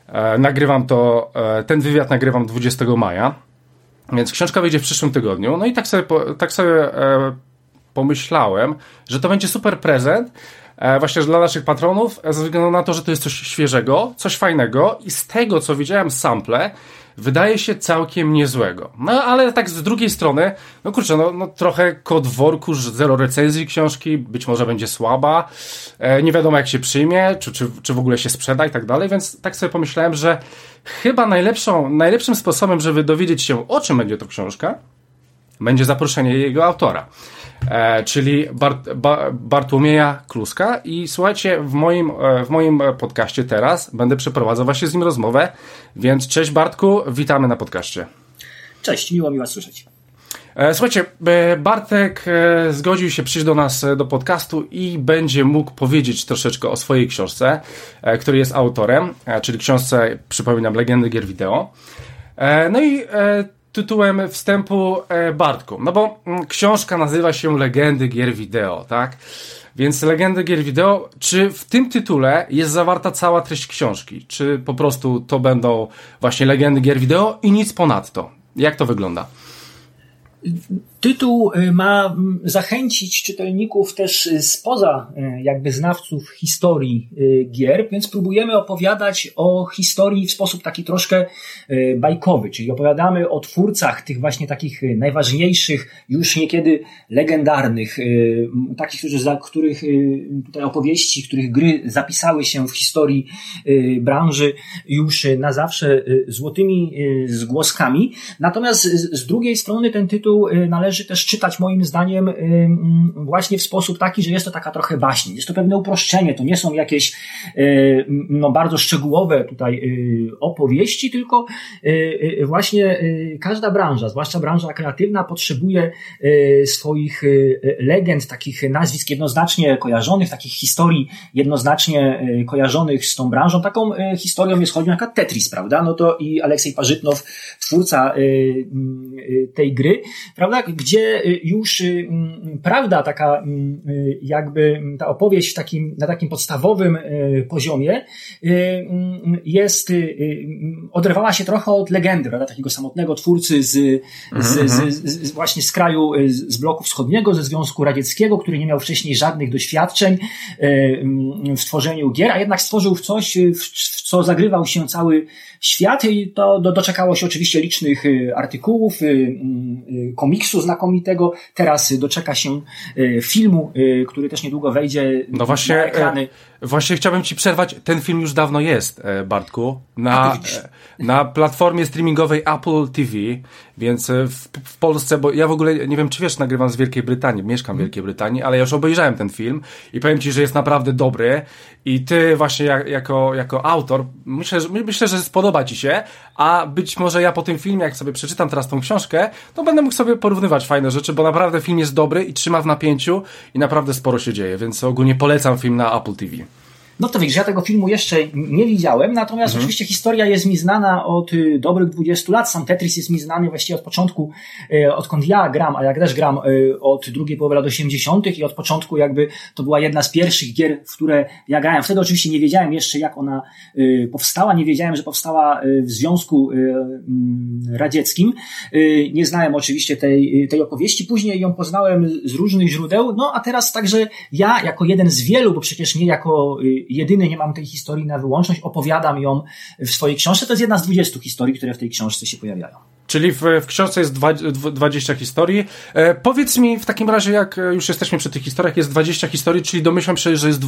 Speaker 1: Ten wywiad nagrywam 20 maja, więc książka wyjdzie w przyszłym tygodniu. No i tak sobie pomyślałem, że to będzie super prezent właśnie dla naszych patronów, ze względu na to, że to jest coś świeżego, coś fajnego i z tego, co widziałem sample, wydaje się całkiem niezłego. No ale tak z drugiej strony, no kurczę, no trochę kod w worku, 0 recenzji książki, być może będzie słaba, nie wiadomo jak się przyjmie, czy w ogóle się sprzeda i tak dalej, więc tak sobie pomyślałem, że chyba najlepszym sposobem, żeby dowiedzieć się, o czym będzie to książka, będzie zaproszenie jego autora. Czyli Bartłomieja Kluska i słuchajcie, w moim podcaście teraz będę przeprowadzał właśnie z nim rozmowę, więc cześć Bartku, witamy na podcaście.
Speaker 4: Cześć, miło mi was słyszeć.
Speaker 1: Słuchajcie, Bartek zgodził się przyjść do nas do podcastu i będzie mógł powiedzieć troszeczkę o swojej książce, której jest autorem, czyli książce, przypominam, Legendy gier wideo. No i tytułem wstępu, Bartku, no bo książka nazywa się Legendy gier wideo, tak? Więc Legendy gier wideo, czy w tym tytule jest zawarta cała treść książki? Czy po prostu to będą właśnie Legendy gier wideo i nic ponadto? Jak to wygląda?
Speaker 4: Tytuł ma zachęcić czytelników też spoza jakby znawców historii gier, więc próbujemy opowiadać o historii w sposób taki troszkę bajkowy, czyli opowiadamy o twórcach tych właśnie takich najważniejszych, już niekiedy legendarnych, takich, za których tutaj opowieści, których gry zapisały się w historii branży już na zawsze złotymi zgłoskami. Natomiast z drugiej strony ten tytuł należy też czytać moim zdaniem właśnie w sposób taki, że jest to taka trochę baśń. Jest to pewne uproszczenie. To nie są jakieś bardzo szczegółowe tutaj opowieści, tylko właśnie każda branża, zwłaszcza branża kreatywna, potrzebuje swoich legend, takich nazwisk jednoznacznie kojarzonych, takich historii jednoznacznie kojarzonych z tą branżą. Taką historią jest choćby na przykład Tetris, prawda? No to i Aleksiej Parzytnow, twórca tej gry, prawda? Gdzie już prawda taka jakby ta opowieść na takim podstawowym poziomie jest, oderwała się trochę od legendy, prawda? Takiego samotnego twórcy właśnie z kraju, z bloku wschodniego, ze Związku Radzieckiego, który nie miał wcześniej żadnych doświadczeń w tworzeniu gier, a jednak stworzył coś, w co zagrywał się cały świat i to doczekało się oczywiście licznych artykułów, komiksu znakomitego. Teraz doczeka się filmu, który też niedługo wejdzie na ekrany.
Speaker 1: Właśnie chciałbym ci przerwać. Ten film już dawno jest, Bartku, na platformie streamingowej Apple TV, więc w Polsce, bo ja w ogóle, nie wiem czy wiesz, nagrywam z Wielkiej Brytanii, mieszkam w Wielkiej Brytanii, ale ja już obejrzałem ten film i powiem ci, że jest naprawdę dobry i ty właśnie jako autor, myślę, że spodoba ci się, a być może ja po tym filmie, jak sobie przeczytam teraz tą książkę, to będę mógł sobie porównywać fajne rzeczy, bo naprawdę film jest dobry i trzyma w napięciu i naprawdę sporo się dzieje, więc ogólnie polecam film na Apple TV.
Speaker 4: No to wiesz, ja tego filmu jeszcze nie widziałem, natomiast oczywiście historia jest mi znana od dobrych 20 lat. Sam Tetris jest mi znany właściwie od początku, odkąd ja gram, a jak też gram od drugiej połowy lat 80. i od początku jakby to była jedna z pierwszych gier, w które ja grałem. Wtedy oczywiście nie wiedziałem jeszcze, jak ona powstała, nie wiedziałem, że powstała w Związku Radzieckim. Nie znałem oczywiście tej opowieści. Później ją poznałem z różnych źródeł, no a teraz także ja jako jeden z wielu, bo przecież nie jako jedyny nie mam tej historii na wyłączność, opowiadam ją w swojej książce. To jest jedna z 20 historii, które w tej książce się pojawiają. Czyli w
Speaker 1: książce jest 20 historii. Powiedz mi w takim razie, jak już jesteśmy przy tych historiach, jest 20 historii, czyli domyślam się, że jest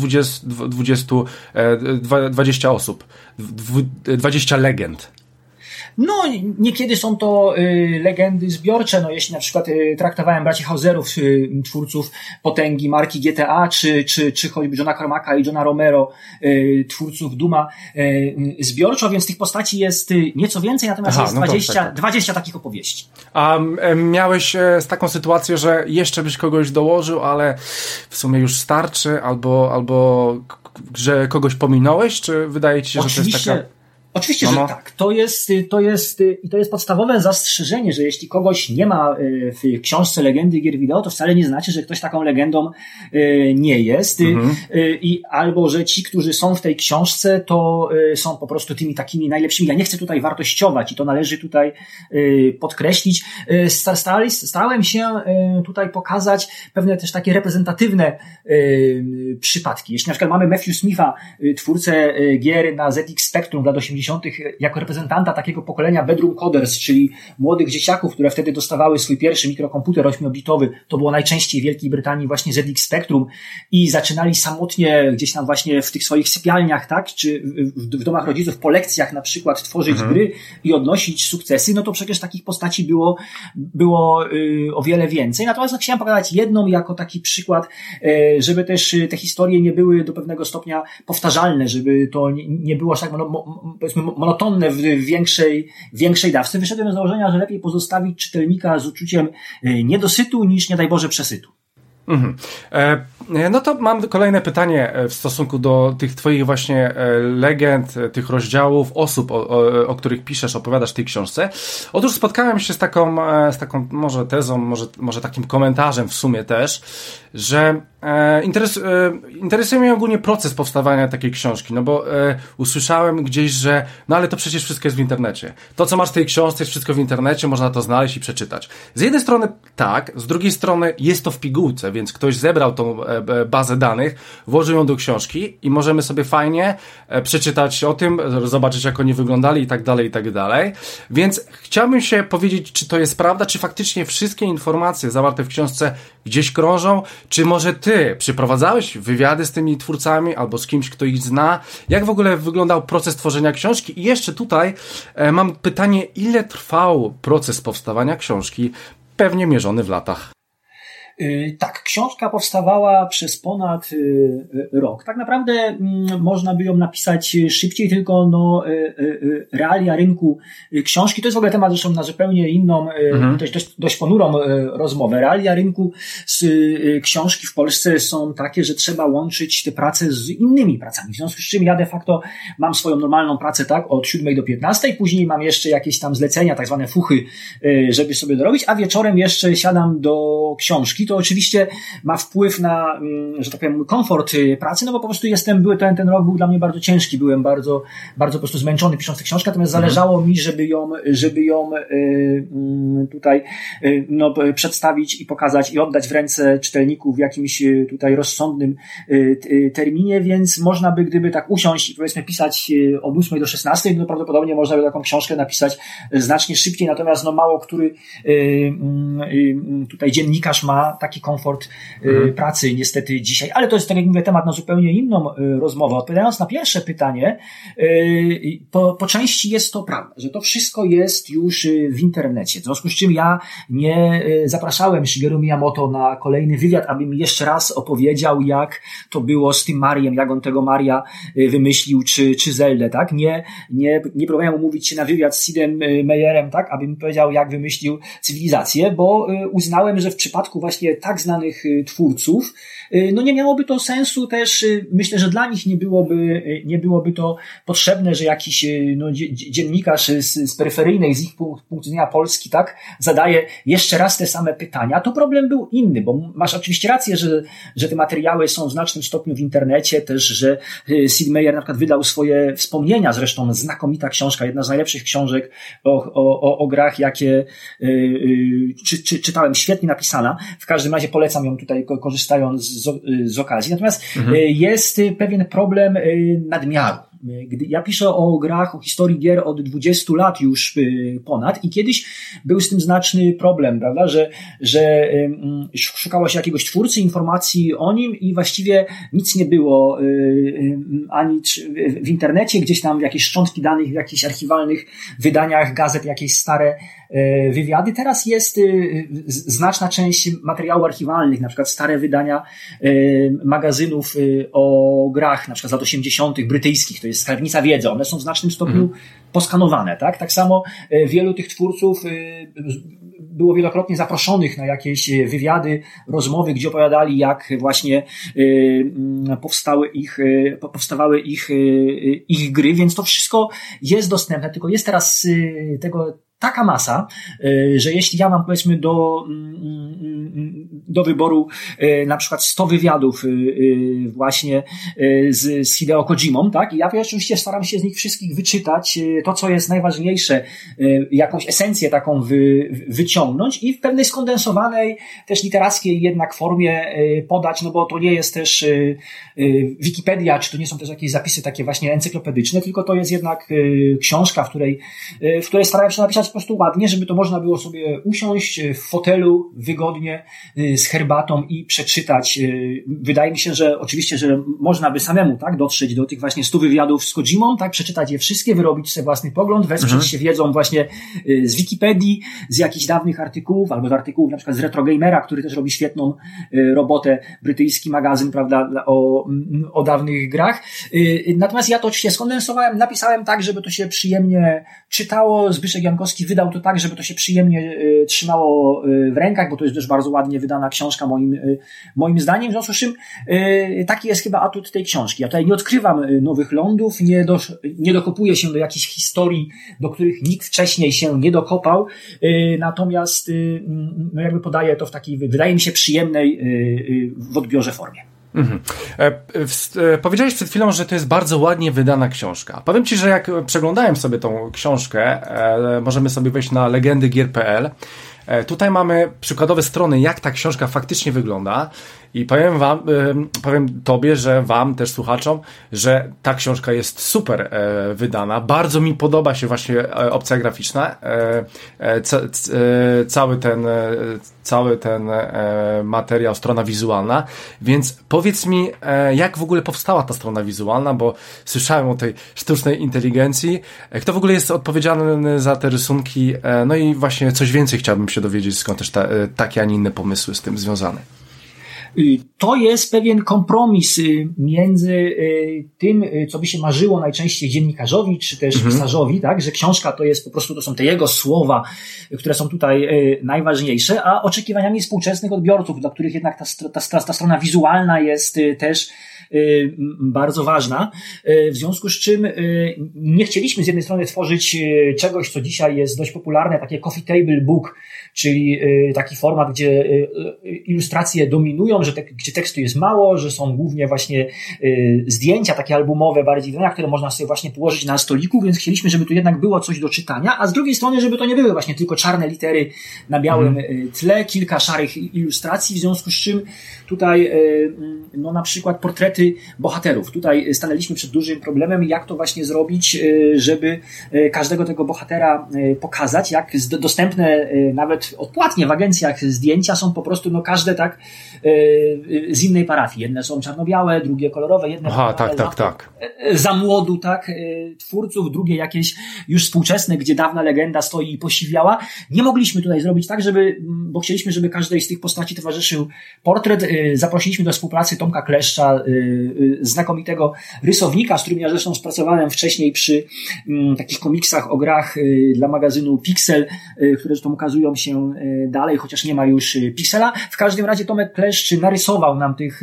Speaker 1: 20 osób, 20 legend.
Speaker 4: No, niekiedy są to legendy zbiorcze, no jeśli na przykład traktowałem braci Hauserów, twórców potęgi marki GTA, czy choćby Johna Carmacka i Johna Romero, twórców Duma, zbiorczo, więc tych postaci jest nieco więcej, natomiast jest 20 takich opowieści.
Speaker 1: A miałeś taką sytuację, że jeszcze byś kogoś dołożył, ale w sumie już starczy, albo że kogoś pominąłeś, czy wydaje ci się, że to jest taka...
Speaker 4: Oczywiście, że tak. To jest podstawowe zastrzeżenie, że jeśli kogoś nie ma w książce Legendy gier wideo, to wcale nie znaczy, że ktoś taką legendą nie jest. I albo, że ci, którzy są w tej książce, to są po prostu tymi takimi najlepszymi. Ja nie chcę tutaj wartościować i to należy tutaj podkreślić. Starałem się tutaj pokazać pewne też takie reprezentatywne przypadki. Jeśli na przykład mamy Matthew Smitha, twórcę gier na ZX Spectrum lat 80., jako reprezentanta takiego pokolenia bedroom coders, czyli młodych dzieciaków, które wtedy dostawały swój pierwszy mikrokomputer 8-bitowy, to było najczęściej w Wielkiej Brytanii właśnie ZX Spectrum i zaczynali samotnie gdzieś tam właśnie w tych swoich sypialniach, tak, czy w domach rodziców po lekcjach na przykład tworzyć gry i odnosić sukcesy, no to przecież takich postaci było o wiele więcej. Natomiast chciałem pokazać jedną jako taki przykład, żeby też te historie nie były do pewnego stopnia powtarzalne, żeby to nie było aż tak monotonne w większej dawce. Wyszedłem z założenia, że lepiej pozostawić czytelnika z uczuciem niedosytu niż, nie daj Boże, przesytu.
Speaker 1: No to mam kolejne pytanie w stosunku do tych twoich właśnie legend, tych rozdziałów, osób, o których piszesz, opowiadasz w tej książce. Otóż spotkałem się z taką może tezą, może takim komentarzem w sumie też, że interesuje mnie ogólnie proces powstawania takiej książki, no bo usłyszałem gdzieś, że no ale to przecież wszystko jest w internecie. To, co masz w tej książce, jest wszystko w internecie, można to znaleźć i przeczytać. Z jednej strony tak, z drugiej strony jest to w pigułce, więc ktoś zebrał tą bazę danych, włożył ją do książki i możemy sobie fajnie przeczytać o tym, zobaczyć jak oni wyglądali i tak dalej. Więc chciałbym się powiedzieć, czy to jest prawda, czy faktycznie wszystkie informacje zawarte w książce gdzieś krążą, czy może ty przeprowadzałeś wywiady z tymi twórcami albo z kimś, kto ich zna? Jak w ogóle wyglądał proces tworzenia książki? I jeszcze tutaj mam pytanie, ile trwał proces powstawania książki, pewnie mierzony w latach?
Speaker 4: Tak, książka powstawała przez ponad rok. Tak naprawdę można by ją napisać szybciej, tylko realia rynku książki, to jest w ogóle temat zresztą na zupełnie inną, dość ponurą rozmowę. Realia rynku z książki w Polsce są takie, że trzeba łączyć te prace z innymi pracami. W związku z czym ja de facto mam swoją normalną pracę, tak, od 7 do 15, później mam jeszcze jakieś tam zlecenia, tak zwane fuchy, żeby sobie dorobić, a wieczorem jeszcze siadam do książki. To oczywiście ma wpływ na, że tak powiem, mój komfort pracy, no bo po prostu ten rok był dla mnie bardzo ciężki, byłem bardzo po prostu zmęczony pisząc tę książkę, natomiast zależało mi, żeby ją tutaj przedstawić i pokazać i oddać w ręce czytelników w jakimś tutaj rozsądnym terminie, więc można by, gdyby tak usiąść i powiedzmy pisać od 8 do 16, no prawdopodobnie można by taką książkę napisać znacznie szybciej, natomiast mało który tutaj dziennikarz ma taki komfort pracy niestety dzisiaj, ale to jest, tak jak mówię, temat na zupełnie inną rozmowę. Odpowiadając na pierwsze pytanie, po części jest to prawda, że to wszystko jest już w internecie, w związku z czym ja nie zapraszałem Shigeru Miyamoto na kolejny wywiad, aby mi jeszcze raz opowiedział, jak to było z tym Mariem, jak on tego Maria wymyślił, czy Zeldę, tak? Nie próbowałem umówić się na wywiad z Sidem Meyerem, tak? Aby mi powiedział, jak wymyślił cywilizację, bo uznałem, że w przypadku właśnie tak znanych twórców, nie miałoby to sensu też, myślę, że dla nich nie byłoby to potrzebne, że jakiś dziennikarz z peryferyjnej, z ich punktu widzenia Polski, tak, zadaje jeszcze raz te same pytania. To problem był inny, bo masz oczywiście rację, że te materiały są w znacznym stopniu w internecie, też, że Sid Meier na przykład wydał swoje wspomnienia, zresztą znakomita książka, jedna z najlepszych książek o grach, jakie czytałem, świetnie napisana. W każdym razie polecam ją tutaj, korzystając z okazji. Natomiast jest pewien problem nadmiaru. Ja piszę o grach, o historii gier od 20 lat już ponad i kiedyś był z tym znaczny problem, prawda, że szukało się jakiegoś twórcy, informacji o nim i właściwie nic nie było ani w internecie, gdzieś tam jakieś szczątki danych w jakichś archiwalnych wydaniach gazet, jakieś stare wywiady. Teraz jest znaczna część materiałów archiwalnych, na przykład stare wydania magazynów o grach, na przykład z lat 80. brytyjskich, to jest skarbnica wiedzy, one są w znacznym stopniu poskanowane, tak? Tak samo wielu tych twórców było wielokrotnie zaproszonych na jakieś wywiady, rozmowy, gdzie opowiadali, jak właśnie powstawały ich gry, więc to wszystko jest dostępne, tylko jest teraz tego taka masa, że jeśli ja mam, powiedzmy, do wyboru na przykład 100 wywiadów właśnie z Hideo Kojimą, tak? I ja oczywiście staram się z nich wszystkich wyczytać to, co jest najważniejsze, jakąś esencję taką wyciągnąć i w pewnej skondensowanej, też literackiej jednak formie podać, no bo to nie jest też Wikipedia, czy to nie są też jakieś zapisy takie właśnie encyklopedyczne, tylko to jest jednak książka, w której starałem się napisać po prostu ładnie, żeby to można było sobie usiąść w fotelu wygodnie z herbatą i przeczytać. Wydaje mi się, że oczywiście, że można by samemu, tak, dotrzeć do tych właśnie 100 wywiadów z Kojimą, tak, przeczytać je wszystkie, wyrobić sobie własny pogląd, wesprzeć się wiedzą właśnie z Wikipedii, z jakichś dawnych artykułów, albo z artykułów na przykład z Retro Gamera, który też robi świetną robotę, brytyjski magazyn, prawda, o dawnych grach. Natomiast ja to oczywiście skondensowałem, napisałem tak, żeby to się przyjemnie czytało. Zbyszek Jankowski Kreski wydał to tak, żeby to się przyjemnie trzymało w rękach, bo to jest też bardzo ładnie wydana książka moim zdaniem. W związku z czym taki jest chyba atut tej książki. Ja tutaj nie odkrywam nowych lądów, nie dokopuję się do jakichś historii, do których nikt wcześniej się nie dokopał, natomiast no jakby podaję to w takiej, wydaje mi się, przyjemnej w odbiorze formie.
Speaker 1: Mhm. Powiedziałeś przed chwilą, że to jest bardzo ładnie wydana książka. Powiem Ci, że jak przeglądałem sobie tą książkę, możemy sobie wejść na legendygier.pl. Tutaj mamy przykładowe strony, jak ta książka faktycznie wygląda i powiem Tobie, że Wam, też słuchaczom, że ta książka jest super wydana. Bardzo mi podoba się właśnie opcja graficzna, cały ten materiał, strona wizualna, więc powiedz mi, jak w ogóle powstała ta strona wizualna, bo słyszałem o tej sztucznej inteligencji. Kto w ogóle jest odpowiedzialny za te rysunki? No i właśnie coś więcej chciałbym się dowiedzieć, skąd też takie, a nie inne pomysły z tym związane.
Speaker 4: To jest pewien kompromis między tym, co by się marzyło najczęściej dziennikarzowi, czy też pisarzowi, tak, że książka to jest po prostu, to są te jego słowa, które są tutaj najważniejsze, a oczekiwaniami współczesnych odbiorców, dla których jednak ta strona wizualna jest też bardzo ważna. W związku z czym nie chcieliśmy z jednej strony tworzyć czegoś, co dzisiaj jest dość popularne, takie coffee table book, czyli taki format, gdzie ilustracje dominują, gdzie tekstu jest mało, że są głównie właśnie zdjęcia takie albumowe, bardziej które można sobie właśnie położyć na stoliku, więc chcieliśmy, żeby tu jednak było coś do czytania, a z drugiej strony, żeby to nie były właśnie tylko czarne litery na białym tle, kilka szarych ilustracji, w związku z czym tutaj no na przykład portrety bohaterów. Tutaj stanęliśmy przed dużym problemem, jak to właśnie zrobić, żeby każdego tego bohatera pokazać, jak dostępne nawet odpłatnie w agencjach zdjęcia są po prostu, no każde tak z innej parafii. Jedne są czarno-białe, drugie kolorowe, jedne
Speaker 1: tak.
Speaker 4: Za młodu, tak, twórców, drugie jakieś już współczesne, gdzie dawna legenda stoi i posiwiała. Nie mogliśmy tutaj zrobić tak, bo chcieliśmy, żeby każdej z tych postaci towarzyszył portret. Zaprosiliśmy do współpracy Tomka Kleszcza, znakomitego rysownika, z którym ja zresztą współpracowałem wcześniej przy takich komiksach o grach dla magazynu Pixel, które zresztą ukazują się dalej, chociaż nie ma już Pixela. W każdym razie Tomek Kleszcz narysował nam tych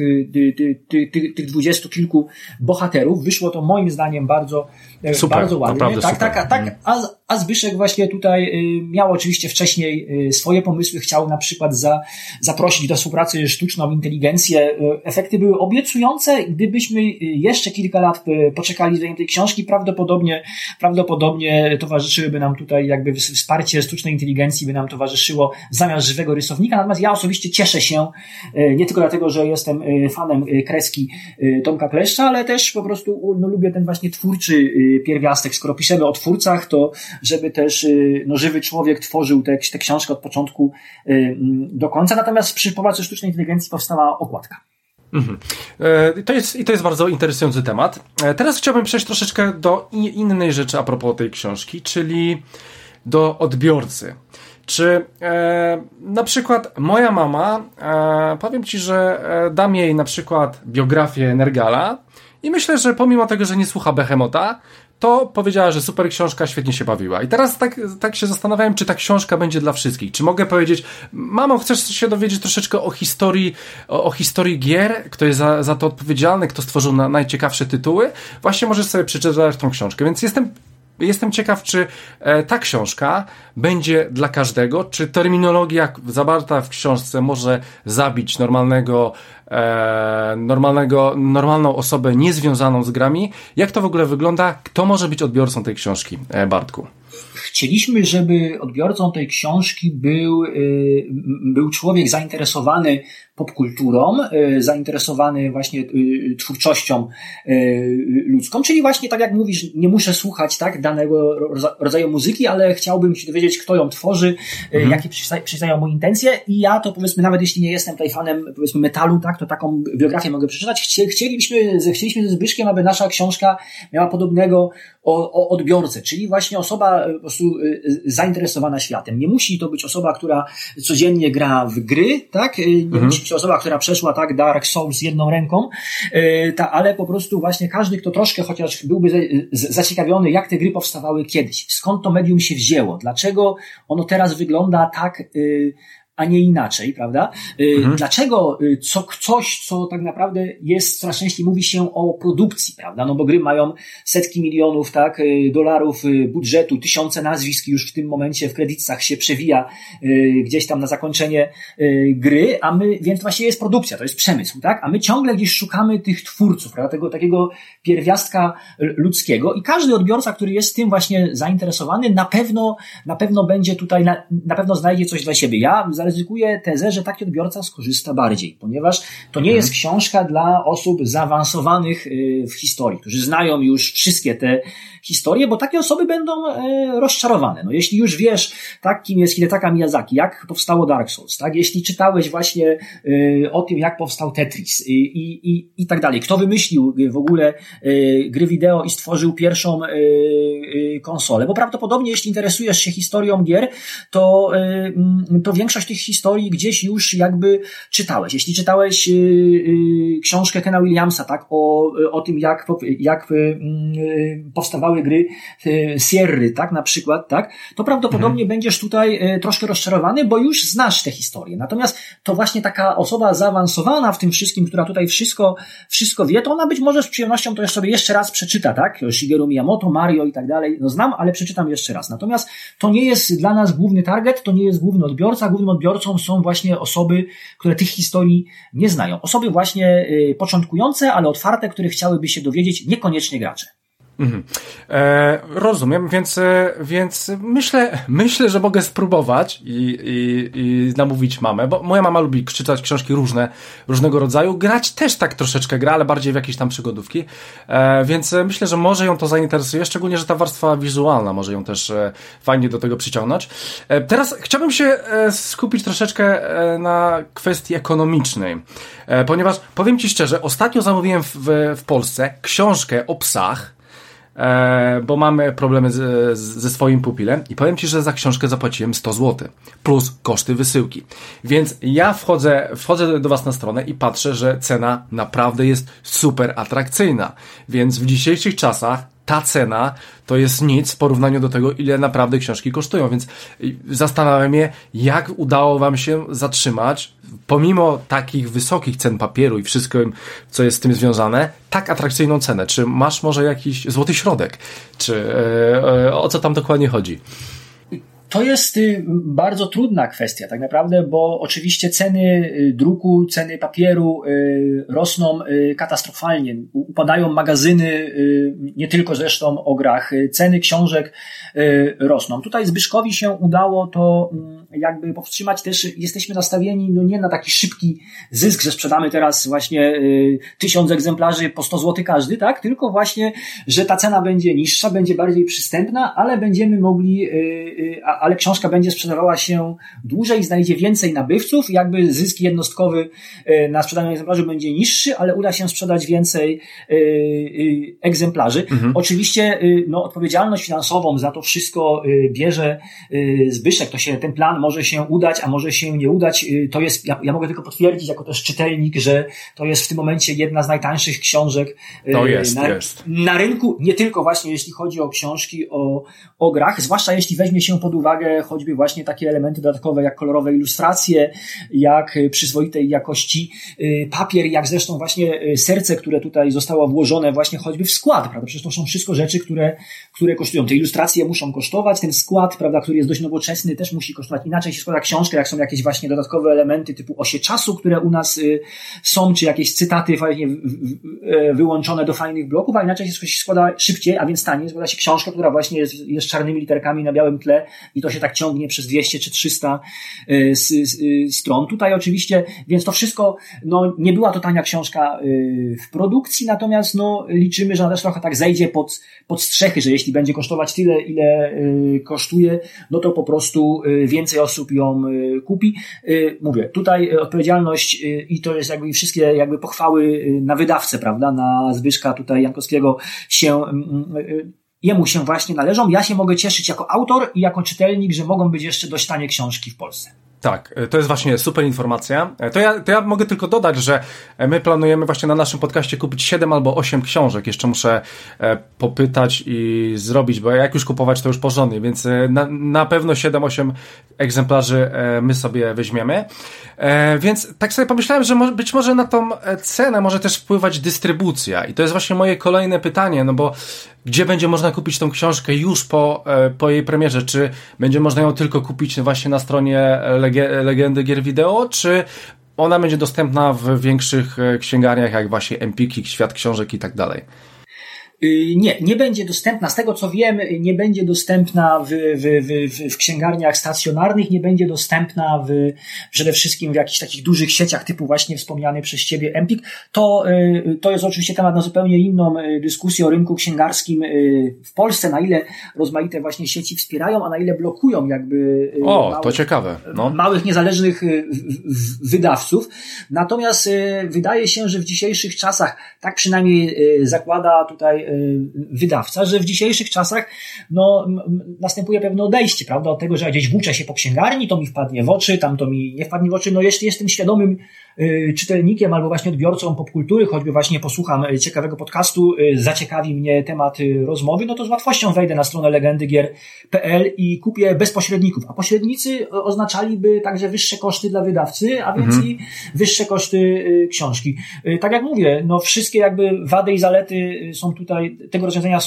Speaker 4: 20 kilku bohaterów. Wyszło to moim zdaniem bardzo ładnie. Tak. A Zbyszek właśnie tutaj miał oczywiście wcześniej swoje pomysły, chciał na przykład zaprosić do współpracy sztuczną inteligencję. Efekty były obiecujące. Gdybyśmy jeszcze kilka lat poczekali z wydaniem tej książki, prawdopodobnie towarzyszyłyby nam tutaj jakby wsparcie sztucznej inteligencji by nam towarzyszyło zamiast żywego rysownika. Natomiast ja osobiście cieszę się, nie tylko dlatego, że jestem fanem kreski Tomka Kleszcza, ale też po prostu lubię ten właśnie twórczy pierwiastek. Skoro piszemy o twórcach, to żeby też żywy człowiek tworzył tę książkę od początku do końca. Natomiast przy pomocy sztucznej inteligencji powstała okładka.
Speaker 1: To jest bardzo interesujący temat. Teraz chciałbym przejść troszeczkę do innej rzeczy a propos tej książki, czyli do odbiorcy. Czy na przykład moja mama, powiem Ci, że dam jej na przykład biografię Nergala i myślę, że pomimo tego, że nie słucha Behemota, to powiedziała, że super książka, świetnie się bawiła. I teraz tak się zastanawiałem, czy ta książka będzie dla wszystkich. Czy mogę powiedzieć, mamo, chcesz się dowiedzieć troszeczkę o historii gier? Kto jest za to odpowiedzialny? Kto stworzył najciekawsze tytuły? Właśnie możesz sobie przeczytać tą książkę. Więc jestem ciekaw, czy ta książka będzie dla każdego, czy terminologia zawarta w książce może zabić normalną osobę niezwiązaną z grami. Jak to w ogóle wygląda? Kto może być odbiorcą tej książki, Bartku?
Speaker 4: Chcieliśmy, żeby odbiorcą tej książki był człowiek zainteresowany popkulturą, zainteresowany właśnie twórczością ludzką, czyli właśnie tak jak mówisz, nie muszę słuchać tak danego rodzaju muzyki, ale chciałbym się dowiedzieć, kto ją tworzy, jakie przystają mu intencje i ja to powiedzmy, nawet jeśli nie jestem tutaj fanem powiedzmy metalu, tak, to taką biografię mogę przeczytać. Chcieliśmy ze Zbyszkiem, aby nasza książka miała podobnego odbiorcę, czyli właśnie osoba po prostu zainteresowana światem. Nie musi to być osoba, która codziennie gra w gry, tak? Nie musi być osoba, która przeszła tak Dark Souls jedną ręką, ale po prostu właśnie każdy, kto troszkę chociaż byłby zaciekawiony, jak te gry powstawały kiedyś, skąd to medium się wzięło, dlaczego ono teraz wygląda tak, a nie inaczej, prawda? Dlaczego coś, co tak naprawdę jest, coraz częściej mówi się o produkcji, prawda? No bo gry mają setki milionów, tak, dolarów budżetu, tysiące nazwisk już w tym momencie w kredytach się przewija gdzieś tam na zakończenie gry, więc właśnie jest produkcja, to jest przemysł, tak? A my ciągle gdzieś szukamy tych twórców, prawda? Tego takiego pierwiastka ludzkiego i każdy odbiorca, który jest tym właśnie zainteresowany, na pewno będzie tutaj, na pewno znajdzie coś dla siebie. Ja zaryzykuję tezę, że taki odbiorca skorzysta bardziej, ponieważ to nie jest książka dla osób zaawansowanych w historii, którzy znają już wszystkie te historie, bo takie osoby będą rozczarowane. No jeśli już wiesz, tak, kim jest Hidetaka Miyazaki, jak powstało Dark Souls, tak, jeśli czytałeś właśnie o tym, jak powstał Tetris i tak dalej, kto wymyślił w ogóle gry wideo i stworzył pierwszą konsolę, bo prawdopodobnie jeśli interesujesz się historią gier, to większość tych historii gdzieś już jakby czytałeś. Jeśli czytałeś książkę Kena Williamsa, tak, o tym, jak powstawały gry Sierry, tak, na przykład, tak, to prawdopodobnie będziesz tutaj troszkę rozczarowany, bo już znasz tę historię. Natomiast to właśnie taka osoba zaawansowana w tym wszystkim, która tutaj wszystko wie, to ona być może z przyjemnością to sobie jeszcze raz przeczyta, tak, Shigeru Miyamoto, Mario i tak dalej, no znam, ale przeczytam jeszcze raz. Natomiast to nie jest dla nas główny target, to nie jest główny odbiorca. Głównym odbiorcą są właśnie osoby, które tych historii nie znają. Osoby właśnie początkujące, ale otwarte, które chciałyby się dowiedzieć, niekoniecznie gracze.
Speaker 1: Rozumiem, więc myślę, że mogę spróbować i namówić mamę, bo moja mama lubi czytać książki różnego rodzaju, grać też tak troszeczkę gra, ale bardziej w jakieś tam przygodówki, więc myślę, że może ją to zainteresuje, szczególnie, że ta warstwa wizualna może ją też fajnie do tego przyciągnąć. Teraz chciałbym się skupić troszeczkę na kwestii ekonomicznej, ponieważ powiem Ci szczerze, ostatnio zamówiłem w Polsce książkę o psach, bo mamy problemy ze swoim pupilem i powiem Ci, że za książkę zapłaciłem 100 zł plus koszty wysyłki. Więc ja wchodzę do Was na stronę i patrzę, że cena naprawdę jest super atrakcyjna. Więc w dzisiejszych czasach ta cena to jest nic w porównaniu do tego, ile naprawdę książki kosztują, więc zastanawiam się, jak udało Wam się zatrzymać, pomimo takich wysokich cen papieru i wszystko, co jest z tym związane, tak atrakcyjną cenę. Czy masz może jakiś złoty środek? Czy o co tam dokładnie chodzi?
Speaker 4: To jest bardzo trudna kwestia tak naprawdę, bo oczywiście ceny druku, ceny papieru rosną katastrofalnie. Upadają magazyny, nie tylko zresztą o grach. Ceny książek rosną. Tutaj Zbyszkowi się udało to jakby powstrzymać. Też jesteśmy nastawieni nie na taki szybki zysk, że sprzedamy teraz właśnie 1000 egzemplarzy po 100 zł każdy, tak? Tylko właśnie, że ta cena będzie niższa, będzie bardziej przystępna, ale będziemy mogli ale książka będzie sprzedawała się dłużej, znajdzie więcej nabywców, jakby zysk jednostkowy na sprzedaniu egzemplarzy będzie niższy, ale uda się sprzedać więcej egzemplarzy. Oczywiście odpowiedzialność finansową za to wszystko bierze Zbyszek. Ten plan może się udać, a może się nie udać. To jest, ja mogę tylko potwierdzić jako też czytelnik, że to jest w tym momencie jedna z najtańszych książek na rynku, nie tylko właśnie jeśli chodzi o książki o grach, zwłaszcza jeśli weźmie się pod uwagę choćby właśnie takie elementy dodatkowe jak kolorowe ilustracje, jak przyzwoitej jakości papier, jak zresztą właśnie serce, które tutaj zostało włożone właśnie choćby w skład, prawda? Przecież to są wszystko rzeczy, które kosztują. Te ilustracje muszą kosztować, ten skład, prawda, który jest dość nowoczesny, też musi kosztować. Inaczej się składa książkę, jak są jakieś właśnie dodatkowe elementy typu osie czasu, które u nas są, czy jakieś cytaty fajnie wyłączone do fajnych bloków, a inaczej się składa szybciej, a więc taniej. Składa się książka, która właśnie jest czarnymi literkami na białym tle i to się tak ciągnie przez 200 czy 300 stron. Tutaj oczywiście, więc to wszystko, nie była to tania książka w produkcji, natomiast liczymy, że ona też trochę tak zejdzie pod strzechy, że jeśli będzie kosztować tyle, ile kosztuje, to po prostu więcej osób ją kupi. Mówię, tutaj odpowiedzialność i to jest jakby wszystkie jakby pochwały na wydawcę, prawda, na Zbyszka tutaj Jankowskiego się jemu się właśnie należą. Ja się mogę cieszyć jako autor i jako czytelnik, że mogą być jeszcze dość tanie książki w Polsce.
Speaker 1: Tak, to jest właśnie super informacja. To ja mogę tylko dodać, że my planujemy właśnie na naszym podcaście kupić 7 albo 8 książek. Jeszcze muszę popytać i zrobić, bo jak już kupować, to już porządnie, więc na pewno 7-8 egzemplarzy my sobie weźmiemy. Więc tak sobie pomyślałem, że być może na tą cenę może też wpływać dystrybucja. I to jest właśnie moje kolejne pytanie, no bo gdzie będzie można kupić tą książkę już po jej premierze? Czy będzie można ją tylko kupić właśnie na stronie Legendy Gier Wideo, czy ona będzie dostępna w większych księgarniach, jak właśnie Empiki, Świat Książek i tak dalej?
Speaker 4: Nie będzie dostępna, z tego co wiem, nie będzie dostępna w księgarniach stacjonarnych, nie będzie dostępna przede wszystkim w jakichś takich dużych sieciach typu właśnie wspomniany przez Ciebie Empik. To jest oczywiście temat na zupełnie inną dyskusję o rynku księgarskim w Polsce, na ile rozmaite właśnie sieci wspierają, a na ile blokują jakby
Speaker 1: to ciekawe. No.
Speaker 4: Małych, niezależnych wydawców. Natomiast wydaje się, że w dzisiejszych czasach, tak przynajmniej zakłada tutaj wydawca, że w dzisiejszych czasach następuje pewne odejście, prawda, od tego, że ja gdzieś włóczę się po księgarni, to mi wpadnie w oczy, tam to mi nie wpadnie w oczy. Jeśli jestem świadomym czytelnikiem albo właśnie odbiorcą popkultury, choćby właśnie posłucham ciekawego podcastu, zaciekawi mnie temat rozmowy, to z łatwością wejdę na stronę legendygier.pl i kupię bez pośredników. A pośrednicy oznaczaliby także wyższe koszty dla wydawcy, a więc i wyższe koszty książki. Tak jak mówię, wszystkie jakby wady i zalety są tutaj, tego rozwiązania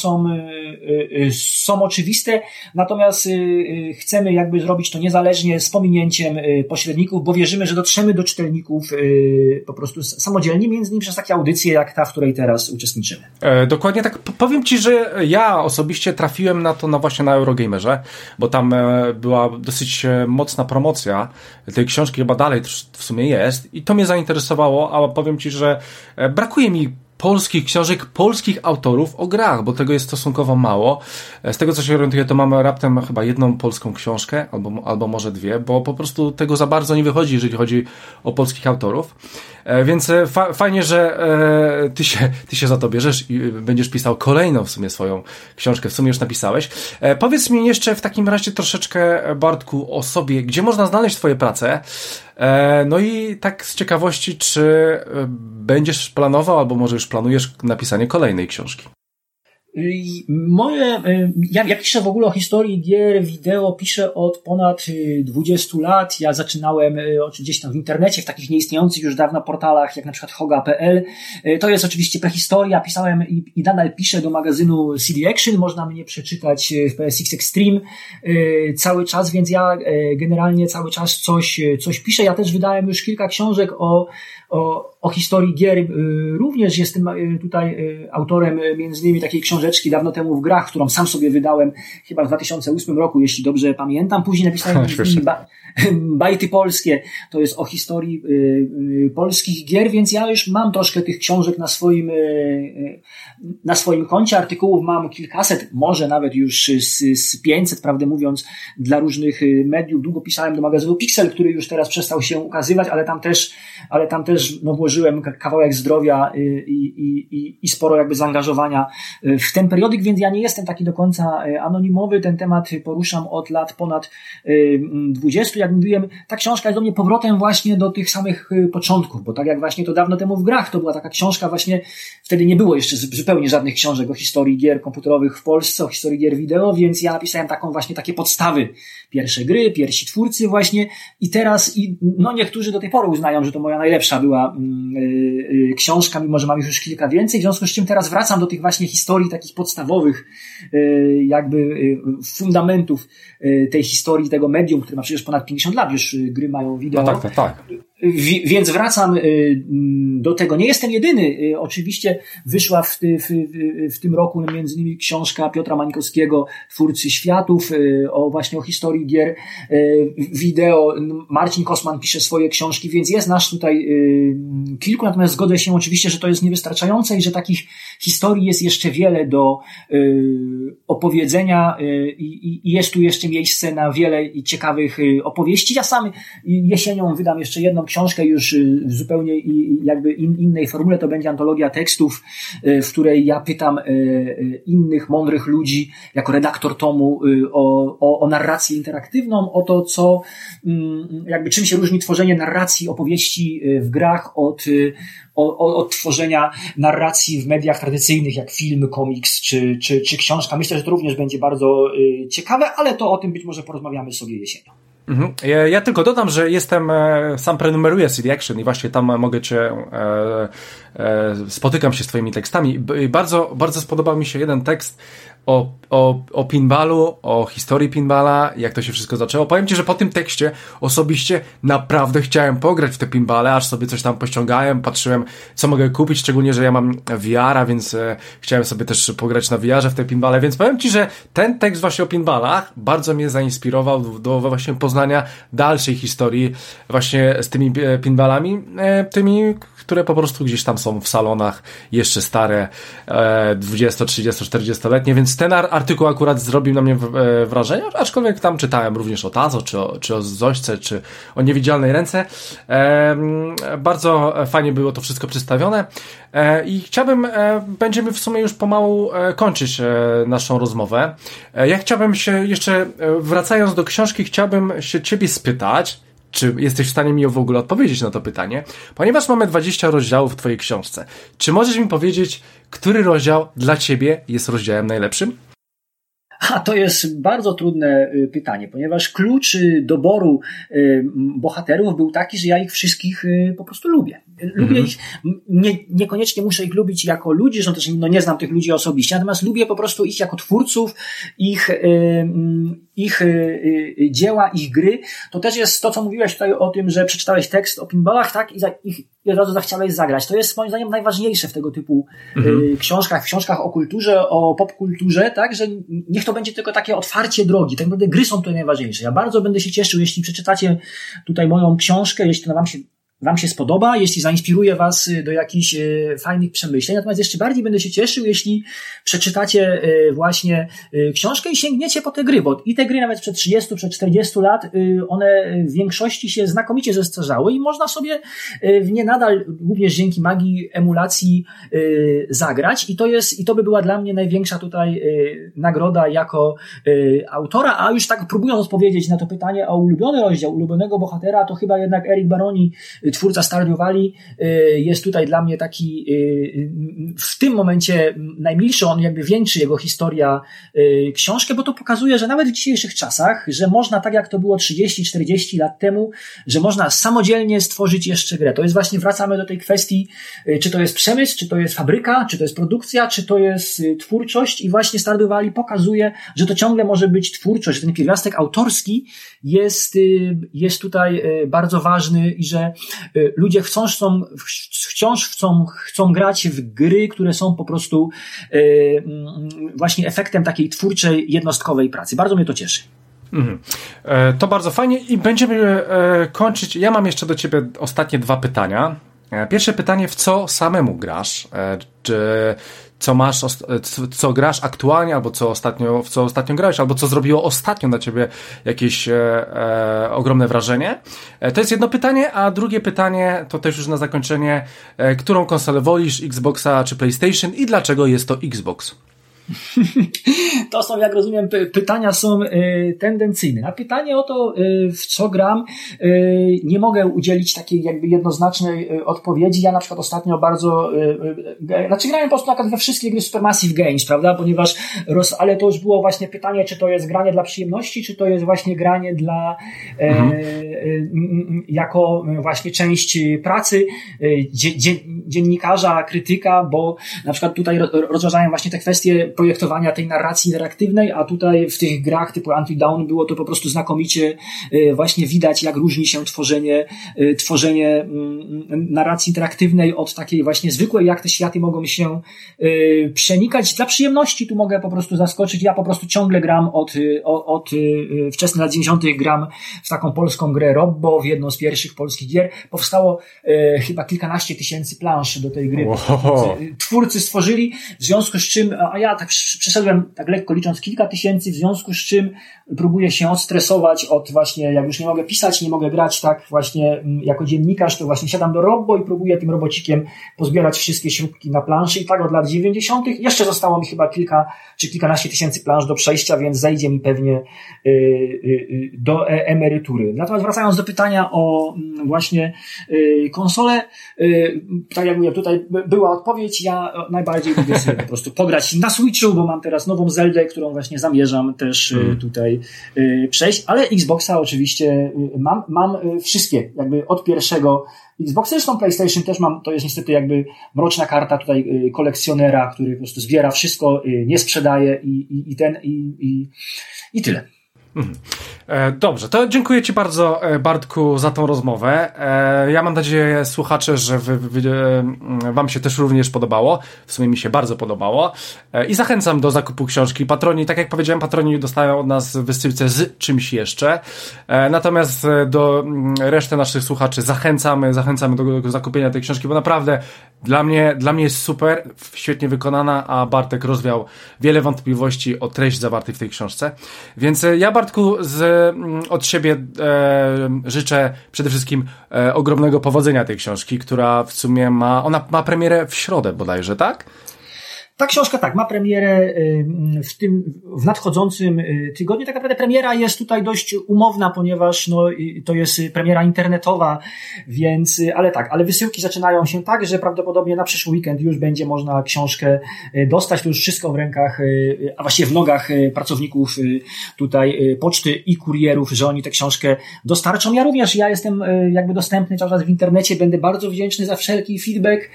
Speaker 4: są oczywiste, natomiast chcemy jakby zrobić to niezależnie z pominięciem pośredników, bo wierzymy, że dotrzemy do czytelników po prostu samodzielnie, między innymi przez takie audycje jak ta, w której teraz uczestniczymy.
Speaker 1: Dokładnie tak. Powiem Ci, że ja osobiście trafiłem na to właśnie na Eurogamerze, bo tam była dosyć mocna promocja tej książki, chyba dalej w sumie jest i to mnie zainteresowało, a powiem Ci, że brakuje mi polskich książek, polskich autorów o grach, bo tego jest stosunkowo mało. Z tego, co się orientuję, to mamy raptem chyba jedną polską książkę, albo może dwie, bo po prostu tego za bardzo nie wychodzi, jeżeli chodzi o polskich autorów. Więc fajnie, że ty się za to bierzesz i będziesz pisał kolejną w sumie swoją książkę. W sumie już napisałeś. Powiedz mi jeszcze w takim razie troszeczkę, Bartku, o sobie, gdzie można znaleźć twoje prace. No i tak z ciekawości, czy będziesz planował, albo może już planujesz napisanie kolejnej książki?
Speaker 4: Ja piszę w ogóle o historii gier wideo, piszę od ponad 20 lat. Ja zaczynałem gdzieś tam w internecie, w takich nieistniejących już dawno portalach, jak na przykład hoga.pl. To jest oczywiście prehistoria. Pisałem i nadal piszę do magazynu CD Action. Można mnie przeczytać w PSX Extreme cały czas, więc ja generalnie cały czas coś piszę. Ja też wydałem już kilka książek o historii gier. Również jestem tutaj autorem między innymi takiej książeczki Dawno temu w grach, którą sam sobie wydałem chyba w 2008 roku, jeśli dobrze pamiętam. Później napisałem Bajty polskie. To jest o historii polskich gier, więc ja już mam troszkę tych książek na swoim koncie. Artykułów mam kilkaset, może nawet już z 500, prawdę mówiąc, dla różnych mediów. Długo pisałem do magazynu Pixel, który już teraz przestał się ukazywać, ale tam też włożyłem kawałek zdrowia i sporo jakby zaangażowania w ten periodyk, więc ja nie jestem taki do końca anonimowy. Ten temat poruszam od lat ponad 20. Jak mówiłem, ta książka jest do mnie powrotem właśnie do tych samych początków, bo tak jak właśnie to Dawno temu w grach, to była taka książka właśnie, wtedy nie było jeszcze zupełnie żadnych książek o historii gier komputerowych w Polsce, o historii gier wideo, więc ja napisałem takie podstawy, pierwsze gry, pierwsi twórcy właśnie i teraz niektórzy do tej pory uznają, że to moja najlepsza była książka, mimo że mam już kilka więcej, w związku z czym teraz wracam do tych właśnie historii takich podstawowych jakby fundamentów tej historii, tego medium, które ma przecież ponad 50 lat, już gry mają wideo.
Speaker 1: No tak.
Speaker 4: Więc wracam do tego. Nie jestem jedyny. Oczywiście wyszła w tym roku między innymi książka Piotra Mańkowskiego, twórcy Światów, właśnie o historii gier wideo. Marcin Kosman pisze swoje książki, więc jest nas tutaj kilku, natomiast zgodzę się oczywiście, że to jest niewystarczające i że takich historii jest jeszcze wiele do opowiedzenia i jest tu jeszcze miejsce na wiele ciekawych opowieści. Ja sam jesienią wydam jeszcze jedną książkę już w zupełnie jakby innej formule. To będzie antologia tekstów, w której ja pytam innych mądrych ludzi jako redaktor tomu o narrację interaktywną, o to, co jakby czym się różni tworzenie narracji opowieści w grach od tworzenia narracji w mediach tradycyjnych, jak film, komiks czy książka. Myślę, że to również będzie bardzo ciekawe, ale to o tym być może porozmawiamy sobie jesienią.
Speaker 1: Ja tylko dodam, że sam prenumeruję CD Action i właśnie tam mogę spotykam się z twoimi tekstami. Bardzo, bardzo spodobał mi się jeden tekst o pinballu, o historii pinballa, jak to się wszystko zaczęło. Powiem ci, że po tym tekście osobiście naprawdę chciałem pograć w te pinballe, aż sobie coś tam pościągałem, patrzyłem, co mogę kupić, szczególnie, że ja mam VR-a, więc chciałem sobie też pograć na VR-ze w te pinballe, więc powiem ci, że ten tekst właśnie o pinballach bardzo mnie zainspirował do właśnie poznania dalszej historii właśnie z tymi pinballami, tymi, które po prostu gdzieś tam są w salonach, jeszcze stare, 20, 30, 40-letnie, więc ten artykuł akurat zrobił na mnie wrażenie, aczkolwiek tam czytałem również o Tazo, czy o Zośce, czy o Niewidzialnej Ręce. Bardzo fajnie było to wszystko przedstawione i będziemy w sumie już pomału kończyć naszą rozmowę. Ja chciałbym się jeszcze, wracając do książki, chciałbym się ciebie spytać, czy jesteś w stanie mi w ogóle odpowiedzieć na to pytanie, ponieważ mamy 20 rozdziałów w twojej książce. Czy możesz mi powiedzieć, który rozdział dla ciebie jest rozdziałem najlepszym?
Speaker 4: To jest bardzo trudne pytanie, ponieważ klucz doboru bohaterów był taki, że ja ich wszystkich po prostu lubię. Lubię ich, niekoniecznie muszę ich lubić jako ludzi, że też nie znam tych ludzi osobiście, natomiast lubię po prostu ich jako twórców, ich dzieła, ich gry. To też jest to, co mówiłeś tutaj o tym, że przeczytałeś tekst o pinballach, tak? I od razu zachciałeś zagrać. To jest moim zdaniem najważniejsze w tego typu książkach o kulturze, o popkulturze, tak? Że niech to będzie tylko takie otwarcie drogi. Tak naprawdę gry są tutaj najważniejsze. Ja bardzo będę się cieszył, jeśli przeczytacie tutaj moją książkę, jeśli to wam się spodoba, jeśli zainspiruje was do jakichś fajnych przemyśleń. Natomiast jeszcze bardziej będę się cieszył, jeśli przeczytacie właśnie książkę i sięgniecie po te gry, bo i te gry nawet przed 30, przed 40 lat, one w większości się znakomicie zestarzały i można sobie w nie nadal, również dzięki magii emulacji, zagrać. I to by była dla mnie największa tutaj nagroda jako autora. A już tak próbując odpowiedzieć na to pytanie o ulubiony rozdział, ulubionego bohatera, to chyba jednak Eric Baroni, twórca Stardew Valley, jest tutaj dla mnie taki w tym momencie najmilszy, on jakby wieńczy jego historia książkę, bo to pokazuje, że nawet w dzisiejszych czasach, że można, tak jak to było 30-40 lat temu, że można samodzielnie stworzyć jeszcze grę. To jest właśnie, wracamy do tej kwestii, czy to jest przemysł, czy to jest fabryka, czy to jest produkcja, czy to jest twórczość i właśnie Stardew Valley pokazuje, że to ciągle może być twórczość, że ten pierwiastek autorski jest tutaj bardzo ważny i że ludzie wciąż chcą grać w gry, które są po prostu właśnie efektem takiej twórczej, jednostkowej pracy. Bardzo mnie to cieszy.
Speaker 1: To bardzo fajnie i będziemy kończyć. Ja mam jeszcze do ciebie ostatnie 2 pytania. Pierwsze pytanie, w co samemu grasz? Co grasz aktualnie, albo w co ostatnio grałeś, albo co zrobiło ostatnio na ciebie jakieś ogromne wrażenie. To jest jedno pytanie, a drugie pytanie to też już na zakończenie, którą konsolę wolisz, Xboxa czy PlayStation i dlaczego jest to Xbox?
Speaker 4: To są, jak rozumiem, pytania są tendencyjne. Na pytanie o to, w co gram, nie mogę udzielić takiej jakby jednoznacznej odpowiedzi. Ja na przykład ostatnio bardzo, grałem po prostu we wszystkie gry Supermassive Games, prawda, ponieważ, ale to już było właśnie pytanie, czy to jest granie dla przyjemności, czy to jest właśnie granie dla, jako właśnie część pracy dziennikarza, krytyka, bo na przykład tutaj rozważałem właśnie te kwestie projektowania tej narracji interaktywnej, a tutaj w tych grach typu Until Dawn było to po prostu znakomicie właśnie widać, jak różni się tworzenie narracji interaktywnej od takiej właśnie zwykłej, jak te światy mogą się przenikać. Dla przyjemności tu mogę po prostu zaskoczyć. Ja po prostu ciągle gram od wczesnych lat 90. gram w taką polską grę Robbo, w jedną z pierwszych polskich gier. Powstało chyba kilkanaście tysięcy plansz do tej gry.
Speaker 1: Wow.
Speaker 4: Twórcy stworzyli, w związku z czym, a ja tak przeszedłem tak lekko licząc kilka tysięcy, w związku z czym próbuję się odstresować od właśnie, jak już nie mogę pisać, nie mogę grać tak właśnie jako dziennikarz, to właśnie siadam do Robbo i próbuję tym robocikiem pozbierać wszystkie śrubki na planszy i tak od lat 90. Jeszcze zostało mi chyba kilkanaście tysięcy plansz do przejścia, więc zejdzie mi pewnie do emerytury. Natomiast wracając do pytania o właśnie konsolę, tak jak mówię, tutaj była odpowiedź, ja najbardziej lubię sobie po prostu pograć na Switchu, bo mam teraz nową Zeldę, którą właśnie zamierzam też tutaj przejść, ale Xboxa oczywiście mam wszystkie, jakby od pierwszego Xboxa, zresztą PlayStation też mam, to jest niestety jakby mroczna karta tutaj kolekcjonera, który po prostu zbiera wszystko, nie sprzedaje i tyle.
Speaker 1: Dobrze, to dziękuję Ci bardzo, Bartku, za tą rozmowę. Ja mam nadzieję, słuchacze, że Wam się też również podobało. W sumie mi się bardzo podobało. I zachęcam do zakupu książki. Patroni, tak jak powiedziałem, patroni dostają od nas wysyłce z czymś jeszcze. Natomiast do reszty naszych słuchaczy zachęcamy do zakupienia tej książki, bo naprawdę dla mnie jest super, świetnie wykonana, a Bartek rozwiał wiele wątpliwości o treść zawartej w tej książce. Więc ja, Bartku, od siebie życzę przede wszystkim ogromnego powodzenia tej książki, która w sumie ma premierę w środę bodajże, tak?
Speaker 4: Ta książka tak, ma premierę w nadchodzącym tygodniu. Tak naprawdę premiera jest tutaj dość umowna, ponieważ to jest premiera internetowa, więc, ale wysyłki zaczynają się tak, że prawdopodobnie na przyszły weekend już będzie można książkę dostać. To już wszystko w rękach, a właściwie w nogach pracowników tutaj poczty i kurierów, że oni tę książkę dostarczą. Ja jestem jakby dostępny cały czas w internecie, będę bardzo wdzięczny za wszelki feedback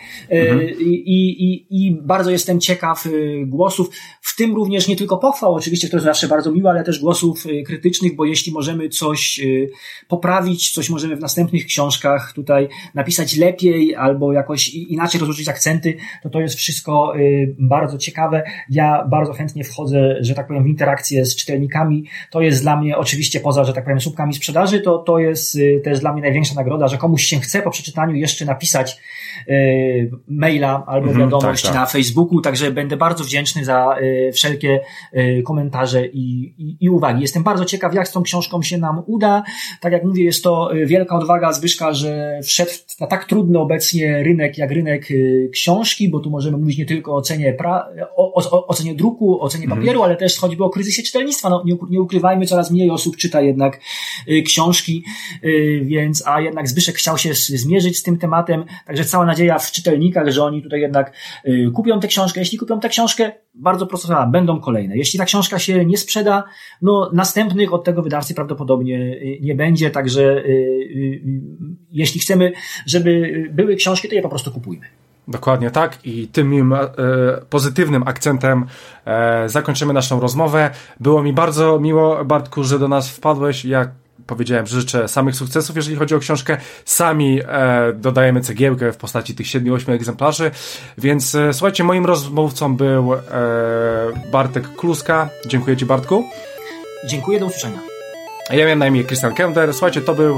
Speaker 4: i bardzo jestem ciekaw głosów, w tym również nie tylko pochwał, oczywiście to jest zawsze bardzo miłe, ale też głosów krytycznych, bo jeśli możemy coś poprawić, coś możemy w następnych książkach tutaj napisać lepiej albo jakoś inaczej rozłożyć akcenty, to jest wszystko bardzo ciekawe. Ja bardzo chętnie wchodzę, że tak powiem, w interakcję z czytelnikami. To jest dla mnie oczywiście poza, że tak powiem, słupkami sprzedaży, to jest też dla mnie największa nagroda, że komuś się chce po przeczytaniu jeszcze napisać maila albo wiadomość na Facebooku, także będę bardzo wdzięczny za wszelkie komentarze i uwagi. Jestem bardzo ciekaw, jak z tą książką się nam uda. Tak jak mówię, jest to wielka odwaga Zbyszka, że wszedł na tak trudny obecnie rynek, jak rynek książki, bo tu możemy mówić nie tylko o ocenie druku, o cenie papieru, ale też choćby o kryzysie czytelnictwa. Nie ukrywajmy, coraz mniej osób czyta jednak książki, a jednak Zbyszek chciał się zmierzyć z tym tematem, także cała nadzieja w czytelnikach, że oni tutaj jednak kupią tę książkę. Jeśli kupią tę książkę, bardzo prosto, będą kolejne. Jeśli ta książka się nie sprzeda, następnych od tego wydawcy prawdopodobnie nie będzie, także jeśli chcemy, żeby były książki, to je po prostu kupujmy.
Speaker 1: Dokładnie tak i tym pozytywnym akcentem zakończymy naszą rozmowę. Było mi bardzo miło, Bartku, że do nas wpadłeś. Jak powiedziałem, że życzę samych sukcesów, jeżeli chodzi o książkę. Sami dodajemy cegiełkę w postaci tych 7-8 egzemplarzy. Więc słuchajcie, moim rozmówcą był Bartek Kluska. Dziękuję Ci, Bartku.
Speaker 4: Dziękuję, do usłyszenia.
Speaker 1: Ja miałem na imię Krystian Kender. Słuchajcie, to był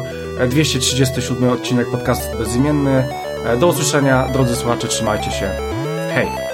Speaker 1: 237 odcinek podcastu Bezimienny. Do usłyszenia, drodzy słuchacze, trzymajcie się. Hej!